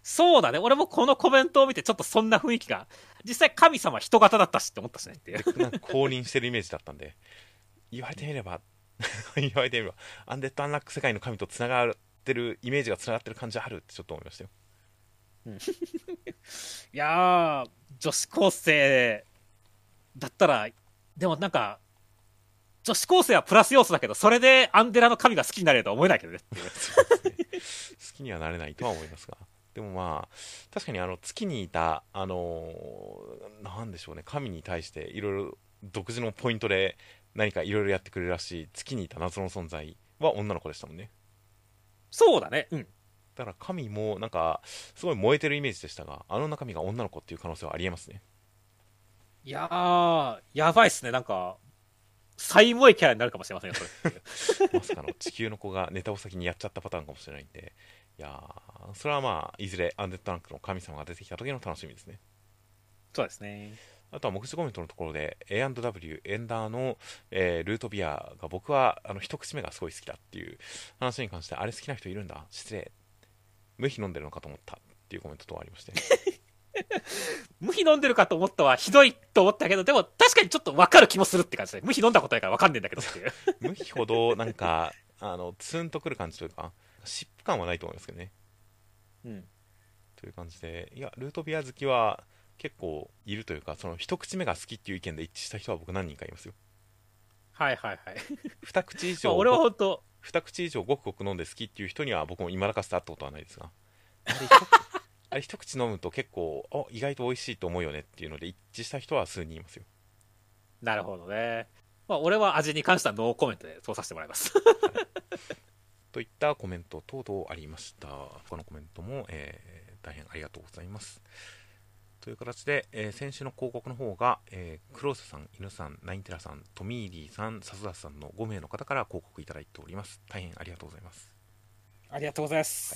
そうだね。俺もこのコメントを見てちょっとそんな雰囲気が、実際神様人型だったしって思ったしねっていう。 なんか降臨してるイメージだったんで、言われてみれば言われてみればアンデッドアンラック世界の神とつながってるイメージがつながってる感じあるってちょっと思いましたよ。 うん、いやー、女子高生だったら、でもなんか、女子高生はプラス要素だけど、それでアンデラの神が好きになれるとは思えないけどねっていう。 そうですね、好きにはなれないとは思いますが、でもまあ確かに月にいたなんでしょうね、神に対していろいろ独自のポイントで何かいろいろやってくれるらしい月にいた謎の存在は女の子でしたもんね。 そうだね。うん。 だから神もなんかすごい燃えてるイメージでしたが、あの中身が女の子っていう可能性はありえますね。 いやー、やばいっすね。なんか、最萌えキャラになるかもしれませんよ、それっていう。 まさかの地球の子がネタを先にやっちゃったパターンかもしれないんで、いやー、それはまあいずれアンデッドランクの神様が出てきた時の楽しみですね。 そうですね。 あとは目次コメントのところで A&W エンダーの、ルートビアが僕は一口目がすごい好きだっていう話に関して、あれ好きな人いるんだ、失礼、無比飲んでるのかと思ったっていうコメントとありまして無比飲んでるかと思ったはひどいと思ったけど、でも確かにちょっと分かる気もするって感じで、無比飲んだことないから分かんねえんだけどっていう。 無比ほどなんかツンとくる感じというか疾風感はないと思いますけどね。 うん。 という感じで、いやルートビア好きは結構いるというか、その一口目が好きっていう意見で一致した人は僕何人かいますよ。 はいはいはい。 二口以まあ上俺は本当、 二口以上ごくごく飲んで好きっていう人には僕も今だかつて会ったことはないですが、あれ一口飲むと結構意外と美味しいと思うよねっていうので一致した人は数人いますよ。 なるほどね。まあ俺は味に関してはノーコメントで通させてもらいます。 といったコメント等々ありました。他のコメントも、大変ありがとうございます。という形で、先週の広告の方が、黒瀬さん、犬さん、ナインテラさん、トミーリーさん、サスダスさんの5名の方から広告いただいております。大変ありがとうございます。 ありがとうございます。 はい、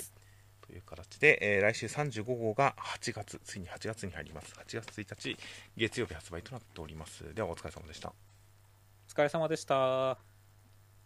という形で、来週35号が8月、ついに8月に入ります。8月1日月曜日発売となっております。ではお疲れ様でした。 お疲れ様でした。